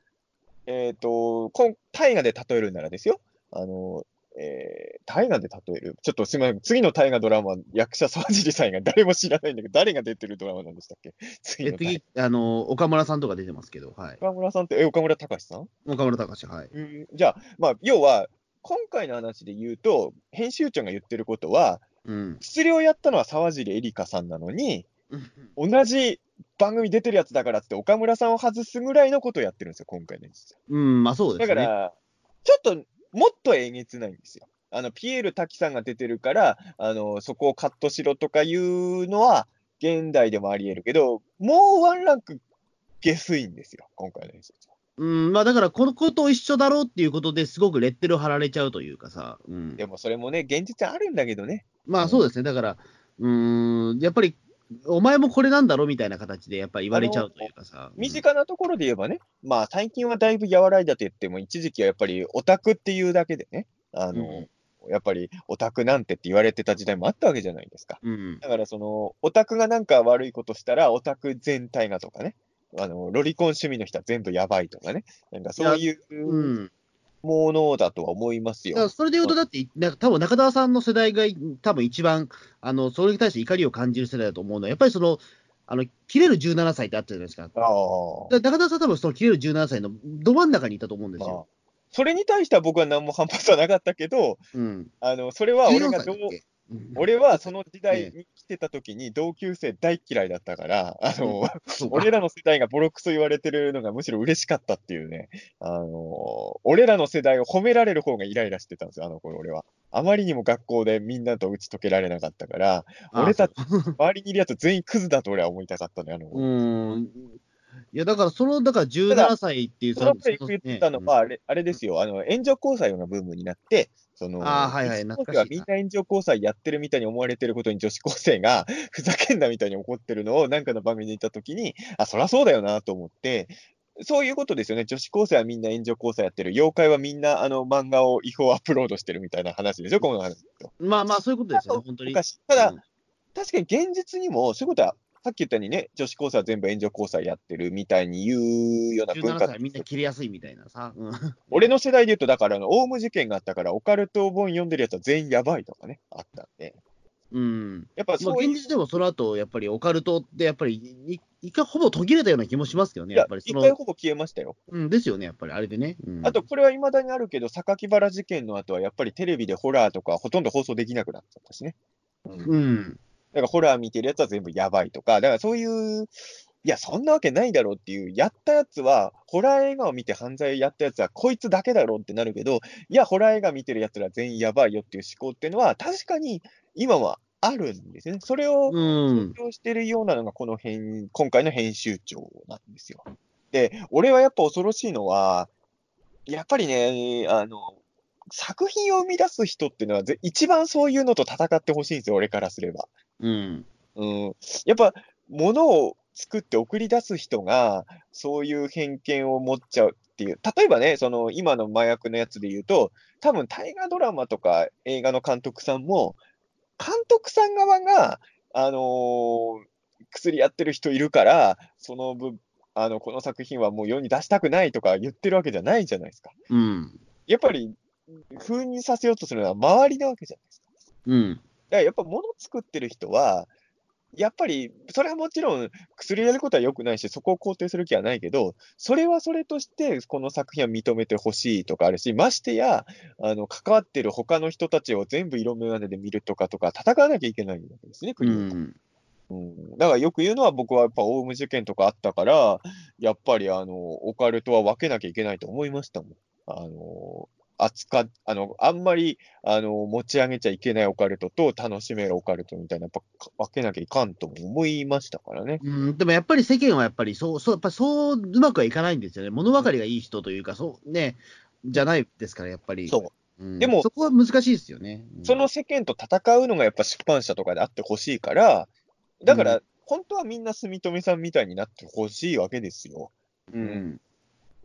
大河で例えるならですよ。大河で例えるちょっとすみません。次の大河ドラマ、役者沢尻さんが誰も知らないんだけど、誰が出てるドラマなんでしたっけ？次の大次、岡村さんとか出てますけど、はい。 河。岡村さんって、岡村隆史さん？ 岡村隆史、はい。 じゃあ、まあ、要は、今回の話で言うと、編集長が言ってることは、薬をやったのは沢尻エリカさんなのに、同じ番組出てるやつだからって岡村さんを外すぐらいのことをやってるんですよ、今回のやつ。 まあそうですね。 だから、ちょっと、もっとえげつないんですよ。ピエール滝さんが出てるから、そこをカットしろとかいうのは、現代でもあり得るけど、もうワンランク下水んですよ、今回のやつ。 まあだから、この子と一緒だろうっていうことですごくレッテルを貼られちゃうというかさ。 でもそれもね、現実あるんだけどね。 まあそうですね。だから、やっぱり、お前もこれなんだろみたいな形でやっぱり言われちゃうというかさ。 身近なところで言えばね、まあ最近はだいぶ和らいだと言っても、一時期はやっぱりオタクっていうだけでね、やっぱりオタクなんてって言われてた時代もあったわけじゃないですか。だからその、オタクがなんか悪いことしたら、オタク全体がとかね、ロリコン趣味の人は全部やばいとかね、なんかそういうものだとは思いますよ。 それで言うと、だって、多分中澤さんの世代が多分一番、それに対して怒りを感じる世代だと思うのは、やっぱり切れる17歳ってあったじゃないですか。中澤さんは多分その切れる17歳のど真ん中にいたと思うんですよ。 それに対しては僕は何も反発はなかったけど、それは俺はその時代に来てた時に同級生大嫌いだったから、俺らの世代がボロクソ言われてるのがむしろ嬉しかったっていうね、俺らの世代を褒められる方がイライラしてたんですよ、あの頃俺は。あまりにも学校でみんなと打ち解けられなかったから、俺たち、周りにいるやつ全員クズだと俺は思いたかったね、 いや、だから、だから17歳っていう、 その言ってたのは、あれですよ、援助交際がブームになって、 はいはい、 女子高生はみんな援助交際やってるみたいに思われてることに女子高生がふざけんなみたいに怒ってるのをなんかの番組にいたときに、そりゃそうだよなと思って、そういうことですよね。女子高生はみんな援助交際やってる。妖怪はみんな漫画を違法アップロードしてるみたいな話でしょ、この話。 まあまあ、そういうことですよね、本当に。 ただ、確かに現実にも、そういうことは、さっき言ったようにね、女子高生は全部援助交際やってるみたいに言うような文化。 17歳みんな切れやすいみたいなさ。 俺の世代で言うと、だから、オウム事件があったから、オカルト本読んでるやつは全員やばいとかね、あったんで。やっぱそういう。 現実でもその後、やっぱりオカルトって、やっぱり、一回ほぼ途切れたような気もしますけどね、やっぱり一回ほぼ消えましたよ。 ですよね、やっぱり、あれでね。 あと、これは未だにあるけど、榊原事件の後は、やっぱりテレビでホラーとかほとんど放送できなくなっちゃったしね。だからホラー見てるやつは全部やばいとか、だからそういう、いや、そんなわけないだろうっていう、やったやつは、ホラー映画を見て犯罪やったやつは、こいつだけだろうってなるけど、いや、ホラー映画見てるやつら全員やばいよっていう思考っていうのは、確かに今はあるんですよね。それを主張してるようなのが、今回の編集長なんですよ。で、俺はやっぱ恐ろしいのは、やっぱりね、作品を生み出す人っていうのは、一番そういうのと戦ってほしいんですよ、俺からすれば。やっぱ、物を作って送り出す人が、そういう偏見を持っちゃうっていう。例えばね、今の麻薬のやつで言うと、多分大河ドラマとか映画の監督さんも、監督さん側が、薬やってる人いるから、この作品はもう世に出したくないとか言ってるわけじゃないじゃないですか。やっぱり、封印させようとするのは周りなわけじゃないですか。だからやっぱ物作ってる人は、やっぱり、それはもちろん薬やることは良くないし、そこを肯定する気はないけど、それはそれとして、この作品は認めてほしいとかあるし、ましてや、関わってる他の人たちを全部色眼鏡で見るとか、戦わなきゃいけないわけですね、国は。だからよく言うのは、僕はやっぱオウム事件とかあったから、やっぱりオカルトは分けなきゃいけないと思いましたもん。あんまり、持ち上げちゃいけないオカルトと楽しめるオカルトみたいな、やっぱ分けなきゃいかんとも思いましたからね。 でもやっぱり世間はやっぱりやっぱそううまくはいかないんですよね。物分かりがいい人というか、じゃないですから、やっぱり。でも、そこは難しいですよね。 その世間と戦うのがやっぱ出版社とかであってほしいから、だから、本当はみんな住友さんみたいになってほしいわけですよ。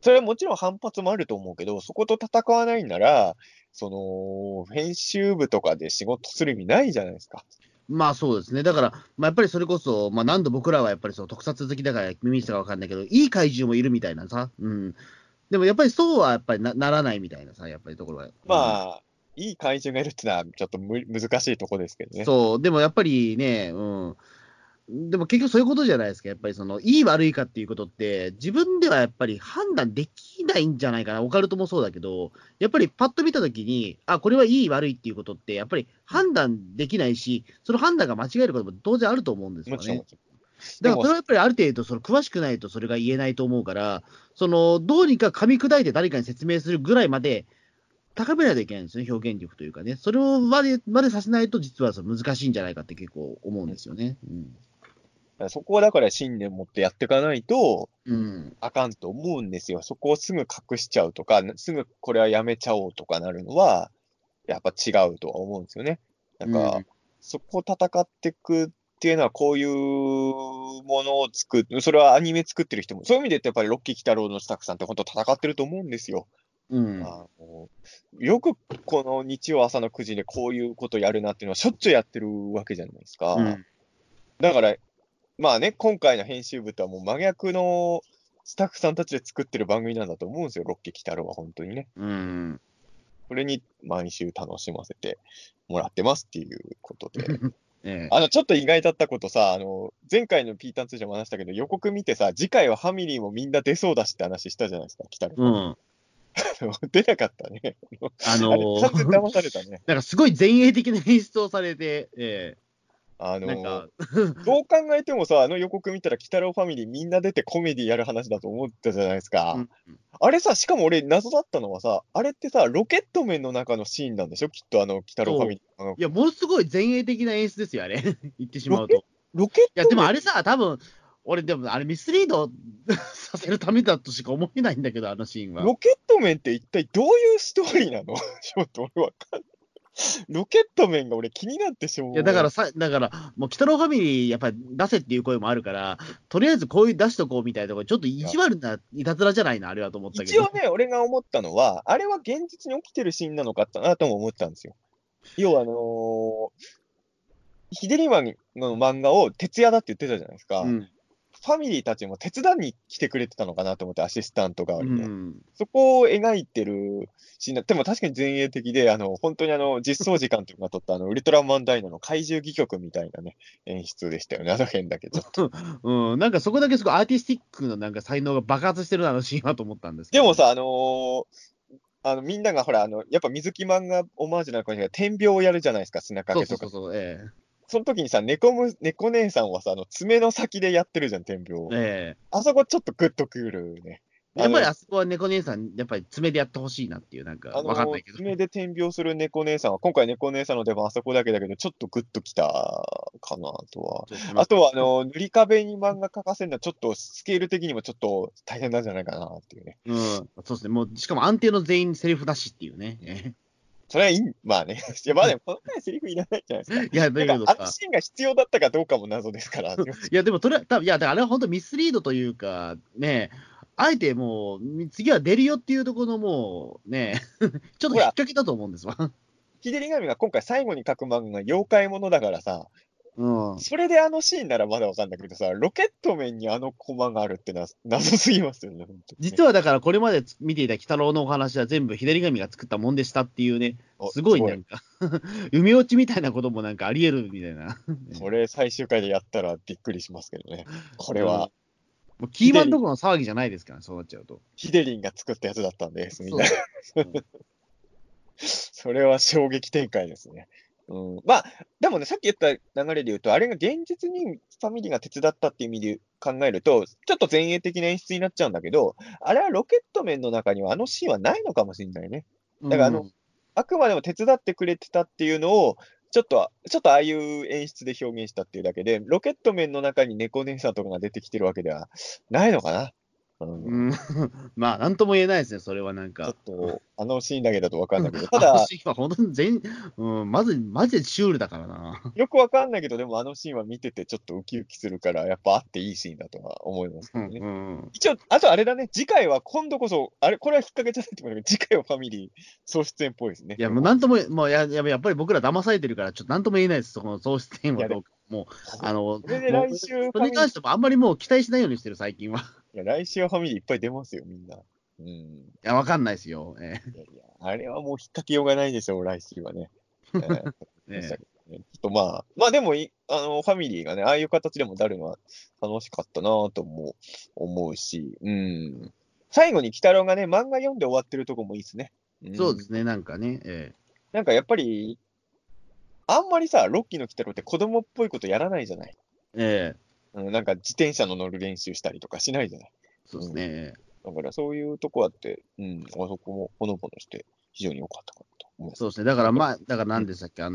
それはもちろん反発もあると思うけど、そこと戦わないなら、編集部とかで仕事する意味ないじゃないですか。 まあそうですね。だから、やっぱりそれこそ、何度僕らはやっぱり特撮好きだから耳したかわかんないけど、いい怪獣もいるみたいなさ。うん。でもやっぱりそうはやっぱりならないみたいなさ、やっぱりところが。うん。 まあ、いい怪獣がいるってのはちょっと難しいとこですけどね。 そう。でもやっぱりね、うん。でも結局そういうことじゃないですか。やっぱりいい悪いかっていうことって、自分ではやっぱり判断できないんじゃないかな。オカルトもそうだけど、やっぱりパッと見たときに、あ、これはいい悪いっていうことって、やっぱり判断できないし、その判断が間違えることも当然あると思うんですよね。 もちろんもちろん。でも、 だからそれはやっぱりある程度詳しくないとそれが言えないと思うから、どうにか噛み砕いて誰かに説明するぐらいまで高めないといけないんですよね、表現力というかね。それをまでさせないと実は難しいんじゃないかって結構思うんですよね。 そこはだから信念持ってやっていかないと、 うん。 あかんと思うんですよ。そこをすぐ隠しちゃうとか、すぐこれはやめちゃおうとかなるのは、やっぱ違うとは思うんですよね。なんか、 うん。 そこを戦っていくっていうのは、こういうものを作る、それはアニメ作ってる人も、そういう意味で言うと、やっぱりロッキー・キタロウのスタッフさんって本当戦ってると思うんですよ。 うん。 よくこの日曜朝の9時でこういうことやるなっていうのはしょっちゅうやってるわけじゃないですか。 うん。 だから、まあね、今回の編集部とはもう真逆のスタッフさんたちで作ってる番組なんだと思うんですよ、ロッキー・キタロウは本当にね。 うん。 それに毎週楽しませてもらってますっていうことで。 ええ。 ちょっと意外だったことさ、前回のピーターン通常も話したけど、予告見てさ、次回はファミリーもみんな出そうだしって話したじゃないですか、キタロウファミリうん。 ー。出なかったね。 あのあれ、完全ー騙されたね。 なんかすごい前衛的な演出をされて、 あなんかのどう考えてもさ、あの予告見たら、鬼太郎ファミリーみんな出てコメディやる話だと思ったじゃないですか。 うん。 あれさ、しかも俺謎だったのはさ、あれってさ、ロケット面の中のシーンなんでしょきっと鬼太郎ファミそう。 リー。 いや、ものすごい前衛的な演出ですよ、あれ。言ってしロケ、 まうと。 ロケッいや、でもト面、 あれさ、多分俺、でもあれミスリードさせるためだとしか思えないんだけど、あのシーンは。 ロケット面って一体どういうストーリーなのちょっと俺わかんない。ロケット面が俺気になってしょいや、 うがない。 だから、もう、鬼太郎ファミリー、やっぱり出せっていう声もあるから、とりあえずこういう出しとこうみたいなところ、ちょっと意地悪ないたずらじゃないな、あれはと思ったけど。 一応ね、俺が思ったのは、あれは現実に起きてるシーンなのかなとも思ったんですよ。要はヒデリマンの漫画を徹夜だって言ってたじゃないですか。 うん。 ファミリーたちも手伝いに来てくれてたのかなと思って、アシスタント代わうりにね。 ん。 そこを描いてるシーンでも確かに前衛的で、本当に実装時間というのが撮ったウルトラマンダイナの怪獣戯曲みたいなね、演出でしたよね。あの辺だけちょっと。 うん、なんかそこだけすごいアーティスティックのなんか才能が爆発してるな、あのシーンはと思ったんですけど。 でもさ、みんながほら、やっぱ水木漫画オマージュなのかに点描をやるじゃないですか、砂掛けとか。 そうそうそうそう、 その時にさ、猫姉さんはさ、爪の先でやってるじゃん、点描を。 えあそこちょっとグッとくるね。 やっぱりあそこは猫姉さん、やっぱり爪でやってほしいなっていう、なんかわかんないけど。 爪で点描する猫姉さんは、今回猫姉さんの出番あそこだけだけど、ちょっとグッときたかなとは。 そうします。 あとは、塗り壁に漫画描かせるのは、ちょっとスケール的にもちょっと大変なんじゃないかなっていうね。 うん、そうですね。もう、しかも安定の全員セリフなしっていうね。 それはいい、まあね。いや、まあでも、この回セリフいらないじゃないですか。 いや、だなんか、あのけどさ、 シーンが必要だったかどうかも謎ですから。 いや、でも、多分いや、だからあれは本当ミスリードというか、ね、あえてもう、次は出るよっていうところのもう、ね、ちょっとほら、 引っ掛けだと思うんですわ。 ヒデリガミが今回最後に描く漫画が妖怪ものだからさ、 うん。 それであのシーンならまだわかんないけどさ、ロケット面にあのコマがあるってのは謎すぎますよね、本当にね。 実はだからこれまで見ていた鬼太郎のお話は全部左神が作ったもんでしたっていうね、すごすごい。 いなんか夢落ちみたいなこともなんかあり得るみたいな。 これ最終回でやったらびっくりしますけどね。これうん、 は、 もうキーマンどころの騒ぎじゃないですから、そうなっちゃうと。 ヒデリンが作ったやつだったんです、みんな。 そうそう。うん、 それは衝撃展開ですね。うん、まあ、でもね、さっき言った流れで言うと、あれが現実にファミリーが手伝ったっていう意味で考えると、ちょっと前衛的な演出になっちゃうんだけど、あれはロケット面の中にはあのシーンはないのかもしれないね。だからうん。 あくまでも手伝ってくれてたっていうのを、ちょっとああいう演出で表現したっていうだけで、ロケット面の中に猫姉さんとかが出てきてるわけではないのかな。 うんまあ、なんとも言えないですね、それはなんちょっか。 と、あのシーンだけだとわかんないけど、ただ、 シーンは本当にマジでシュールだからな。 よくわかんないけど、でもあのシーンは見ててちょっとウキウキするから、やっぱあっていいシーンだとは思いますけどね。 うん。 一応、あとあれだね、次回は今度こそ、あれ、これは引っ掛けじゃないと思うけど、次回はファミリー総出演っぽいですね。 いや、もうなんとも、もうやっぱり僕ら騙されてるから、ちょっとなんとも言えないです、そこの喪失点いや、ではどうか。もう、 これでもう、 来週フそれァミリー、 に関してもあんまりもう期待しないようにしてる、最近は。 いや、来週はファミリーいっぱい出ますよ、みんな。うん。 いや、わかんないですよ。 いやいや、あれはもう引っ掛けようがないでしょう、来週はね。でしたえけどね。ちょっとまあでもファミリーがね、ああいう形でも出るのは楽しかったなぁとも思うし、うん。最後に鬼太郎がね、漫画読んで終わってるとこもいいですね。うん。 そうですね、なんかね。 なんかやっぱり、あんまりさ、ロッキーの鬼太郎って子供っぽいことやらないじゃない。 ええうん、なんか自転車の乗る練習したりとかしないじゃない。 そうですうん。 ね。 だからそういうとこあって、うん、あそこもほのぼのして非常に良かったかなと思います。 そうですね。だからまあ、だからうん。 何でしたっけ、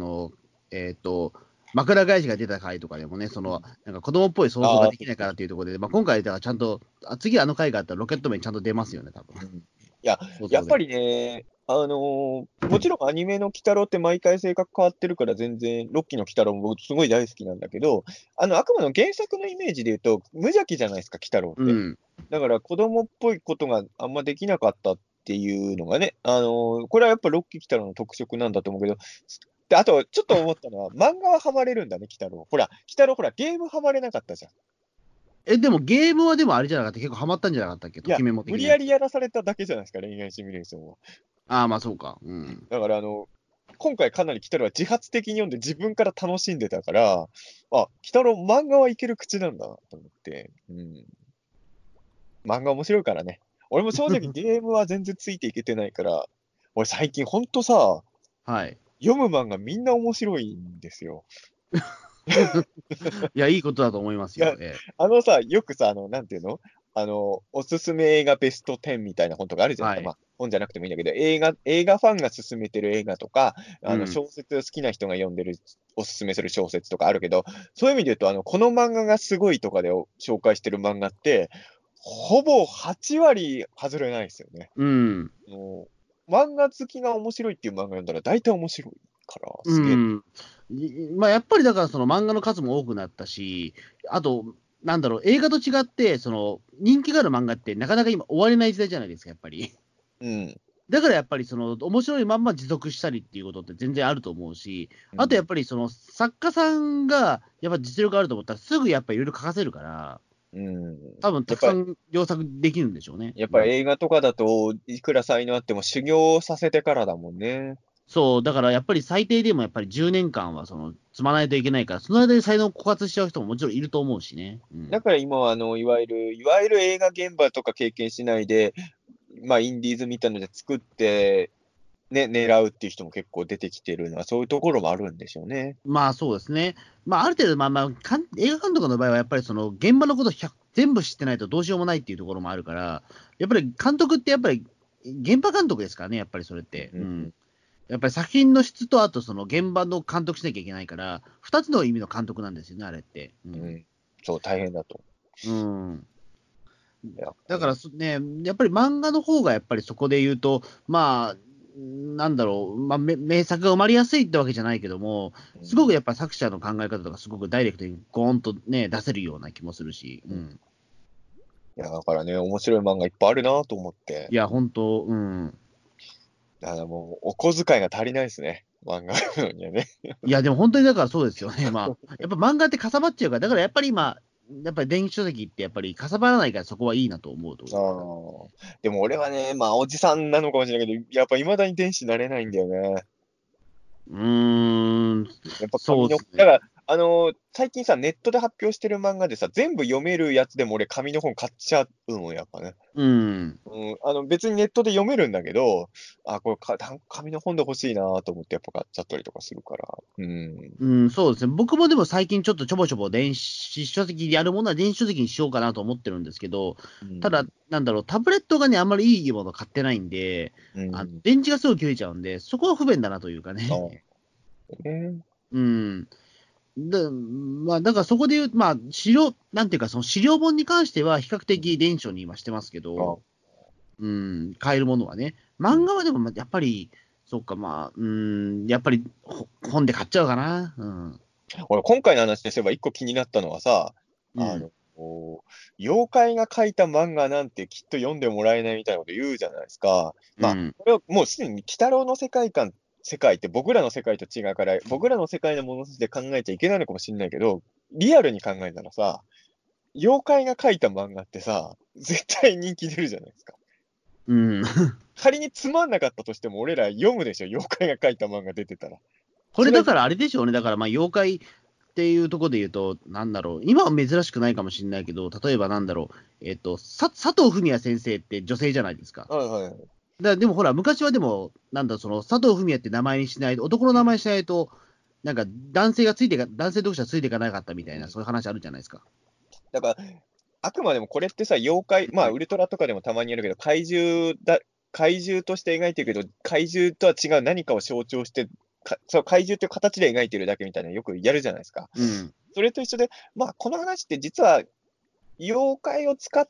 枕返しが出た回とかでもね、なんか子供っぽい想像がああ、 できないからっていうところで、まあ、今回、だからちゃんと、次あの回があったらロケット面ちゃんと出ますよね、多分。 うん。いや、 想像で。 やっぱりね、もちろんアニメの鬼太郎って毎回性格変わってるから全然、ロッキーの鬼太郎も僕すごい大好きなんだけど、あくまでも原作のイメージで言うと、無邪気じゃないですか、鬼太郎って。 うん。 だから子供っぽいことがあんまできなかったっていうのがね、これはやっぱロッキー鬼太郎の特色なんだと思うけど、で、あと、ちょっと思ったのは、漫画はハマれるんだね、鬼太郎。ほら、鬼太郎ほら、ゲームハマれなかったじゃん。 でもゲームはでもあれじゃなかった、結構ハマったんじゃなかったっけ、といや、 きメモ的なやつ。 無理やりやらされただけじゃないですか、恋愛シミュレーションは。 ああ、まあそうか。うん。 だから今回かなり鬼太郎は自発的に読んで自分から楽しんでたから、あ、鬼太郎漫画はいける口なんだなと思って、うん。漫画面白いからね。俺も正直ゲームは全然ついていけてないから、俺最近ほんとさ、 はい。 読む漫画みんな面白いんですよ。 いや、いいことだと思いますいや、 よ。 よくさ、なんていうのおすすめ映画ベスト10みたいな本とかあるじゃないですか。まはい。 あ、本じゃなくてもいいんだけど、映画ファンが勧めてる映画とか、 うん。 小説好きな人が読んでる、おすすめする小説とかあるけど、そういう意味で言うと、この漫画がすごいとかで紹介してる漫画って、ほぼ8割外れないですよね。 うん。 も漫画好きが面白いっていう漫画読んだら大体面白いから、 うすげえ。 ん。まあ、やっぱりだからその漫画の数も多くなったし、あと、なんだろう、映画と違って、人気がある漫画ってなかなか今終われない時代じゃないですか、やっぱり。 うん。 だからやっぱり面白いまんま持続したりっていうことって全然あると思うし、あとやっぱり作家さんがやっぱ実力あると思ったらすぐやっぱりいろいろ書かせるから、 うん。 多分たくさん良作できるんでしょうね。 やっぱり映画とかだと、いくら才能あっても修行させてからだもんね。 そう、だからやっぱり最低でもやっぱり10年間は積まないといけないから、その間に才能を枯渇しちゃう人ももちろんいると思うしね。うん。 だから今はいわゆる映画現場とか経験しないで、まあ、インディーズみたいなので作って、ね、狙うっていう人も結構出てきてるのは、そういうところもあるんでしょうね。 まあそうですね。まあある程度、映画監督の場合はやっぱり現場のこと全部知ってないとどうしようもないっていうところもあるから、やっぱり監督ってやっぱり現場監督ですからね、やっぱりそれって。 うんうん。 うん。やっぱり作品の質とあと現場の監督しなきゃいけないから、二つの意味の監督なんですよね、あれって。うん。 うん、そう、大変だと。 うん。 やっぱだからね。 ね、やっぱり漫画の方がやっぱりそこで言うと、まあ、なんだろう、名作が生まれやすいってわけじゃないけども、 うん。 すごくやっぱ作者の考え方とか、すごくダイレクトにゴーンとね、出せるような気もするし、うん。 いや、だからね、面白い漫画いっぱいあるなと思って。 いや、本当、うん。 だからもう、お小遣いが足りないですね。漫画読むのにはね。 いや、でも本当にだからそうですよね。まあ、やっぱ漫画ってかさばっちゃうから、だからやっぱり今、やっぱり電子書籍ってやっぱりかさばらないからそこはいいなと思うとこあろ。 あ。でも俺はね、まあ、おじさんなのかもしれないけど、やっぱ未だに電子になれないんだよね。 うーん、 やっぱ紙の、 そうですね。 だから、最近さ、ネットで発表してる漫画でさ、全部読めるやつでも俺紙の本買っちゃうの、やっぱね。 うん。 うん、別にネットで読めるんだけど、これ紙の本で欲しいなと思ってやっぱ買っちゃったりとかするから。うん。 うん、そうですね。僕もでも最近ちょっとちょぼちょぼ電子書籍でやるものは電子書籍にしようかなと思ってるんですけど、ただ、 うん。 なんだろう、タブレットがね、あんまりいいもの買ってないんで、 うん。 電池がすぐ切れちゃうんで、そこは不便だなというかあね。 あ、ね。 うん。 まあ、だからそこで言う、まあ、なんていうか、その資料本に関しては比較的伝承に今してますけど、買えるものはね。漫画はでも、やっぱり、そうか、まあ、やっぱり本で買っちゃうかな。 俺、今回の話ですれば一個気になったのはさ、妖怪が描いた漫画なんてきっと読んでもらえないみたいなこと言うじゃないですか。まあ、これはもうすでに鬼太郎の世界って僕らの世界と違うから、僕らの世界のものとして考えちゃいけないのかもしれないけど、リアルに考えたらさ、妖怪が描いた漫画ってさ、絶対人気出るじゃないですか。仮につまんなかったとしても、俺ら読むでしょ、妖怪が描いた漫画出てたら。 これだからあれでしょうね、だからまあ妖怪っていうところで言うと、なんだろう、今は珍しくないかもしれないけど、例えばなんだろう、佐藤文也先生って女性じゃないですか。でもほら、昔はでも、その佐藤文也って名前にしないと、男の名前にしないと、なんか男性読者ついていかなかったみたいな、そういう話あるじゃないですか。 だから、あくまでもこれってさ、妖怪、まあ、ウルトラとかでもたまにやるけど、怪獣として描いてるけど、怪獣とは違う何かを象徴して、そう怪獣という形で描いてるだけみたいなのよくやるじゃないですか。それと一緒で、まあ、この話って実は、妖怪を使って、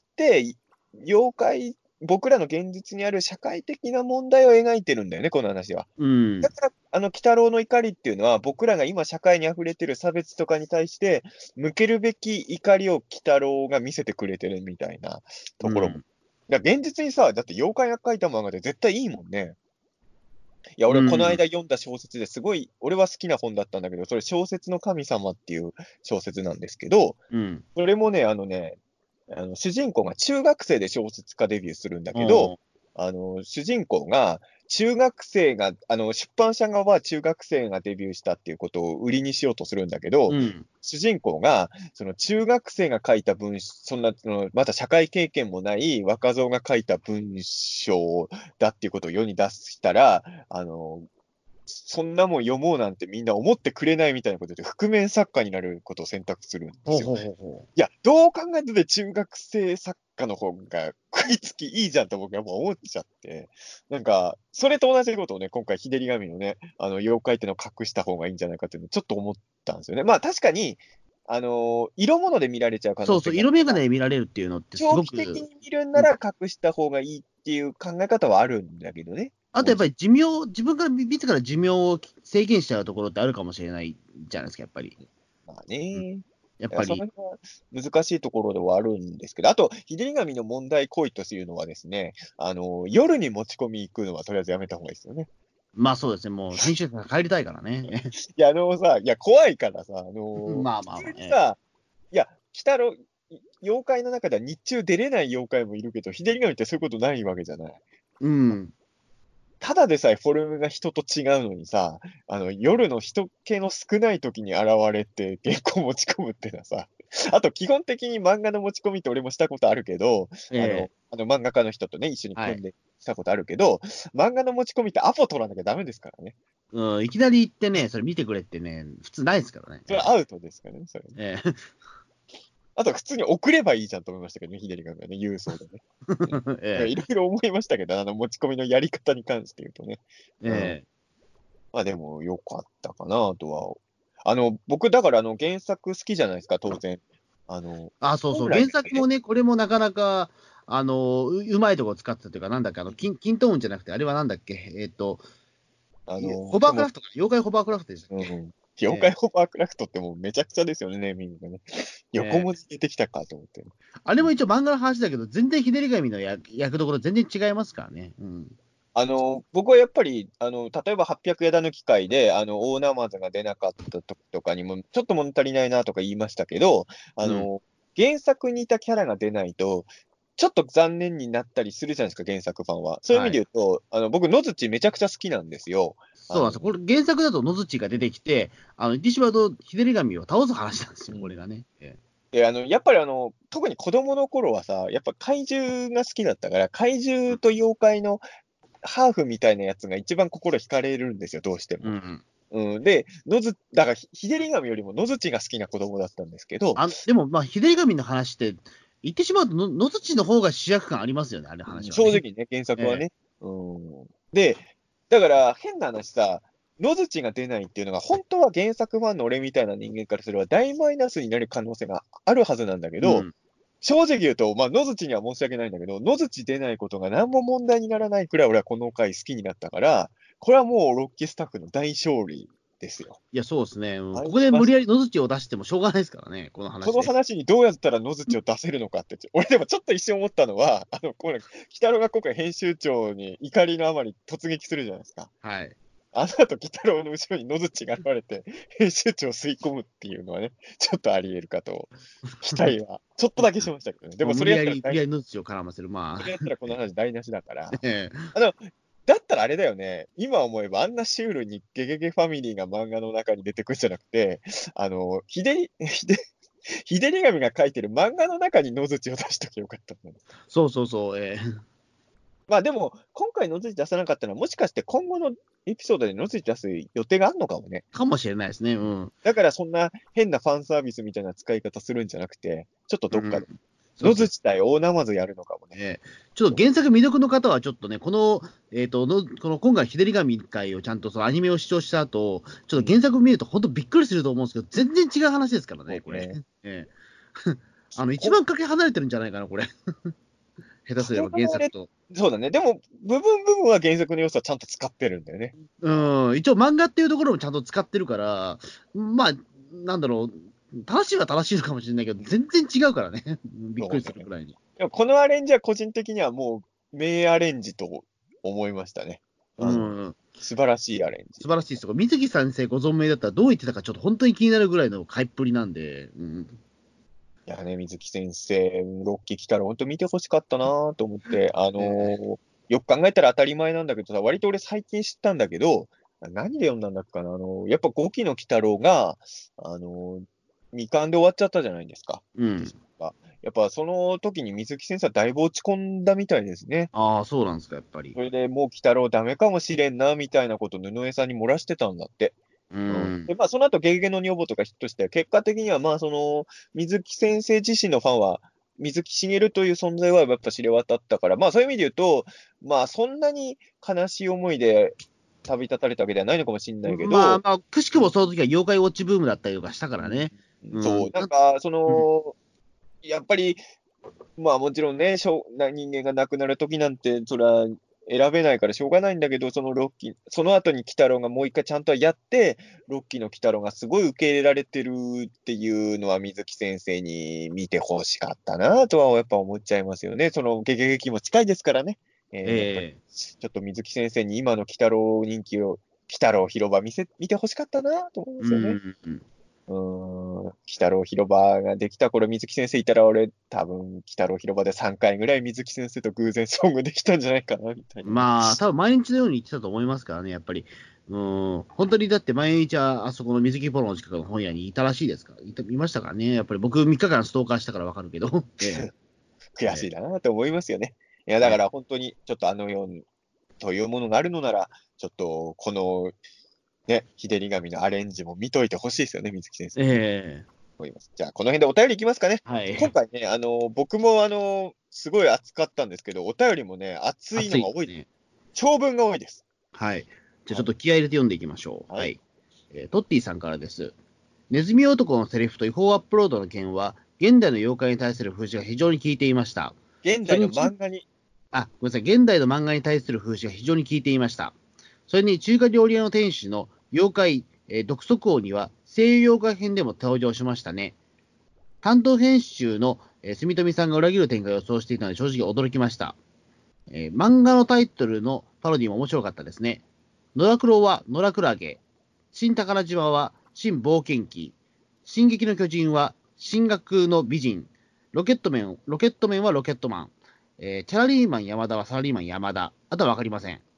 僕らの現実にある社会的な問題を描いてるんだよね、この話は。だから、鬼太郎の怒りっていうのは、僕らが今社会に溢れてる差別とかに対して、向けるべき怒りを鬼太郎が見せてくれてるみたいなところも。現実にさ、だって妖怪が書いた漫画で絶対いいもんね。いや、俺この間読んだ小説ですごい、俺は好きな本だったんだけど、それ小説の神様っていう小説なんですけど、それもね、主人公が中学生で小説家デビューするんだけど、主人公が、出版社側は中学生がデビューしたっていうことを売りにしようとするんだけど、主人公が、その中学生が書いたまた社会経験もない若造が書いた文章だっていうことを世に出したら、そんなもん読もうなんてみんな思ってくれないみたいなことで、覆面作家になることを選択するんですよ。いや、どう考えても中学生作家の方が食いつきいいじゃんと僕はもう思っちゃって、なんか、それと同じことをね、今回、日照り神のね、妖怪っていうのを隠した方がいいんじゃないかっていうのをちょっと思ったんですよね。まあ確かに、色物で見られちゃう可能性が。 色眼鏡で見られるっていうのってすごく。 長期的に見るんなら隠した方がいいっていう考え方はあるんだけどね。 あとやっぱり自分から自ら寿命を制限しちゃうところってあるかもしれないじゃないですか、やっぱり。 まあね。 やっぱり。その辺は難しいところではあるんですけど、あと、日照り神の問題行為というのはですね、夜に持ち込み行くのはとりあえずやめた方がいいですよね。 まあそうですね、もう編集者が帰りたいからね。 いや、怖いからさ、 まあまあ、 普通にさ、いや、妖怪の中では日中出れない妖怪もいるけど、日照り神ってそういうことないわけじゃない。ただでさえフォルムが人と違うのにさ、夜の人気の少ない時に現れて原稿持ち込むっていうのはさ、あと基本的に漫画の持ち込みって俺もしたことあるけど、漫画家の人とね、一緒に組んでしたことあるけど、漫画の持ち込みってアポ取らなきゃダメですからね。 いきなり行ってね、それ見てくれってね、普通ないですからね。 それアウトですからね、それ。あと普通に送ればいいじゃんと思いましたけどね、日照り神がね、郵送でね。いろいろ思いましたけど、持ち込みのやり方に関して言うとね。まあでも、よかったかなとは。僕、だから原作好きじゃないですか、当然。 そうそう、原作もね、これもなかなか、うまいところ使ってたというか、なんだっけ、キントーンじゃなくて、あれはなんだっけ、ホバークラフトか、妖怪ホバークラフトでしたっけ。 妖怪ホバークラフトってもうめちゃくちゃですよね、ネーミングがね。横文字出てきたかと思って。 あれも一応漫画の話だけど、全然日照り神の役どころ全然違いますからね。 僕はやっぱり、例えば800枝抜き会で、大ナマズが出なかった時とかにも、ちょっと物足りないなとか言いましたけど、原作にいたキャラが出ないと、ちょっと残念になったりするじゃないですか、原作ファンは。そういう意味で言うと、僕、野槌めちゃくちゃ好きなんですよ。 そうなんですよ。これ、原作だと野槌が出てきて、言ってしまうと、日照り神を倒す話なんですよ、これがね。 やっぱり特に子供の頃はさ、やっぱ怪獣が好きだったから、怪獣と妖怪のハーフみたいなやつが一番心惹かれるんですよ、どうしても。で、だから、日照り神よりも野槌が好きな子供だったんですけど。 でも、まあ、日照り神の話って、言ってしまうと野槌の方が主役感ありますよね、あれ話は、 正直ね、原作はね。で、だから、変な話さ、 野槌が出ないっていうのが、本当は原作ファンの俺みたいな人間からすれば大マイナスになる可能性があるはずなんだけど、正直言うと、まあ、野槌には申し訳ないんだけど、野槌出ないことが何も問題にならないくらい俺はこの回好きになったから、これはもうロッキースタッフの大勝利ですよ。 いや、そうですね。ここで無理やり野槌を出してもしょうがないですからね、この話で。 この話にどうやったら野槌を出せるのかって、俺でもちょっと一瞬思ったのは、これ、鬼太郎が今回編集長に怒りのあまり突撃するじゃないですか。 はい。 あの後、鬼太郎の後ろに野槌が現れて、編集長を吸い込むっていうのはね、ちょっとあり得るかと、期待は、ちょっとだけしましたけどね。でもそれやったら、 無理やり野槌を絡ませる。まあ。 それやったらこの話台無しだから。 ええだったらあれだよね、今思えばあんなシュールにゲゲゲファミリーが漫画の中に出てくるんじゃなくて、ひでり神が書いてる漫画の中に野槌を出しときゃよかったんだね。 そうそうそう。 まあでも、今回野槌出さなかったのは、もしかして今後のエピソードで野槌出す予定があるのかもね。 かもしれないですね。うん。 だからそんな変なファンサービスみたいな使い方するんじゃなくて、ちょっとどっかで、野槌対大ナマズやるのかもね。 ちょっと原作未読の方はちょっとね、この今回、日照り神会をちゃんとそのアニメを視聴した後、ちょっと原作見ると本当びっくりすると思うんですけど、全然違う話ですからね、これ。一番かけ離れてるんじゃないかな、これ。下手すれば原作と。 そうだね。でも、部分は原作の要素はちゃんと使ってるんだよね。 一応漫画っていうところもちゃんと使ってるから、まあ、なんだろう、正しいは正しいのかもしれないけど、全然違うからね。びっくりするくらいに。 でもこのアレンジは個人的にはもう名アレンジと思いましたね。素晴らしいアレンジ。 素晴らしいです。水木先生ご存命だったらどう言ってたかちょっと本当に気になるぐらいの買いっぷりなんで。 いやね、水木先生、ロッキー来たら本当見てほしかったなと思って、よく考えたら当たり前なんだけどさ、割と俺最近知ったんだけど、何で読んだんだっけかな、やっぱ5期の鬼太郎が、未完で終わっちゃったじゃないですか。やっぱその時に水木先生はだいぶ落ち込んだみたいですね。 ああ、そうなんですか、やっぱり。 それでもう鬼太郎ダメかもしれんな、みたいなことを布江さんに漏らしてたんだって。で、まあ、その後、ゲゲゲの女房とかヒットして、結果的には、まあ、水木先生自身のファンは、水木しげるという存在はやっぱ知れ渡ったから、まあ、そういう意味で言うと、まあ、そんなに悲しい思いで旅立たれたわけではないのかもしれないけど、 まあ、くしくもその時は妖怪ウォッチブームだったりとかしたからね。 そう、なんか、やっぱり、まあもちろんね、人間が亡くなる時なんて、それは選べないからしょうがないんだけど、その後に鬼太郎がもう一回ちゃんとやって、ロッキーの鬼太郎がすごい受け入れられてるっていうのは水木先生に見てほしかったなとはやっぱ思っちゃいますよね。そのゲゲゲ期も近いですからね。ちょっと水木先生に今の鬼太郎人気を、鬼太郎広場見てほしかったなと思うんですよね。鬼太郎広場ができた頃、水木先生いたら、俺、多分、鬼太郎広場で3回ぐらい水木先生と偶然遭遇できたんじゃないかな、みたいな。 まあ、多分毎日のように言ってたと思いますからね、やっぱり。本当にだって毎日あそこの水木ポロの近くの本屋にいたらしいですから、いましたからね。やっぱり僕3日間ストーカーしたからわかるけど。 悔しいなと思いますよね。いや、だから本当に、ちょっとように、というものがあるのなら、ちょっと、この、ね、日照り神のアレンジも見といてほしいですよね、水木先生。思います。じゃあ、この辺でお便りいきますかね。今回ね、僕もすごい熱かったんですけど、お便りもね、熱いのが多いです。長文が多いです。 はい。じゃあ、ちょっと気合い入れて読んでいきましょう。はい。トッティさんからです。ネズミ男のセリフと違法アップロードの件は、現代の妖怪に対する風刺が非常に効いていました。 現代の漫画に。 ごめんなさい。現代の漫画に対する風刺が非常に効いていました。それに中華料理屋の店主の妖怪、独足王には西洋妖怪編でも登場しましたね。担当編集の、住富さんが裏切る展開を予想していたので正直驚きました。漫画のタイトルのパロディも面白かったですね。野良黒は野良クラゲ、新宝島は新冒険記、進撃の巨人は進学の美人、ロケットメンはロケットマン、サラリーマン山田はサラリーマン山田、あとは分かりません。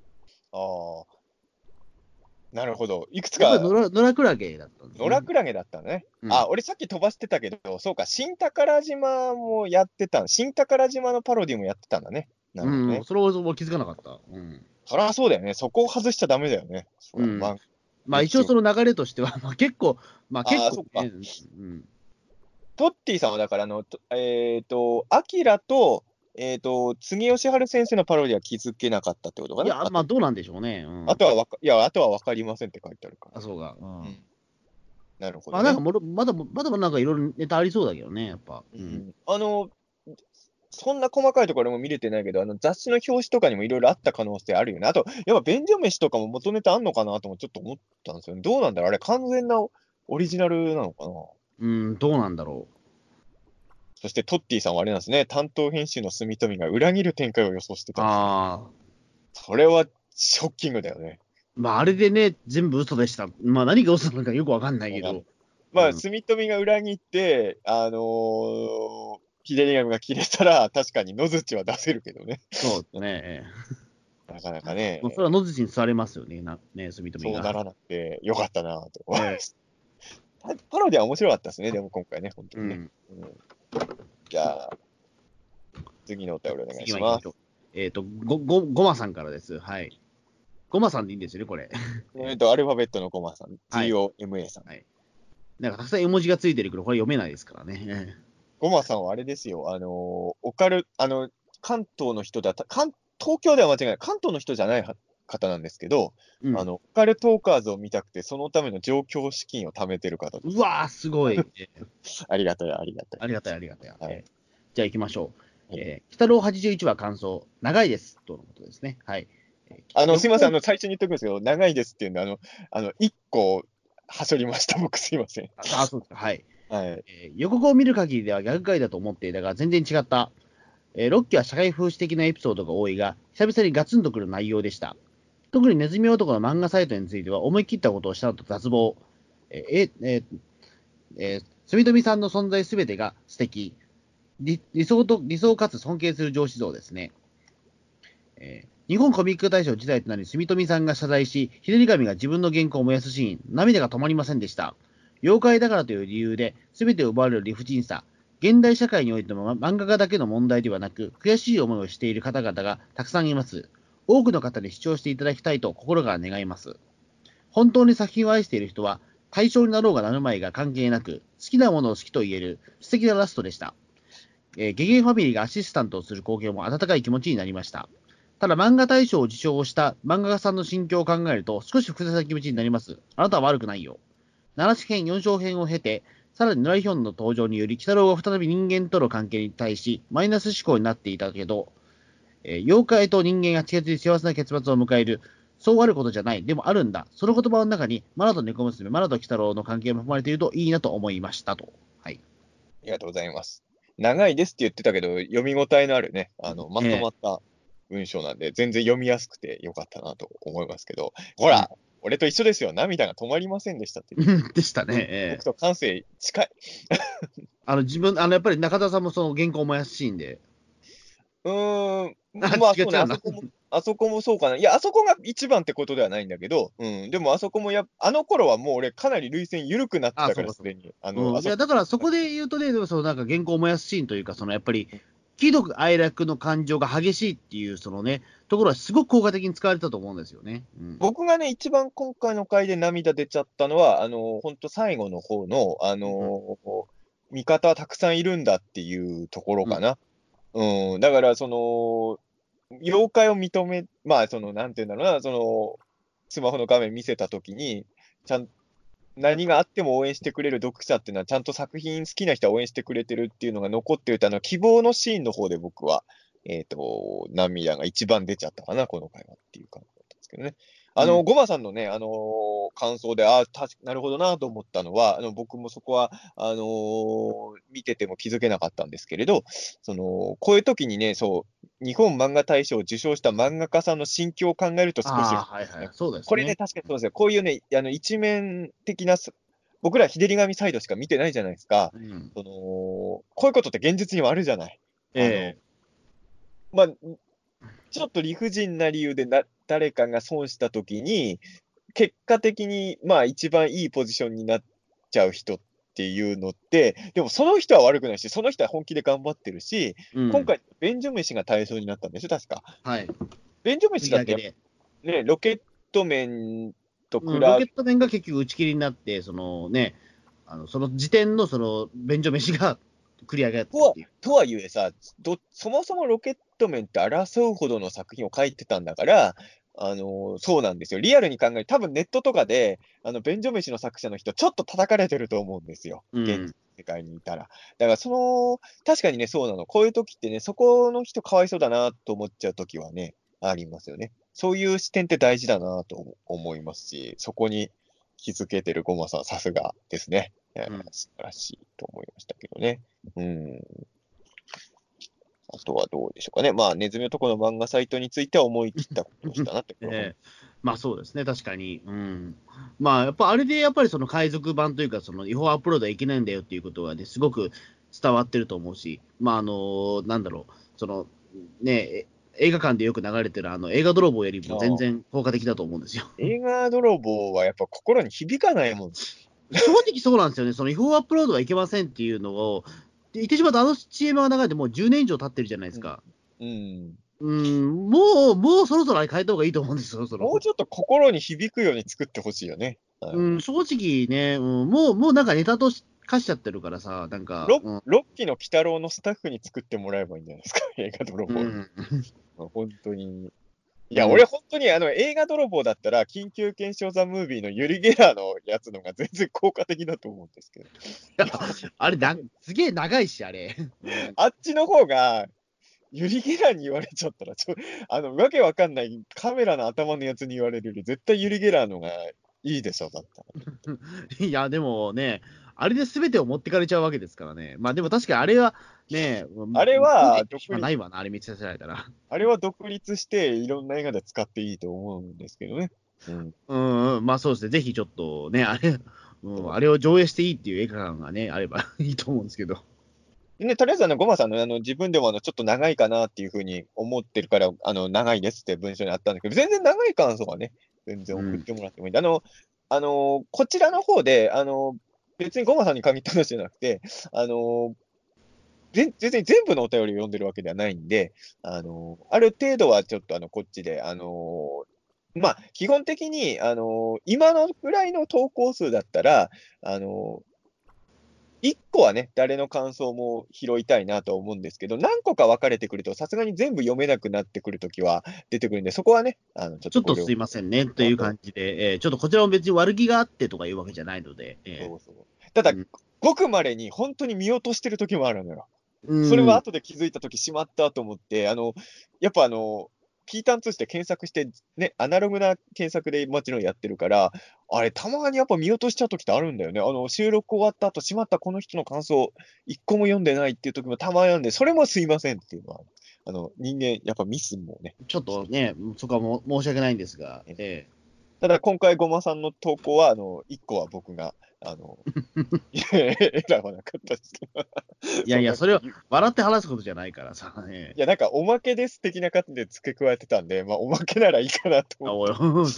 なるほど。いくつか。 野良クラゲだったんですね。野良クラゲだったね。俺さっき飛ばしてたけど、そうか、新宝島もやってた。新宝島のパロディもやってたんだね。なるほどね。 それを気づかなかった。 そりゃそうだよね。そこを外しちゃダメだよね。 まあ一応その流れとしては、結構、 そうか。トッティさんはだからアキラと、 杉吉春先生のパロディは気づけなかったってことかな。 いや、まあ、どうなんでしょうね。 あとはあとは分かりませんって書いてあるから。 あ、そうか。 なるほど、ね。なんかまだなんかいろいろネタありそうだけどね、やっぱ。 そんな細かいところも見れてないけど、雑誌の表紙とかにもいろいろあった可能性あるよね。あと、やっぱ便所飯とかも元ネタあんのかなともちょっと思ったんですよね。どうなんだろう、あれ完全なオリジナルなのかな。 どうなんだろう。 そしてトッティさんはあれなんですね、担当編集の住富が裏切る展開を予想してたんです、ね。それはショッキングだよね。 まあ、あれでね、全部嘘でした。まあ、何が嘘なのかよくわかんないけど。 まあ、住富が裏切って、左髪が切れたら、確かに野槌は出せるけどね。 そうですね。 なかなかね。 それは野槌に座れますよね、住富が。 そうならなくてよかったなと。パロディは面白かったですね、でも今回ね、本当にね。じゃあ、次のお便りお願いします。 ゴマさんからです。はい。ゴマさんでいいんですよね、これ。 アルファベットのゴマさん。GOMA さん。 なんかたくさん絵文字がついてるけど、これ読めないですからね。 ゴマさんはあれですよ、関東の人だった、東京では間違いない、関東の人じゃない方なんですけど、オカルトーカーズを見たくて、そのための上京資金を貯めてる方です。 うわー、すごい。 ありがたい、ありがたい。 ありがたい、ありがたい。じゃあ行きましょう。鬼太郎81話感想、長いです。とのことですね。はい。 すいません、最初に言っておくんですけど、長いですっていうのは、1個、はしょりました、僕すいません。 そうですか、はい。予告を見る限りでは逆回だと思っていたが、全然違った。6期は社会風刺的なエピソードが多いが、久々にガツンとくる内容でした。特にネズミ男の漫画サイトについては、思い切ったことをしたのと脱帽。住富さんの存在すべてが素敵。理想かつ尊敬する上司像ですね。日本コミック大賞時代となり、住富さんが謝罪し、ひでり神が自分の原稿を燃やすシーン、涙が止まりませんでした。妖怪だからという理由で、全てを奪われる理不尽さ。現代社会においても漫画家だけの問題ではなく、悔しい思いをしている方々がたくさんいます。多くの方に視聴していただきたいと心から願います。本当に作品を愛している人は、対象になろうがなるまいが関係なく、好きなものを好きと言える素敵なラストでした。ゲゲファミリーがアシスタントをする光景も温かい気持ちになりました。ただ漫画大賞を受賞した漫画家さんの心境を考えると少し複雑な気持ちになります。あなたは悪くないよ。奈良市編4章編を経て、さらに野良ヒョンの登場により、鬼太郎が再び人間との関係に対し、マイナス思考になっていたけど、妖怪と人間が地で幸せな結末を迎える。そうあることじゃない。でもあるんだ。その言葉の中に、マナと猫娘、マナと鬼太郎の関係も含まれているといいなと思いましたと。はい。 ありがとうございます。長いですって言ってたけど、読み応えのあるね、まとまった文章なんで、全然読みやすくてよかったなと思いますけど、ほら、俺と一緒ですよ。涙が止まりませんでしたって。 でしたね。 僕と感性近い。 やっぱり中田さんもその原稿を燃やすシーンで。 まあそうね、あそこもそうかな。いや、あそこが一番ってことではないんだけど、でもあそこもあの頃はもう俺かなり涙腺緩くなってたから、すでに。 いや、だからそこで言うとね、でもそのなんか原稿を燃やすシーンというか、そのやっぱり、喜怒哀楽の感情が激しいっていう、そのね、ところはすごく効果的に使われたと思うんですよね。 僕がね、一番今回の回で涙出ちゃったのは、本当最後の方の、味方はたくさんいるんだっていうところかな。だから、妖怪を認め、まあ、なんていうんだろうな、スマホの画面見せたときに、何があっても応援してくれる読者っていうのは、ちゃんと作品好きな人は応援してくれてるっていうのが残ってると、希望のシーンの方で僕は、涙が一番出ちゃったかな、この回はっていう感じだったんですけどね。ゴマさんのね、感想で、なるほどなと思ったのは、僕もそこは、見てても気づけなかったんですけれど、こういう時にね、日本漫画大賞を受賞した漫画家さんの心境を考えると少し、 そうですね。 これね、確かにそうですよ。こういうね、一面的な、僕ら日照り紙サイドしか見てないじゃないですか。こういうことって現実にはあるじゃない。まあ、ちょっと理不尽な理由で誰かが損したときに、結果的に、まあ一番いいポジションになっちゃう人っていうのって、でもその人は悪くないし、その人は本気で頑張ってるし、今回、便所飯が対象になったんですよ、確か。 はい。 便所飯だって、ね、ロケット麺とロケット麺が結局打ち切りになって、その時点の便所飯が繰り上げやったっていう。 とはいえさ、そもそもロケットメンって争うほどの作品を書いてたんだから、そうなんですよ。リアルに考え多分ネットとかで、便所飯の作者の人、ちょっと叩かれてると思うんですよ。現世界にいたら。だから確かにね、そうなの。こういう時ってね、そこの人かわいそうだなと思っちゃう時はね、ありますよね。そういう視点って大事だなと思いますし、そこに気づけてるゴマさん、さすがですね。素晴らしいと思いましたけどね。あとはどうでしょうかね。まあ、ネズミのとこの漫画サイトについては思い切ったことをしたなってまあそうですね、確かに。まあ、やっぱあれでやっぱりその海賊版というか、その違法アップロードはいけないんだよっていうことはね、すごく伝わってると思うし、まあなんだろう、そのね、映画館でよく流れてる映画泥棒よりも全然効果的だと思うんですよ。 映画泥棒はやっぱ心に響かないもん。 正直そうなんですよね、その違法アップロードはいけませんっていうのを、言ってしまうと、CM が流れてもう10年以上経ってるじゃないですか。もうそろそろあれ変えた方がいいと思うんですよ、 もうちょっと心に響くように作ってほしいよね。 正直ね、もうなんかネタと化しちゃってるからさ、なんか。 6期の鬼太郎のスタッフに作ってもらえばいいんじゃないですか、映画泥棒。本当に。いや、俺本当に映画泥棒だったら、緊急検証ザ・ムービーのユリ・ゲラーのやつのが全然効果的だと思うんですけど。 あれすげえ長いし、あれ。 あっちの方が、ユリ・ゲラーに言われちゃったら、わけわかんないカメラの頭のやつに言われるより、絶対ユリ・ゲラーのがいいでしょ、だったら。 いや、でもね、あれで全てを持ってかれちゃうわけですからね。まあでも確かにあれはね、 あれはないわな、あれ見せられたら。 あれは独立していろんな映画で使っていいと思うんですけどね。 まあそうですね、ぜひちょっとね、あれを上映していいっていう映画館がね、あればいいと思うんですけど。 ね、とりあえずゴマさんの自分でもちょっと長いかなっていうふうに思ってるから、長いですって文章にあったんだけど、全然長い感想はね、全然送ってもらってもいい。こちらの方で、別にゴマさんに限った話じゃなくて、全然全部のお便りを読んでるわけではないんで、ある程度はちょっとこっちで、まあ、基本的に、今のぐらいの投稿数だったら、1個はね、誰の感想も拾いたいなと思うんですけど、何個か分かれてくると、さすがに全部読めなくなってくるときは出てくるんで、そこはね、 ちょっとすいませんねという感じで、ちょっとこちらも別に悪気があってとかいうわけじゃないので。 ただ、ごく稀に本当に見落としてるときもあるのよ。それは後で気づいたときしまったと思って、やっぱピータン通して検索して、ね、アナログな検索でもちろんやってるから、あれ、たまにやっぱ見落としちゃうときってあるんだよね。収録終わった後、しまったこの人の感想、一個も読んでないっていうときもたまにあるんで、それもすいませんっていうのは、人間、やっぱミスもね。 ちょっとね、そこはも申し訳ないんですが。 ただ、今回、ごまさんの投稿は、1個は僕が、選ばなかったです。 いやいや、それは笑って話すことじゃないからさ。 いや、なんか、おまけです的な感じで付け加えてたんで、まあ、おまけならいいかなと思って。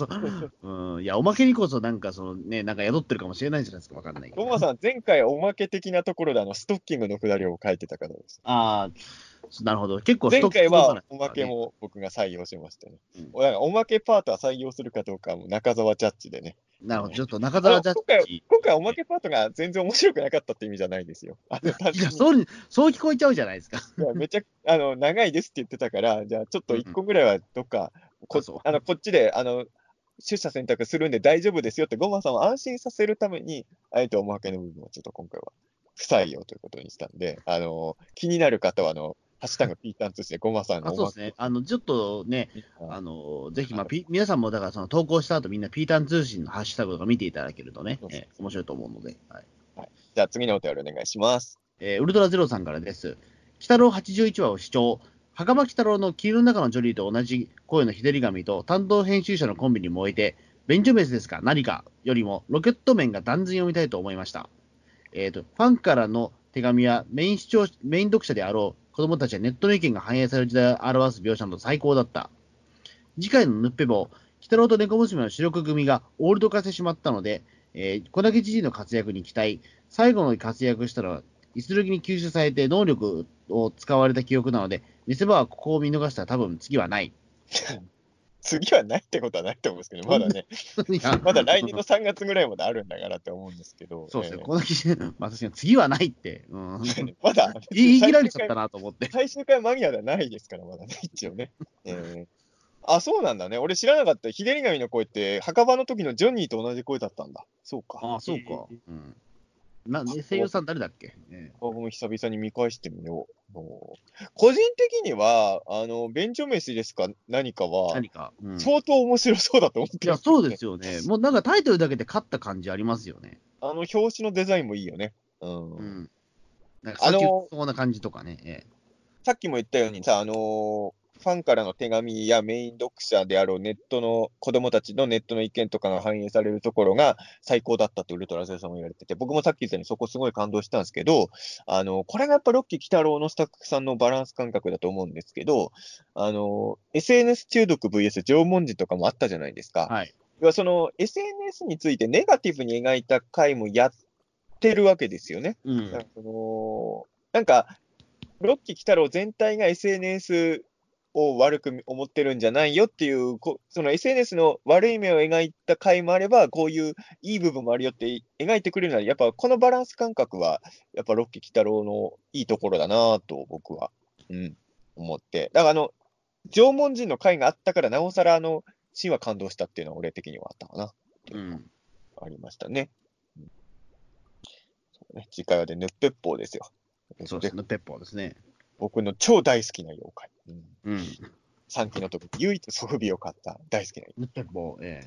いや、おまけにこそ、なんか、なんか宿ってるかもしれないじゃないですか、わかんないけど。 ゴマさん、前回おまけ的なところで、ストッキングのくだりを書いてた方です。 ああ、なるほど。結構前回はおまけも僕が採用しましたね。おまけパートは採用するかどうかも中澤ジャッジでね。 なるほど、ちょっと中澤ジャッジ。 今回おまけパートが全然面白くなかったって意味じゃないですよ。 いや、そう聞こえちゃうじゃないですか。 いやめちゃ長いですって言ってたから、じゃあちょっと1個ぐらいはどっか、こっちで、出社選択するんで大丈夫ですよって、ゴマさんを安心させるために、あえておまけの部分はちょっと今回は不採用ということにしたんで、気になる方は、ハッシュタグピータン通信でゴマさんのそうですね。ちょっとね、ぜひ、皆さんも、だから、投稿した後、みんなピータン通信のハッシュタグとか見ていただけるとね、面白いと思うので。 じゃあ、次のお便りお願いします。 ウルトラゼロさんからです。鬼太郎81話を視聴。袴鬼太郎の霧の中のジョリーと同じ声の日照り紙と担当編集者のコンビに燃えて、便所飯ですか何かよりもロケット面が断然読みたいと思いました。ファンからの手紙やメイン読者であろう子供たちはネットの意見が反映される時代を表す描写など最高だった。次回のヌッペボー、鬼太郎と猫娘の主力組がオールド化してしまったので、小竹知事の活躍に期待。最後の活躍したのは、イスルギに吸収されて能力を使われた記憶なので、見せ場はここを見逃したら多分次はない。 次はないってことはないと思うんですけど、まだね、まだ来年の3月ぐらいまであるんだからって思うんですけど。 そうですね、この記事、まあ確かに次はないって、 まだ、 言い切られちゃったなと思って。 最終回間際ではないですから、まだね、一応ね。あ、そうなんだね。俺知らなかった。日照り神の声って、墓場の時のジョニーと同じ声だったんだ。そうか。 ああ、そうか。声優さん誰だっけ？ 僕も久々に見返してみよう。個人的には、ベンチョメスですか何かは、相当面白そうだと思ってる、いや、そうですよね。もうなんかタイトルだけで勝った感じありますよね。 表紙のデザインもいいよね。 なんかそうな感じとかね。 さっきも言ったようにさ、ファンからの手紙やメイン読者であるネットの子供たちのネットの意見とかが反映されるところが最高だったとウルトラセイさんも言われてて、僕もさっき言ったようにそこすごい感動したんですけど、これがやっぱロッキー鬼太郎のスタッフさんのバランス感覚だと思うんですけど、SNS 中毒 VS 縄文人とかもあったじゃないですか。 はい。 要はその SNS についてネガティブに描いた回もやってるわけですよね。なんかロッキー鬼太郎全体が SNS を悪く思ってるんじゃないよっていう、その SNS の悪い面を描いた回もあれば、こういういい部分もあるよって描いてくれるのは、やっぱこのバランス感覚は、やっぱロッキー鬼太郎のいいところだなと僕は、思って。だから縄文人の回があったから、なおさらシーンは感動したっていうのは俺的にはあったかな。ありましたね。そうね、次回はで、ヌッペッポーですよ。 そうですね、ペッパーですね。 僕の超大好きな妖怪。3期の時、唯一ソフビを買った大好きなヌッペッポー、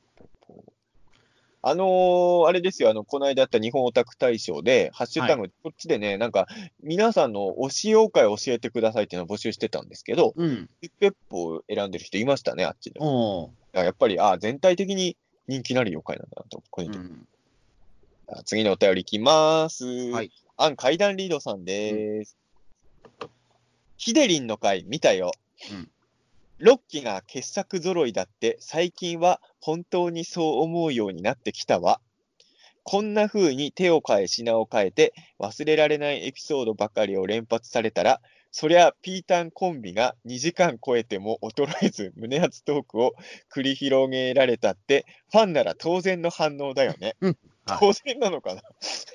あれですよ、この間あった日本オタク大賞で、ハッシュタグ、こっちでね、なんか、皆さんの推し妖怪を教えてくださいっていうのを募集してたんですけど、ヌッペッポを選んでる人いましたね、あっちで。やっぱり、全体的に人気のある妖怪なんだなと、個人的に。次のお便りいきます。階段リードさんです。ヒデリンの回見たよ。6期が傑作揃いだって最近は本当にそう思うようになってきたわ。こんな風に手を変え品を変えて忘れられないエピソードばかりを連発されたら、そりゃピータンコンビが2時間超えても衰えず胸熱トークを繰り広げられたってファンなら当然の反応だよね。当然なのかな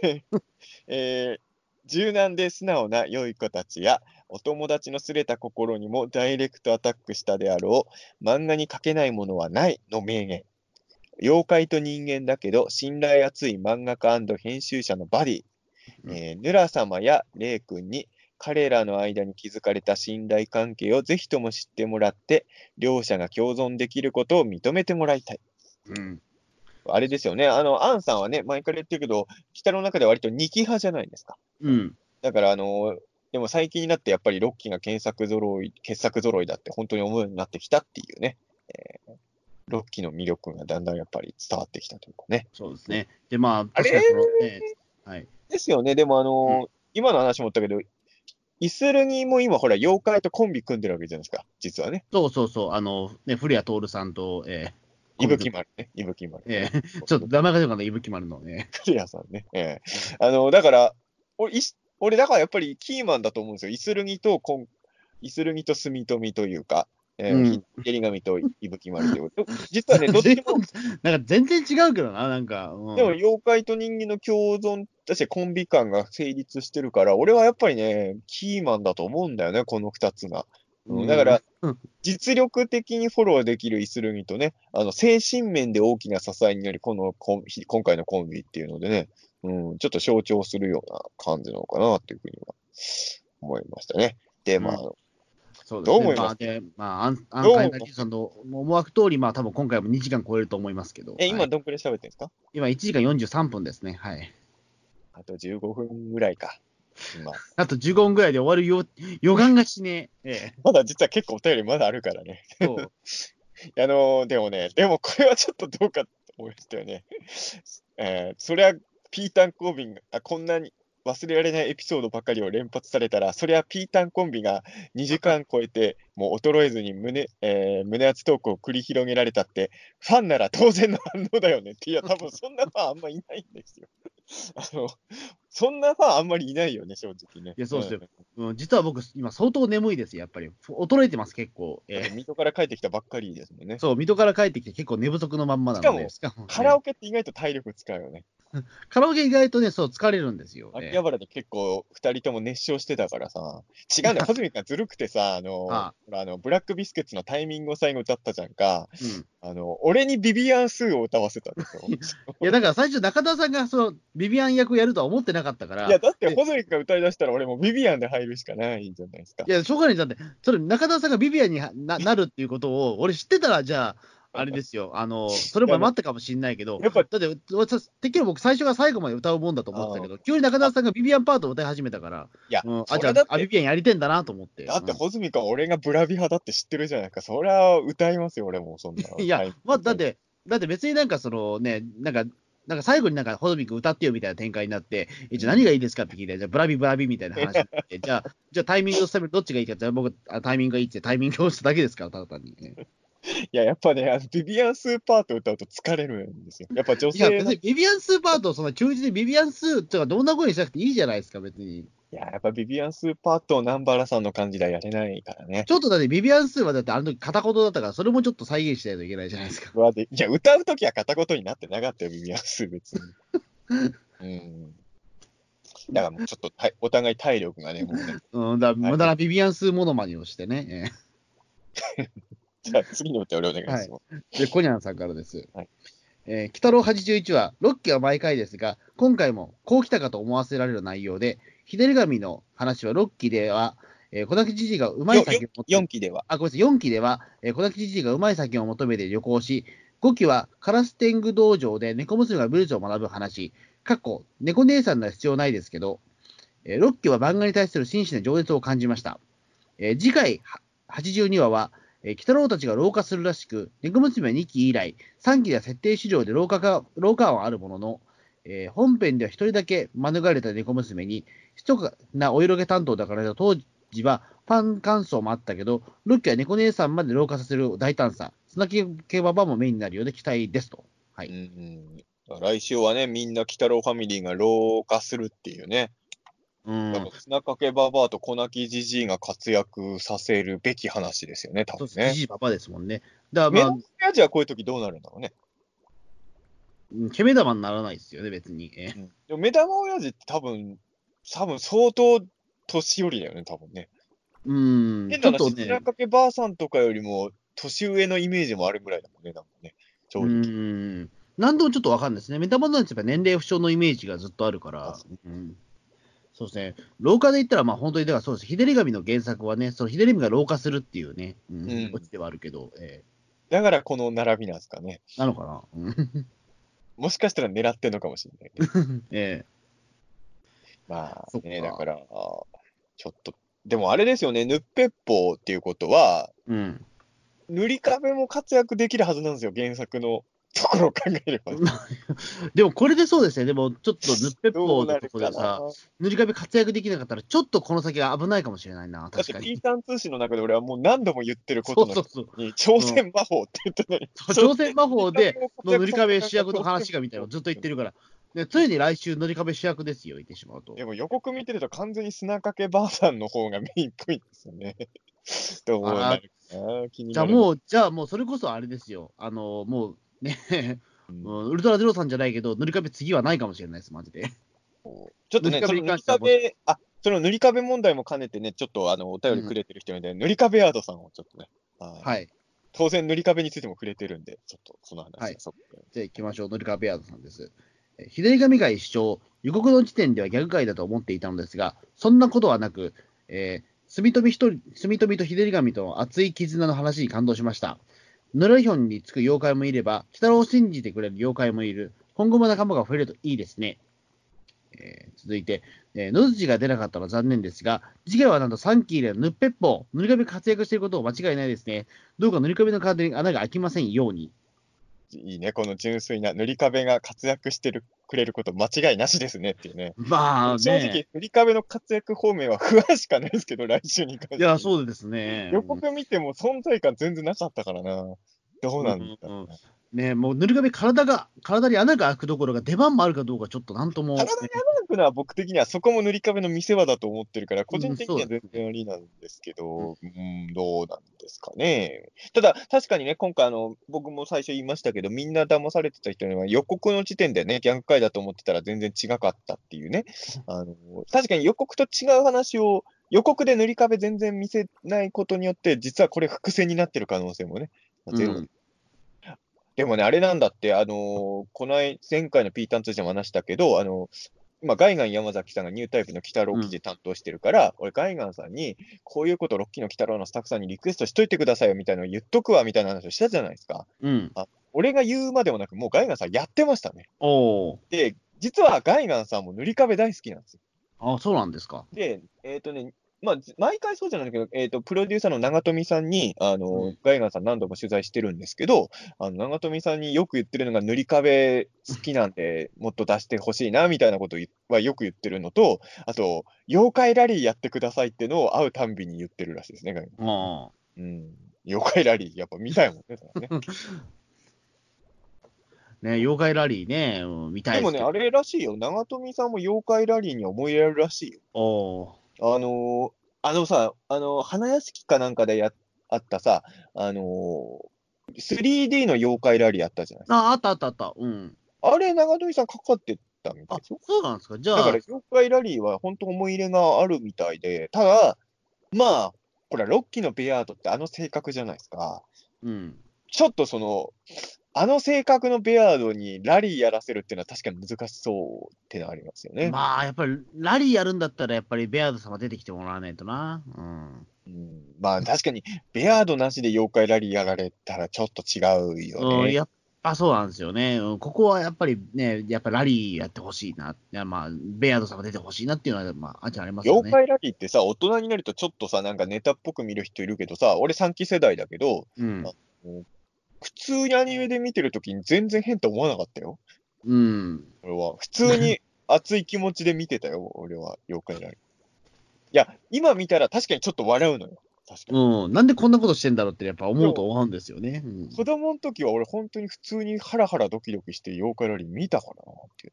柔軟で素直な良い子たちやお友達のすれた心にもダイレクトアタックしたであろう漫画に書けないものはないの名言。妖怪と人間だけど信頼厚い漫画家&編集者のバディ。ヌラ様やレイ君に彼らの間に築かれた信頼関係をぜひとも知ってもらって両者が共存できることを認めてもらいたい。あれですよね。アンさんはね、前から言ってるけど、北の中では割と2期派じゃないですか。だから、でも最近になってやっぱり6期が傑作揃いだって本当に思うようになってきたっていうね。6期の魅力がだんだんやっぱり伝わってきたというかね。 そうですね。で、まあ、確かにですよね。でも今の話もあったけど、イスルギも今ほら、妖怪とコンビ組んでるわけじゃないですか、実はね。 そう。古谷徹さんと、 伊吹丸ね。伊吹丸。 ちょっと名前が出るかな、伊吹丸のね。 古谷さんね。だから、俺、だからやっぱりキーマンだと思うんですよ。イスルギと住富というか、ひり神と伊吹丸という。実はね、どっちも。 なんか全然違うけどな、なんか。 でも、妖怪と人間の共存、確かにコンビ感が成立してるから、俺はやっぱりね、キーマンだと思うんだよね、この二つが。だから、実力的にフォローできるイスルギとね、精神面で大きな支えになり、今回のコンビっていうのでね、ちょっと象徴するような感じなのかなっていうふうには思いましたね。で、まあ、 そうですね。どう思いますか？アンカイナリさんの思惑通り、多分今回も2時間超えると思いますけど。 今どんくらい喋ってるんですか？ 今1時間43分ですね。はい。 あと15分ぐらいか。 あと15分ぐらいで終わる予感がしねえ。 まだ実は結構お便りまだあるからね。そう。でもこれはちょっとどうかと思いましたよね。そりゃ、ピータンコンビがこんなに忘れられないエピソードばかりを連発されたら、そりゃピータンコンビが2時間超えて、もう衰えずに胸熱トークを繰り広げられたって、ファンなら当然の反応だよねって、いや、多分そんなファンあんまいないんですよ。 の、そんなファンあんまりいないよね、正直ね。 いや、そうですよ。実は僕、今相当眠いです、やっぱり。衰えてます、結構。 水戸から帰ってきたばっかりですもんね。 そう、水戸から帰ってきて結構寝不足のまんまなので。 しかもカラオケって意外と体力使うよね。 カラオケ意外とね、そう、疲れるんですよ。 秋葉原で結構2人とも熱唱してたからさ、違うんだよ、穂積君ずるくてさ、ほらブラックビスケッツのタイミングを最後歌ったじゃんか、俺にビビアン・スーを歌わせたんですよ。 いや、だから最初、中田さんがそのビビアン役やるとは思ってなかったから。 いや、だって穂積君が歌い出したら、俺もビビアンで入るしかないんじゃないですか。 いや、しょうがない。だって、それ、中田さんがビビアンになるっていうことを、俺知ってたら、じゃあ、あれですよ、それも待ったかもしれないけど、だって、てっきり僕、最初が最後まで歌うもんだと思ってたけど、急に中田さんがビビアンパートを歌い始めたから、 いや、 じゃあ、ビビアンやりてんだなと思って。 だって、穂積君は俺がブラビ派だって知ってるじゃないか。そりゃ、歌いますよ、俺も、そんな。 いや、だって別になんかそのね、なんか最後になんか、穂積君歌ってよみたいな展開になって、じゃあ何がいいですかって聞いて、じゃあブラビブラビみたいな話になって、じゃあタイミングをどっちがいいか、じゃあ僕、タイミングがいいってタイミングをしただけですから、ただ単に。 いや、やっぱね、ビビアンスーパート歌うと疲れるんですよ。やっぱ女性。 いや、別にビビアンスーパート、その中日でビビアンスーとかどんな声にしなくていいじゃないですか、別に。 いや、やっぱビビアンスーパートを南原さんの感じではやれないからね。 ちょっとだってビビアンスーはだってあの時片言だったから、それもちょっと再現しないといけないじゃないですか。 いや、歌うときは片言になってなかったよ、ビビアンスー別に。だからもうちょっとお互い体力がね、もうね。 無駄なビビアンスーモノマネをしてね。 じゃあ次の歌をお願いします。 で、コニャンさんからです。 はい。 鬼太郎81は、6期は毎回ですが、今回もこう来たかと思わせられる内容で、日照り神の話は6期では、小滝じじいがうまい酒を求め 4期では。 ごめんなさい、4期では、小滝じじいがうまい酒を求めて旅行し、5期はカラステング道場で猫娘が武術を学ぶ話、猫姉さんのは必要ないですけど、6期は漫画に対する真摯な情熱を感じました。次回82話は、鬼太郎たちが老化するらしく、猫娘は2期以来、3期では設定資料で老化はあるものの、本編では1人だけ免れた猫娘に、密かなお色気担当だから当時はファン感想もあったけど、6期は猫姉さんまで老化させる大胆さ、砂毛ババもメインになるようで期待ですと。はい。 来週はね、みんな鬼太郎ファミリーが老化するっていうね。砂かけババアと小泣きじじいが活躍させるべき話ですよね、多分ね。 じじいババですもんね。だから目玉親父はこういう時どうなるんだろうね。 毛目玉にならないですよね、別に。 でも目玉親父って多分相当年寄りだよね、多分ね。変な話、砂かけばあさんとかよりも年上のイメージもあるぐらいだもんね、なんかね。正直。 何度もちょっとわかんないですね。目玉親父は年齢不詳のイメージがずっとあるから。そうですね。老化で言ったら、まあ本当に、だからそうです。日照り神の原作はね、その日照り神が老化するっていうね、オチではあるけど。 だからこの並びなんですかね。 なのかな。 もしかしたら狙ってんのかもしれないね。まあね、だから、ちょっと、でもあれですよね、ヌッペッポーっていうことは、塗り壁も活躍できるはずなんですよ、原作のところを考えれば。 でもこれでそうですね、でもちょっとヌッペッポーのところでさ、塗り壁活躍できなかったら、ちょっとこの先が危ないかもしれないな、確かに。 だって、ピータン通信の中で俺はもう何度も言ってることなのに、挑戦魔法って言ってない。 挑戦魔法での塗り壁主役の話がみたいなのずっと言ってるから。ついに来週塗り壁主役ですよ、言ってしまうと。 でも予告見てると完全に砂かけばあさんの方がメインっぽいんですよね。どうなるかな、気になる。 じゃあもうそれこそあれですよ。もうね、ウルトラゼロさんじゃないけど、塗り壁次はないかもしれないです、マジで。 ちょっとね、その塗り壁問題も兼ねてね、ちょっとお便りくれてる人いるんで、塗り壁アードさんをちょっとね。はい。当然塗り壁についても触れてるんで、ちょっとその話。はい。じゃあ行きましょう、塗り壁アードさんです。日照り神会主張、予告の時点ではギャグ界だと思っていたのですが、そんなことはなく、住富と日照り神との熱い絆の話に感動しました。ヌラヒョンにつく妖怪もいれば、鬼太郎を信じてくれる妖怪もいる。今後も仲間が増えるといいですね。続いて、野槌が出なかったのは残念ですが、次回はなんと3期でヌッペッポー、塗り壁活躍していることを間違いないですね。どうか塗り壁の体に穴が開きませんように。 いいね、この純粋な塗り壁が活躍してくれること間違いなしですねっていうね。 まあね。 正直、塗り壁の活躍方面は不安しかないですけど、来週に関して。 いや、そうですね。 予告見ても存在感全然なかったからな。どうなんだろう。 ね、もう塗り壁、体に穴が開くどころが出番もあるかどうか、ちょっとなんとも、ね。 体に穴が開くのは僕的にはそこも塗り壁の見せ場だと思ってるから、個人的には全然ありなんですけど、どうなんですかね。ただ、確かにね、今回僕も最初言いましたけど、みんな騙されてた人には予告の時点でね、ギャング会だと思ってたら全然違かったっていうね。確かに予告と違う話を、予告で塗り壁全然見せないことによって、実はこれ伏線になってる可能性もね、ゼロ。でもね、あれなんだって、前回のピーターン通信も話したけど、今、ガイガン山崎さんがニュータイプの鬼太郎記事担当してるから、俺、ガイガンさんに、こういうこと、ロッキーの鬼太郎のスタッフさんにリクエストしといてくださいよみたいなのを言っとくわみたいな話をしたじゃないですか。俺が言うまでもなく、もうガイガンさんやってましたね。で、実はガイガンさんも塗り壁大好きなんですよ。 あ、そうなんですか。 で、毎回そうじゃないけど、プロデューサーの長富さんに、ガイガンさん何度も取材してるんですけど、長富さんによく言ってるのが、塗り壁好きなんで、もっと出してほしいな、みたいなことはよく言ってるのと、あと、妖怪ラリーやってくださいってのを会うたんびに言ってるらしいですね、ガイガン。妖怪ラリー、やっぱ見たいもんね、 ね、妖怪ラリーね、見たいですけど。 でもね、あれらしいよ。長富さんも妖怪ラリーに思い入れあるらしいよ。花屋敷かなんかであったさ、3D の妖怪ラリーあったじゃないですか。 あった。 あれ、長富さんかかってたみたいですよ。 そうなんですか。じゃあ。 だから、妖怪ラリーは本当思い入れがあるみたいで、ただ、ほら、ロッキーのベアードって性格じゃないですか。ちょっと性格のベアードにラリーやらせるっていうのは確かに難しそうってのはありますよね。 やっぱりラリーやるんだったら、やっぱりベアード様出てきてもらわないとな。 確かに、ベアードなしで妖怪ラリーやられたらちょっと違うよね。 やっぱそうなんですよね。ここはやっぱりね、やっぱラリーやってほしいな。ベアード様出てほしいなっていうのは、ありますよね。 妖怪ラリーってさ、大人になるとちょっとさ、なんかネタっぽく見る人いるけどさ、俺3期世代だけど、普通にアニメで見てるときに全然変と思わなかったよ。俺は。普通に熱い気持ちで見てたよ、俺は、妖怪ラリー。いや、今見たら確かにちょっと笑うのよ。確かに。 なんでこんなことしてんだろうってやっぱ思うと思うんですよね。 子供の時は俺本当に普通にハラハラドキドキして妖怪ラリー見たかなっていう。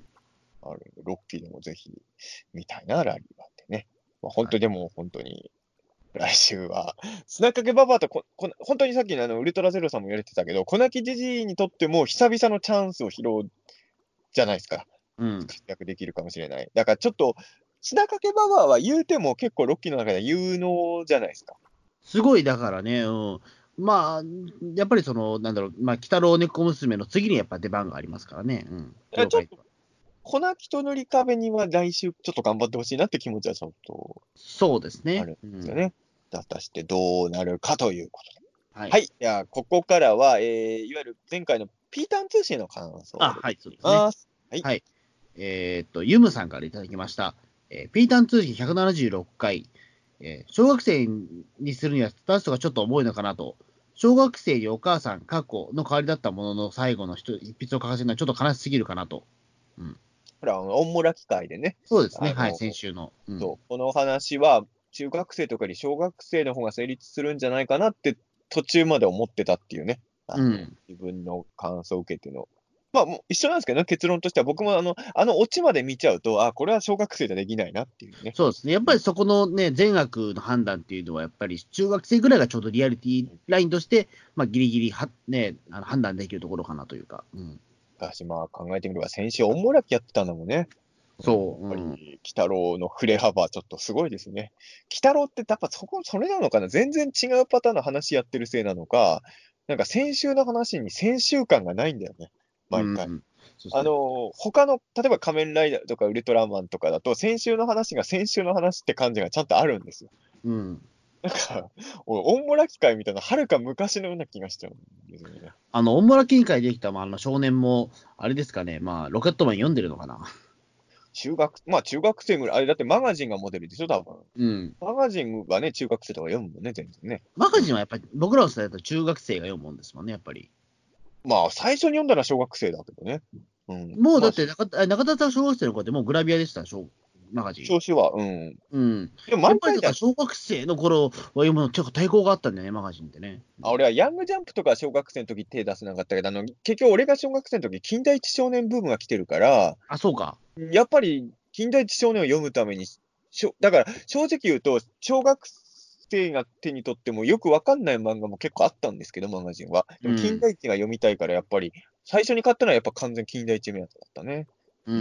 ロッキーでもぜひ見たいな、ラリーはってね。本当でも本当に、来週は、砂かけババアと本当にさっきのウルトラゼロさんも言われてたけど、小泣きじじいにとっても久々のチャンスを拾うじゃないですか。活躍できるかもしれない。だからちょっと、砂かけババアは言うても結構ロッキーの中では有能じゃないですか。 すごい、だからね、やっぱりなんだろう、鬼太郎猫娘の次にやっぱ出番がありますからね。 ちょっと、粉木と塗り壁には来週ちょっと頑張ってほしいなって気持ちはちょっと、 そうですね。 あるんですよね。果たしてどうなるかということで。 はい。 じゃあ、ここからは、いわゆる前回のピーターン通信の感想を。 はい、そうですね。はい。ユムさんからいただきました。ピーターン通信176回。小学生にするにはスタートがちょっと重いのかなと。小学生にお母さん、過去の代わりだったものの最後の一筆を書かせるのはちょっと悲しすぎるかなと。 ほら、オンモラ機会でね。 そうですね。はい、先週の。 そう、この話は、中学生とかより小学生の方が成立するんじゃないかなって、途中まで思ってたっていうね。自分の感想を受けての。もう一緒なんですけどね、結論としては、僕もオチまで見ちゃうと、これは小学生じゃできないなっていうね。 そうですね。やっぱりそこのね、善悪の判断っていうのは、やっぱり中学生ぐらいがちょうどリアリティラインとして、ギリギリ判断できるところかなというか。 私、考えてみれば、先週、オンモラキやってたんだもんね。 そう。 やっぱり、鬼太郎の振れ幅、ちょっとすごいですね。鬼太郎って、やっぱそれなのかな、全然違うパターンの話やってるせいなのか、なんか先週の話に先週感がないんだよね、毎回。他の、例えば仮面ライダーとかウルトラマンとかだと、先週の話が先週の話って感じがちゃんとあるんですよ。なんか、オンモラ機会みたいな、はるか昔のような気がしちゃうんですよね。 オンモラ機会できた、少年も、あれですかね、ロケットマン読んでるのかな。 中学生ぐらい、あれだってマガジンがモデルでしょ、多分。マガジンはね、中学生とか読むもんね、全然ね。 マガジンはやっぱり、僕らの世代だと中学生が読むもんですもんね、やっぱり。 最初に読んだのは小学生だけどね。 もうだって中田さん小学生の子ってもうグラビアでしたでしょ。 マガジン。 調子は、 うん。 でもやっぱり小学生の頃は読むの結構抵抗があったんだよね、マガジンってね。 俺はヤングジャンプとか小学生の時手出せなかったけど、結局俺が小学生の時、金田一少年ブームが来てるから、 あ、そうか。 やっぱり金田一少年を読むために、だから正直言うと、小学生が手に取ってもよくわかんない漫画も結構あったんですけど、マガジンは。でも金田一が読みたいから、やっぱり、最初に買ったのはやっぱ完全金田一目当てだったね。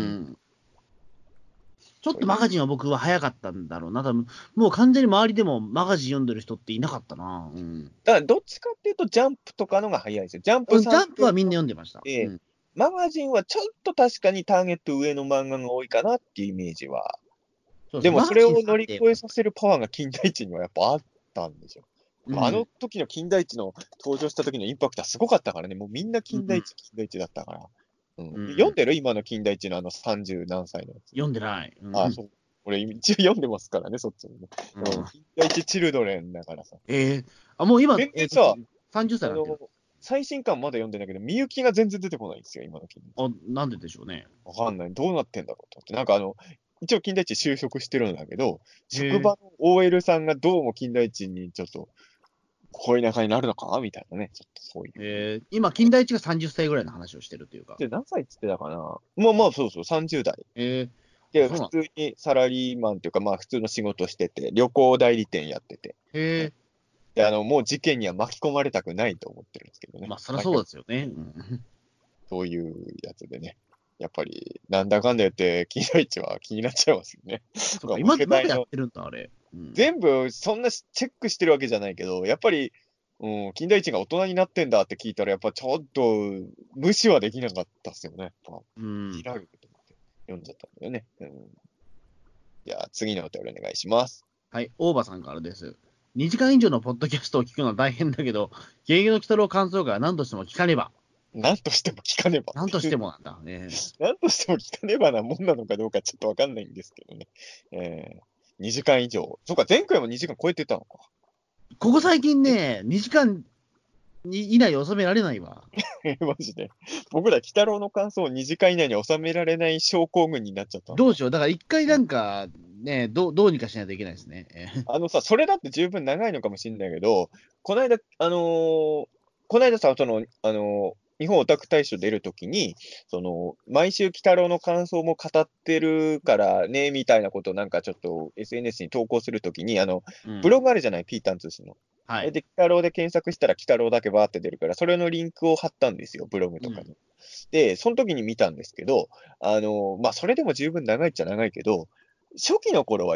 ちょっとマガジンは僕は早かったんだろうな。多分もう完全に周りでもマガジン読んでる人っていなかったな。 だからどっちかっていうと、ジャンプとかのが早いですよ。ジャンプはみんな読んでました。 マガジンはちょっと確かにターゲット上の漫画が多いかなっていうイメージは。でもそれを乗り越えさせるパワーが金田一にはやっぱあったんですよ。あの時の金田一の登場した時のインパクトはすごかったからね。もうみんな金田一だったから。読んでる今の金田一の30何歳のやつ。 読んでない。 そう。俺一応読んでますからね、そっちもね。金田一チルドレンだからさ。 もう今、 さ、 30歳なんだ最新刊まだ読んでないけど、みゆきが全然出てこないんですよ、今の金田一。なんででしょうね。 わかんない。どうなってんだろうと思って。なんか一応金田一就職してるんだけど、職場の OL さんがどうも金田一にちょっと、恋仲になるのかなみたいなね。ちょっとそういう。今、金田一が30歳ぐらいの話をしてるというか。 で、何歳っつってたかなまあそうそう、30代。で、普通にサラリーマンというか、まあ普通の仕事してて、旅行代理店やってて。で、もう事件には巻き込まれたくないと思ってるんですけどね。 まあ、そりゃそうですよね。 そういうやつでね。やっぱり、なんだかんだ言って、金田一は気になっちゃいますよね。 そうか、今までやってるんだ、あれ。 全部、そんなチェックしてるわけじゃないけど、やっぱり、金田一が大人になってんだって聞いたら、やっぱちょっと、無視はできなかったっすよね。開くと思って読んじゃったんだよね。じゃあ、次のお便りお願いします。 はい、大場さんからです。2時間以上のポッドキャストを聞くのは大変だけど、ゲゲゲの鬼太郎感想会は何としても聞かねば。 何としても聞かねば。 何としてもなんだね。 何としても聞かねばなもんなのかどうかちょっとわかんないんですけどね。2時間以上。そうか、前回も2時間超えてたのか。 ここ最近ね、2時間以内に収められないわ。 マジで。僕ら、鬼太郎の感想を2時間以内に収められない症候群になっちゃった。 どうしよう。だから一回なんか、ね、どうにかしないといけないですね。 それだって十分長いのかもしれないけど、この間さ、日本オタク大賞出るときに、毎週鬼太郎の感想も語ってるからね、みたいなことをなんかちょっと SNS に投稿するときに、ブログあるじゃない、ピータン通信の。はい。で、鬼太郎で検索したら鬼太郎だけバーって出るから、それのリンクを貼ったんですよ、ブログとかに。で、その時に見たんですけど、まあ、それでも十分長いっちゃ長いけど、初期の頃は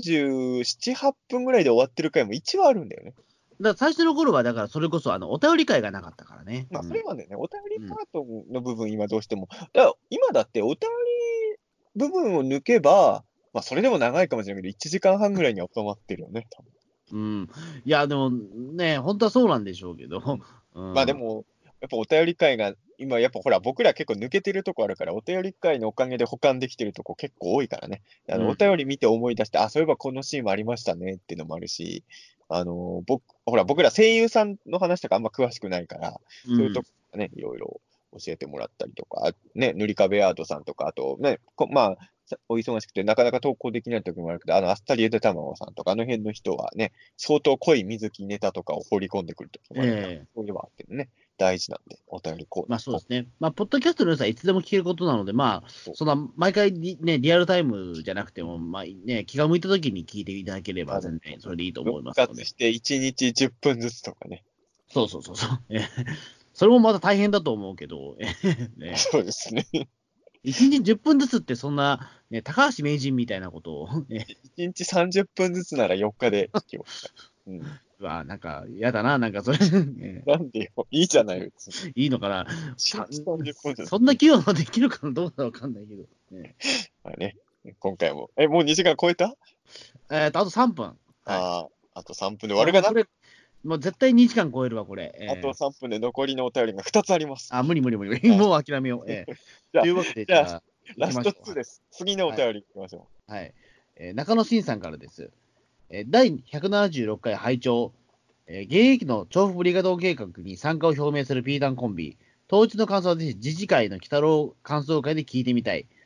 47、8分ぐらいで終わってる回も一話あるんだよね。 だから最初の頃は、だからそれこそお便り会がなかったからね。 まあ、それはね、お便りパートの部分、今どうしても。だから今だってお便り部分を抜けば、まあ、それでも長いかもしれないけど、1時間半ぐらいには収まってるよね、多分。いや、でもね、本当はそうなんでしょうけど。 まあでも、やっぱお便り会が、今やっぱほら、僕ら結構抜けてるとこあるから、お便り会のおかげで保管できてるとこ結構多いからね。お便り見て思い出して、そういえばこのシーンもありましたねっていうのもあるし、僕ら声優さんの話とかあんま詳しくないから、そういうとこね、いろいろ教えてもらったりとか、ね、塗り壁アートさんとか、あとね、まあ、お忙しくてなかなか投稿できない時もあるけど、あっさりゆで卵さんとか、あの辺の人はね、相当濃い水木ネタとかを放り込んでくる時もあるから、そういうのはあってね、大事なんで、お便りまあそうですね。まあ、ポッドキャストの良さはいつでも聞けることなので、まあ、そんな、毎回ね、リアルタイムじゃなくても、まあね、気が向いた時に聞いていただければ、全然それでいいと思いますので。 復活して1日10分ずつとかね。 そう。それもまた大変だと思うけど、 ね、そうですね。 1日10分ずつってそんな、ね、高橋名人みたいなことを、 1日30分ずつなら4日で聞きます。 なんか、やだな、なんかそれ。 なんでよ、いいじゃない、別に。いいのかな。 30分そんな器用なできるかな、どうかわかんないけど。 まあね、今回も。もう2時間超えた？ あと3分。 あと3分で終わるかな？ もう絶対2時間超えるわ、これ。 あと3分で残りのお便りが2つあります。 無理。もう諦めよう。というわけで、 じゃあ、ラスト2です。次のお便りいきましょう。はい。中野慎さんからです。第176回拝聴。現役の調布ブリガド計画に参加を表明するピータンコンビ。当日の感想はぜひ次次回の鬼太郎感想会で聞いてみたい。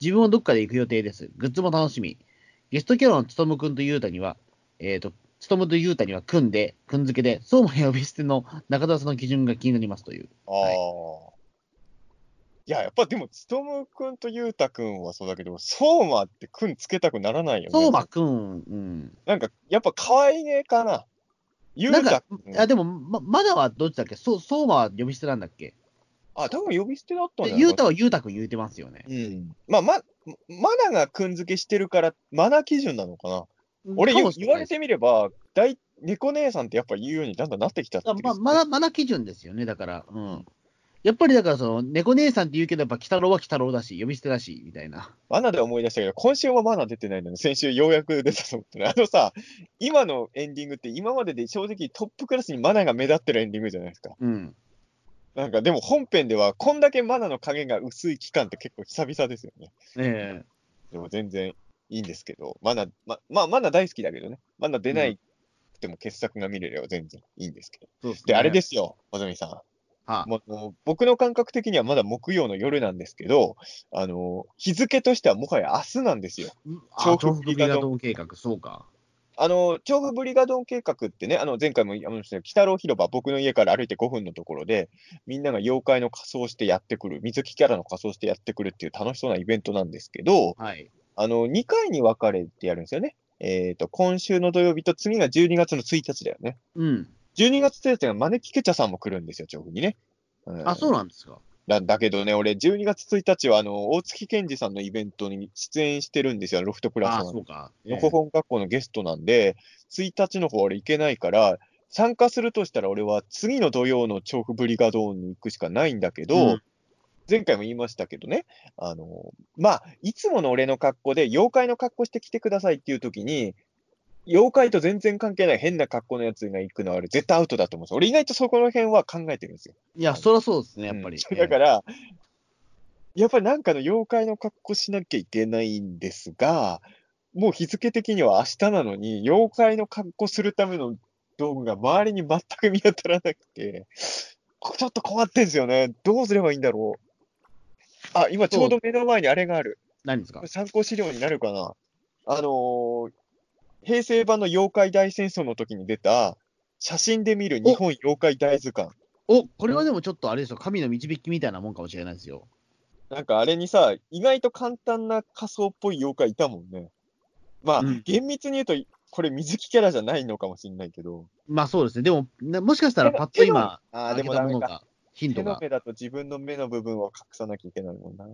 自分もどっかで行く予定です。グッズも楽しみ。ゲストキャラのつとむくんとゆうたには、つとむとゆうたには組ん付けで、相馬呼び捨ての中澤さんの基準が気になりますという。はい、 いや、やっぱでも、つとむくんとゆうたくんはそうだけど、相馬ってくんつけたくならないよね。 相馬くん、 なんか、やっぱ可愛げかな。ゆなんか、 うたくん。 でも、まだはどっちだっけ？相馬は呼び捨てなんだっけ？ 多分呼び捨てだったんじゃないゆうかな。 たはゆうたくん言うてますよね。 マナがくん付けしてるから、マナ基準なのかな。俺言われてみれば、猫姉さんってやっぱ言うようにだんだんなってきたって、ね。 マナ基準ですよね、だから。やっぱりだから猫姉さんって言うけど、やっぱ鬼太郎は鬼太郎だし、呼び捨てだし、みたいな。 マナで思い出したけど、今週はマナ出てないのに、先週ようやく出たと思ってね。さ、今のエンディングって今までで正直トップクラスにマナが目立ってるエンディングじゃないですか。なんかでも本編ではこんだけマナの影が薄い期間って結構久々ですよね。でも全然いいんですけど、マナ大好きだけどね。マナ出ないくても傑作が見れれば全然いいんですけど。で、あれですよ、小泉さん。もう僕の感覚的にはまだ木曜の夜なんですけど、日付としてはもはや明日なんですよ。 調布ブリガドン計画、そうか。 調布ブリガドン計画ってね、前回も鬼太郎広場、僕の家から歩いて5分のところで、みんなが妖怪の仮装してやってくる、水木キャラの仮装してやってくるっていう楽しそうなイベントなんですけど、2回に分かれてやるんですよね。今週の土曜日と次が12月の1日だよね。12月1日が招きケチャさんも来るんですよ、調布にね。 そうなんですか。 だけどね、俺、12月1日は、大月健二さんのイベントに出演してるんですよ、ロフトプラスの。 そうか。 のほほん学校のゲストなんで、1日の方俺行けないから、参加するとしたら俺は次の土曜の調布ブリガドーンに行くしかないんだけど、前回も言いましたけどね、いつもの俺の格好で、妖怪の格好して来てくださいっていう時に、妖怪と全然関係ない変な格好のやつが行くのは絶対アウトだと思うんですよ。俺意外とそこの辺は考えてるんですよ。 いや、そりゃそうですね、やっぱり。 だから、やっぱりなんかの妖怪の格好しなきゃいけないんですが、もう日付的には明日なのに、妖怪の格好するための道具が周りに全く見当たらなくて、ちょっと困ってんですよね。どうすればいいんだろう。今ちょうど目の前にあれがある。 何ですか？ 参考資料になるかな。平成版の妖怪大戦争の時に出た、写真で見る日本妖怪大図鑑。 これはでもちょっとあれですよ、神の導きみたいなもんかもしれないですよ。 なんかあれにさ、意外と簡単な仮想っぽい妖怪いたもんね。厳密に言うと、これ水木キャラじゃないのかもしれないけど。 そうですね。でも、もしかしたらパッと今、 でもダメか。 ヒントが。 手の目だと自分の目の部分を隠さなきゃいけないもんな。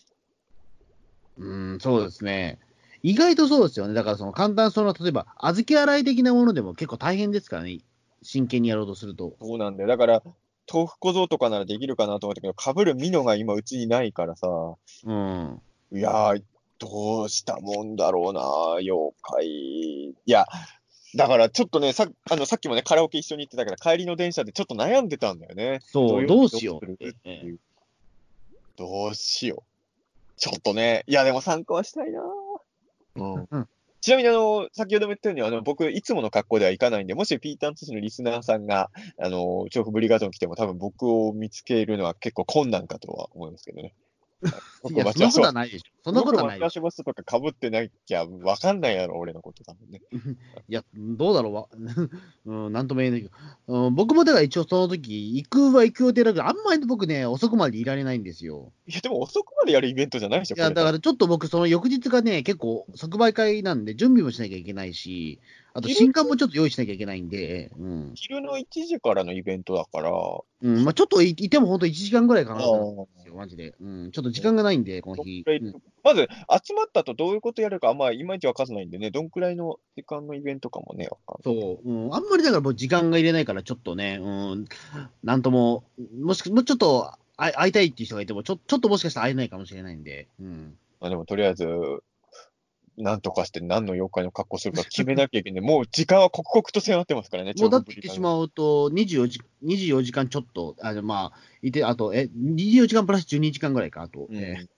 そうですね。意外とそうですよね。だから簡単そうな、例えば、小豆洗い的なものでも結構大変ですからね。真剣にやろうとすると。 そうなんだよ。だから、豆腐小僧とかならできるかなと思ったけど、被るミノが今うちにないからさ。いやー、どうしたもんだろうな、妖怪。いや、だからちょっとね、さっきもね、カラオケ一緒に行ってたから、帰りの電車でちょっと悩んでたんだよね。 どうしよう。 どうしよう。ちょっとね、いや、でも参加はしたいな。ちなみに先ほども言ったように、僕、いつもの格好では行かないんで、もしピーターン通信のリスナーさんが、調布ブリガドン来ても、多分僕を見つけるのは結構困難かとは思いますけどね。 いや、そんなことはないでしょ。そんなことはないよ。僕、とか被ってなきゃ分かんないやろ、俺のこと多分ね。 いや、どうだろう。なんとも言えないけど。僕もだから一応その時、行く予定だけど、あんまり僕ね、遅くまでいられないんですよ。 いや、でも遅くまでやるイベントじゃないでしょ。 いや、だからちょっと僕、その翌日がね、結構即売会なんで、準備もしなきゃいけないし、あと新刊もちょっと用意しなきゃいけないんで、 昼の1時からのイベントだから、ちょっといても本当1時間ぐらいかなと思うんですよ、マジで。ちょっと時間がないんで、この日。 まず、集まったとどういうことやるか、いまいち分かんないんでね、どんくらいの時間のイベントかもね、分かんない。 そう、あんまりだからもう時間が入れないから、ちょっとね、なんとも、もうちょっと会いたいっていう人がいても、ちょっともしかしたら会えないかもしれないんで。 でも、とりあえず、なんとかして何の妖怪の格好するか決めなきゃいけない。もう時間は刻々と迫ってますからね、 もうだって言ってしまうと、24時間ちょっと、あと、24時間プラス12時間ぐらいか、あと。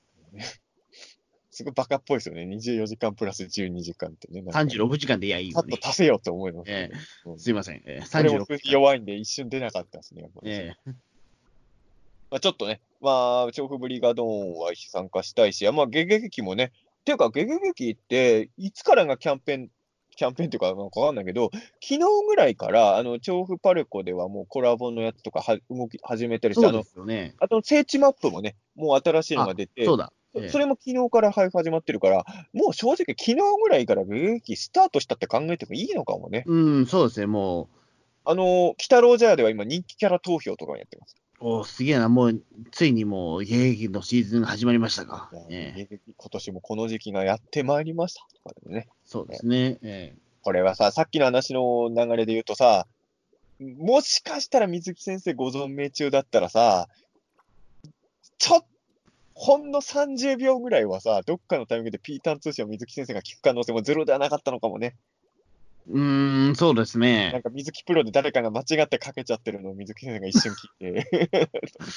すごいバカっぽいですよね。24時間プラス12時間ってね。 36時間でいや、いいよ、 ね。ちょっと足せよって思います、 ね。すいません。 36時間。弱いんで一瞬出なかったですね。 まあ、ちょっとね、まあ、調布ブリガドーンは参加したいし、まあ、ゲゲゲキもね、ていうか、ゲゲゲキって、いつからがキャンペーンっていうか、なんかわかんないけど、昨日ぐらいから、調布パルコではもうコラボのやつとか動き始めたりして、 そうですよね。 あと、聖地マップもね、もう新しいのあ、 が出て、 そうだ。 それも昨日から配布始まってるから、もう正直、昨日ぐらいからゲゲゲキスタートしたって考えてもいいのかもね。 うん、そうですね。も鬼太郎ジャーでは今人気キャラ投票とかもやってます。 う、すげえな。もう、ついにもう、現役のシーズンが始まりましたか。 いや今年もこの時期がやってまいりましたとかでね。 そうですね。 これはさ、さっきの話の流れで言うとさ、もしかしたら水木先生ご存命中だったらさ、ちょっほんの30秒ぐらいはさ、どっかのタイミングでピーターン通信を水木先生が聞く可能性もゼロではなかったのかもね。 そうですね。 なんか水木プロで誰かが間違ってかけちゃってるのを水木先生が一瞬聞いて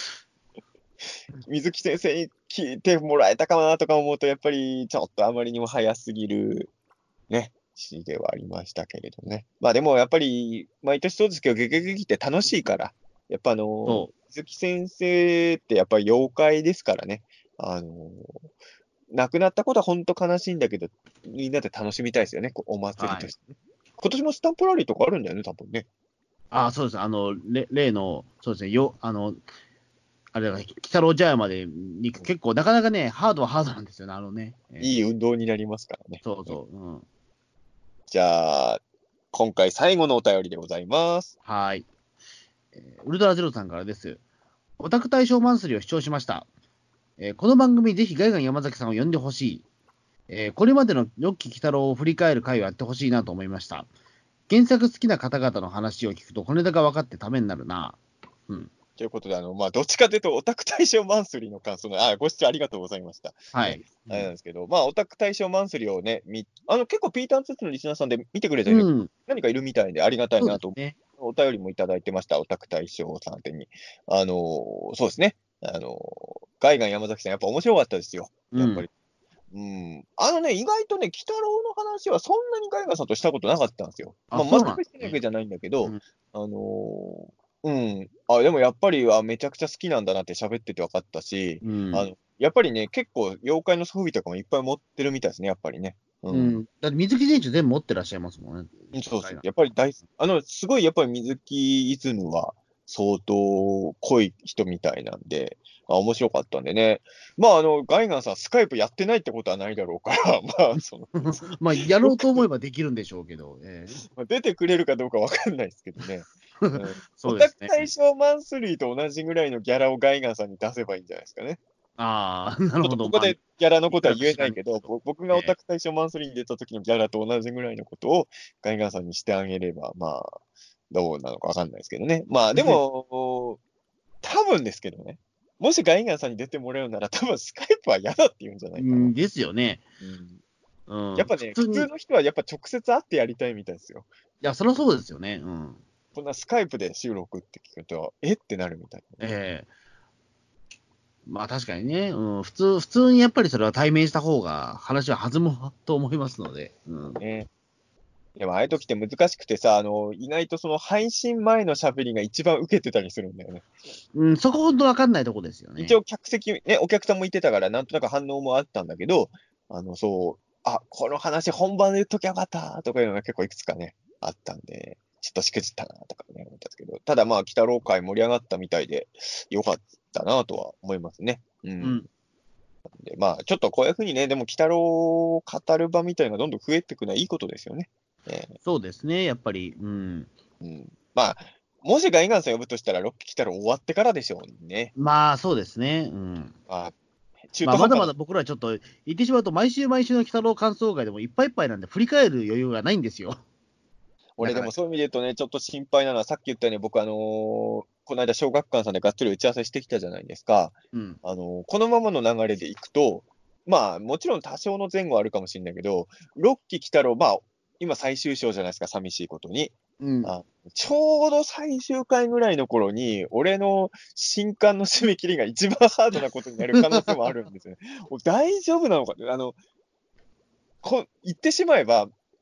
水木先生に聞いてもらえたかなとか思うと、やっぱりちょっとあまりにも早すぎるね、詩ではありましたけれどね。まあでもやっぱり、毎年そうですけど、ゲゲゲゲって楽しいから、やっぱそ水木先生ってやっぱり妖怪ですからね。亡くなったことは本当悲しいんだけど、みんなで楽しみたいですよね、こうおう。はい。 祭りとしてね。今年もスタンプラリーとかあるんだよね、多分ね。 そうです。例の、そうですね。あれだから、北郎茶屋までに結構、なかなかね、ハードはハードなんですよね、ね。 いい運動になりますからね。 そうそう。 じゃあ、今回最後のお便りでございます。 はい。ウルトラゼロさんからです。オタク大賞マンスリーを視聴しました。この番組ぜひガイガン山崎さんを呼んでほしい。これまでのロッキー鬼太郎を振り返る回をやってほしいなと思いました。原作好きな方々の話を聞くと小ネタが分かってためになるな。うん。 ということで、まあ、どっちかというと、オタク大賞マンスリーの感想の、ご視聴ありがとうございました。ね、 はい。 あれなんですけど、まあ、オタク大賞マンスリーをね、結構ピーターンツーツのリスナーさんで見てくれてる、 うん。 何かいるみたいでありがたいなと、 そうですね。 お便りもいただいてました、オタク大賞さん宛てに。そうですね。ガイガン山崎さん、やっぱ面白かったですよ。 うん。 やっぱり。うん。意外とね、鬼太郎の話はそんなにガイガンさんとしたことなかったんですよ。まあ、 そう全くしてないわけなんですね。 じゃないんだけど、 うん。 あのうん。でもやっぱり、めちゃくちゃ好きなんだなって喋ってて分かったし、 うん。 やっぱりね、結構妖怪の装備とかもいっぱい持ってるみたいですね、やっぱりね。うん。 うん。だって水木選手全部持ってらっしゃいますもんね。 そうそう。 ガイガンやっぱりすごいやっぱり水木イズムは相当濃い人みたいなんで、面白かったんでね。まあ、ガイガンさん、スカイプやってないってことはないだろうから、まあ、 まあ、やろうとよく、 思えばできるんでしょうけど。 まあ出てくれるかどうかわかんないですけどね。うん。オタクそうですね。 大賞マンスリーと同じぐらいのギャラをガイガンさんに出せばいいんじゃないですかね。 なるほど。 ちょっとここまあ、 でギャラのいくらかことは言え知らんけど。 ないけど、僕がオタク大賞マンスリーに出た時のギャラと同じぐらいのことをガイガンさんにしてあげれば、まあ、どうなのかわかんないですけどね。まあ、でも、多分ですけどね。もしガイガンさんに出てもらうなら、多分スカイプは嫌だって言うんじゃないかな。 ですよね。 うん。 うん。 やっぱね、普普通に、 通の人はやっぱ直接会ってやりたいみたいですよ。 いや、そりゃそうですよね。うん。 こんなスカイプで収録って聞くと、えってなるみたいなね。 ええまあ確かにね、普通にやっぱりそれは対面した方が話は弾むと思いますので。 ね。でも、ああいう時って難しくてさ、意外とその配信前の喋りが一番受けてたりするんだよね。 そこほんとわかんないとこですよね。 一応客席、ね、お客さんもいてたから、なんとなく反応もあったんだけど、この話本番で言っときゃよかったとかいうのが結構いくつかね、あったんで、ちょっとしくじったなとかね、思ったんですけど、ただまあ、北郎会盛り上がったみたいで、よかったなとは思いますね。うん。 うん。 で、まあ、ちょっとこういうふうにね、でも、北郎を語る場みたいなのがどんどん増えていくのはいいことですよね。 そうですね、やっぱり。 うん。まあ、もしガイガンさん呼ぶとしたら、ロッキー来たら終わってからでしょうね。 まあそうですね。 まあ、中まあまだま途半端な、 だ僕らちょっと言ってしまうと、毎週毎週の鬼太郎感想会でもいっぱいいっぱいなんで、振り返る余裕がないんですよ。なかなか。 俺でもそういう意味で言うとね、ちょっと心配なのは、さっき言ったように、僕この間小学館さんでがっつり打ち合わせしてきたじゃないですか。 うん。 このままの流れでいくと、まあ、もちろん多少の前後あるかもしれないけど、ロッキー来たら、まあ、今最終章じゃないですか、寂しいことに。 うん。 ちょうど最終回ぐらいの頃に、俺の新刊の締め切りが一番ハードなことになる可能性もあるんですよね。大丈夫なのかって、言ってしまえば、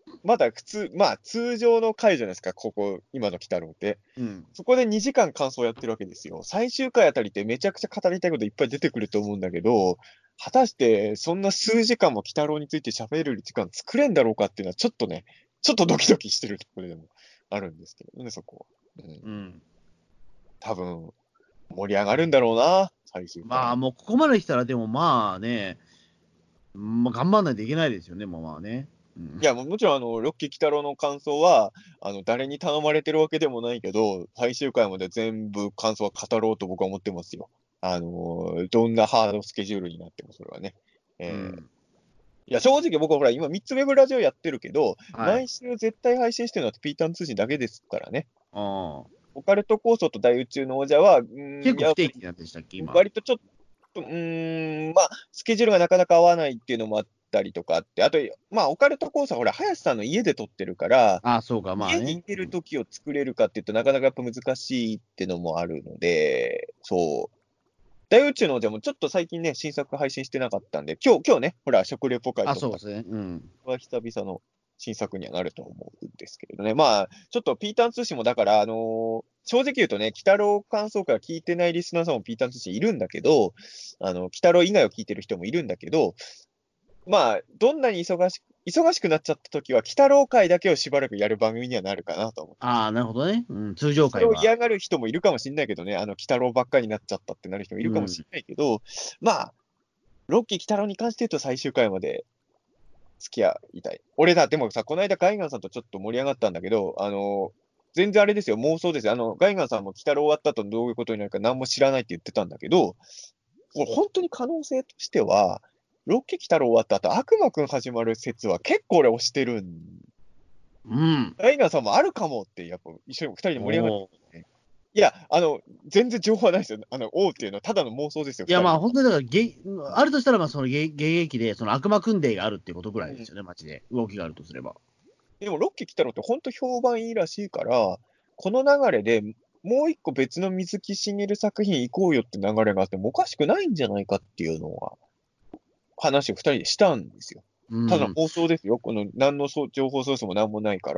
まだ通常の回じゃないですか、今の鬼太郎って。そこで2時間感想やってるわけですよ。最終回あたりってめちゃくちゃ語りたいこといっぱい出てくると思うんだけど、果たしてそんな数時間も鬼太郎について喋れる時間作れんだろうかっていうのはちょっとドキドキしてるところでもあるんですけどね、そこは。多分、盛り上がるんだろうな、最終回。 まあ、もうここまで来たら、でもまあね、頑張んないといけないですよね、まあね。 いや、もちろん、ロッキー鬼太郎の感想は、誰に頼まれてるわけでもないけど、最終回まで全部感想は語ろうと僕は思ってますよ。どんなハードスケジュールになっても、それはね。いや、正直僕はほら、今3つウェブラジオやってるけど、毎週絶対配信してるのはピーターン通信だけですからね。オカルト構想と大宇宙の王者は、 結構不定期なんでしたっけ、今。 割とちょっと、スケジュールがなかなか合わないっていうのもあったりとかあって、あと、オカルト構想はほら、林さんの家で撮ってるから、 そうか、 家に行ける時を作れるかっていうと、なかなかやっぱ難しいっていうのもあるので、そう。大宇宙の王者もちょっと最近ね、新作配信してなかったんで、今日ね、ほら、食レポ会とか、 そうですね。 は久々の新作にはなると思うんですけれどね。ちょっとピーターン通信もだから、正直言うとね、鬼太郎感想から聞いてないリスナーさんもピーターン通信いるんだけど、鬼太郎以外を聞いてる人もいるんだけど、どんなに忙しくなっちゃった時は、鬼太郎会だけをしばらくやる番組にはなるかなと思って。 なるほどね。通常会は。 それを嫌がる人もいるかもしれないけどね、鬼太郎ばっかりになっちゃったってなる人もいるかもしれないけど、ロッキー鬼太郎に関して言うと最終回まで付き合いたい。俺でもさ、この間ガイガンさんとちょっと盛り上がったんだけど、全然あれですよ、妄想ですよ。ガイガンさんも鬼太郎終わった後どういうことになるか何も知らないって言ってたんだけど、本当に可能性としては、ロッキー鬼太郎終わった後、悪魔くん始まる説は結構俺推してるガイガンさんもあるかもって、やっぱ一緒に二人で盛り上がって、ね。いや、全然情報はないですよ。王っていうのはただの妄想ですよ。 いや、本当にだからあるとしたら、その現役で、その悪魔訓練があるっていうことぐらいですよね、街で。動きがあるとすれば。 でも、ロッキー来たのって本当評判いいらしいから、この流れでもう一個別の水木しげる作品行こうよって流れがあってもおかしくないんじゃないかっていうのは、話を二人でしたんですよ。ただ放送ですよ。何の情報ソースも何もないから、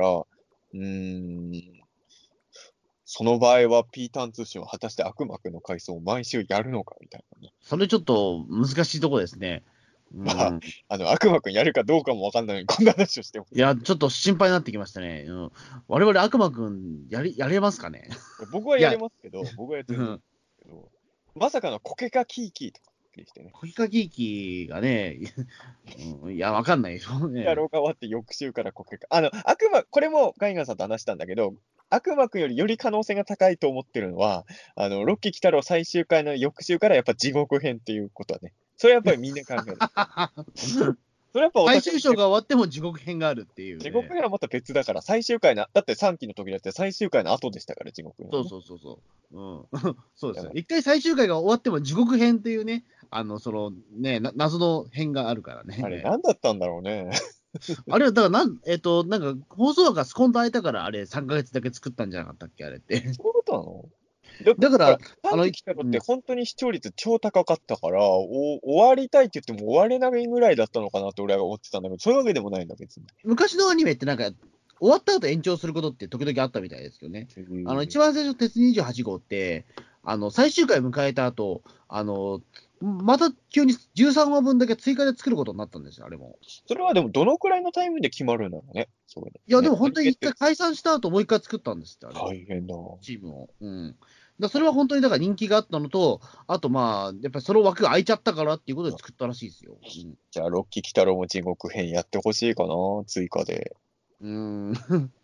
その場合は、ピーターン通信は果たして悪魔くんの回想を毎週やるのかみたいなね。 それちょっと難しいとこですね。 悪魔くんやるかどうかもわかんないのに、こんな話をしても。 いや、ちょっと心配になってきましたね。我々悪魔くんやれますかね。 僕はやれますけど、僕はやってるんですけど、まさかのコケカキーキーとかしてね。 コケカキーキーがね、いや、わかんないよね。 やろうが終わって翌週からコケカ。これもガイガンさんと話したんだけど、悪魔くんよりより可能性が高いと思ってるのは、ロッキー鬼太郎最終回の翌週からやっぱ地獄編っていうことはね。それはやっぱりみんな考える。それやっぱ最終章が終わっても地獄編があるっていう、 地獄編はまた別だから、最終回の、だって3期の時だって最終回の後でしたから、地獄編、 そう。そうですね。一回最終回が終わっても地獄編っていうね、謎の編があるからね。 あれ、何だったんだろうね。 あれは、だからなんか、放送枠がスコンと空いたから、あれ、3ヶ月だけ作ったんじゃなかったっけ、あれって。 そういうことなのだから、 3期来たのって本当に視聴率超高かったから、終わりたいって言っても終われないぐらいだったのかなって俺は思ってたんだけど、そういうわけでもないんだ、別に。 昔のアニメってなんか、終わった後延長することって時々あったみたいですけどね。一番最初、鉄28号って、最終回迎えた後、また急に13話分だけ追加で作ることになったんですよ、あれも。 それはでも、どのくらいのタイムで決まるんだろうね。そうねいや、でも本当に一回解散した後、もう一回作ったんですって、あれ。 大変だ。 チームを。それは本当にだから人気があったのと、あとやっぱりその枠が空いちゃったからっていうことで作ったらしいですよ。 じゃあ、ロッキー鬼太郎も地獄編やってほしいかな、追加で。 も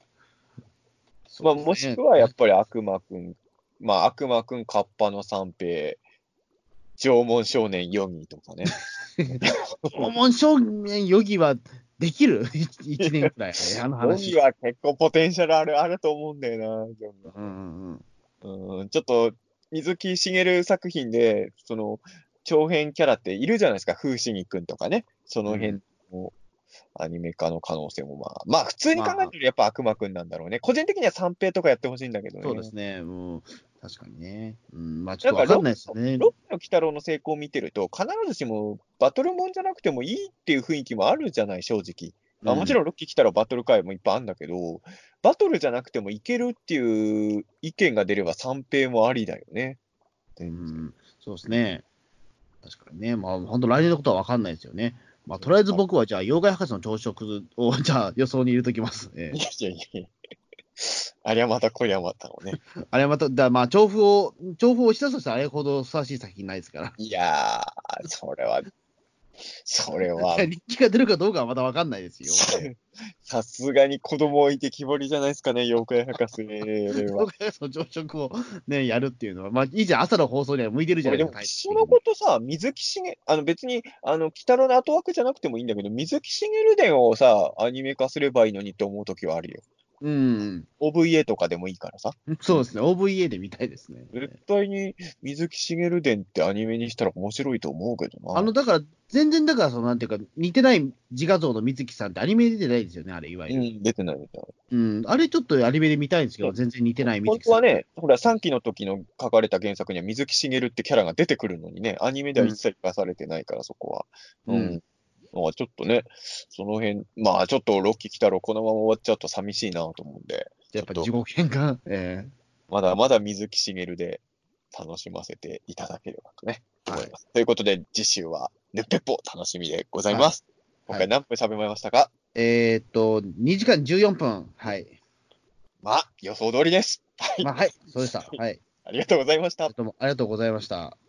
しくはやっぱり悪魔くん、悪魔くん、カッパの三平、縄文少年ヨギとかね。 縄文少年ヨギはできる ?1 年くらい、あの話。 ヨギは結構ポテンシャルあると思うんだよな。ちょっと、水木しげる作品で、長編キャラっているじゃないですか。風刺木くんとかね。その辺のアニメ化の可能性も普通に考えたらやっぱ悪魔くんなんだろうね。個人的には三平とかやってほしいんだけどね。 そうですね。確かにね。ちょっとわかんないですね。 ロッキーの鬼太郎の成功を見てると、必ずしもバトルモンじゃなくてもいいっていう雰囲気もあるじゃない、正直。 もちろんロッキー来たらバトル回もいっぱいあるんだけど、バトルじゃなくてもいけるっていう意見が出れば三平もありだよね。 そうですね。確かにね。まあ、本当来年のことは分かんないですよね。まあ、とりあえず僕はじゃあ、妖怪博士の朝食を、じゃあ、予想に入れときますね。 いやいやいや。あれはまた小山田をね。 あれはまた、まあ、調布を押し出すとしたらあれほどふさわしい作品ないですから。 いやー、それは、 日記が出るかどうかはまだ分かんないですよ。 さすがに子供置いてきぼりじゃないですかね、妖怪博士は。 妖怪博士の朝食をね、やるっていうのは、まあ、いいじゃん、朝の放送には向いてるじゃないですか。 そのことさ、水木しげ、別に、鬼太郎の後枠じゃなくてもいいんだけど、水木しげる伝をさ、アニメ化すればいいのにって思うときはあるよ。OVA とかでもいいからさ。 そうですね、OVA で見たいですね。 絶対に水木しげる伝ってアニメにしたら面白いと思うけどな。 だから、全然、だから、なんていうか、似てない自画像の水木さんってアニメ出てないですよね、あれ、いわゆる。 出てない。 あれちょっとアニメで見たいんですけど、全然似てない水木さん。本当はね、ほら、3期の時の書かれた原作には水木しげるってキャラが出てくるのにね、アニメでは一切出されてないから、そこは。まあちょっとね、その辺、まあちょっとロッキー来たらこのまま終わっちゃうと寂しいなと思うんで。 やっぱ地獄編か。 まだまだ水木しげるで楽しませていただければとね、思います。ということで、次週はヌッペッポ楽しみでございます。今回何分喋りましたか ？2時間14分。はい。 まあ、予想通りです。 はい。そうでした。はい。 ありがとうございました。 どうもありがとうございました。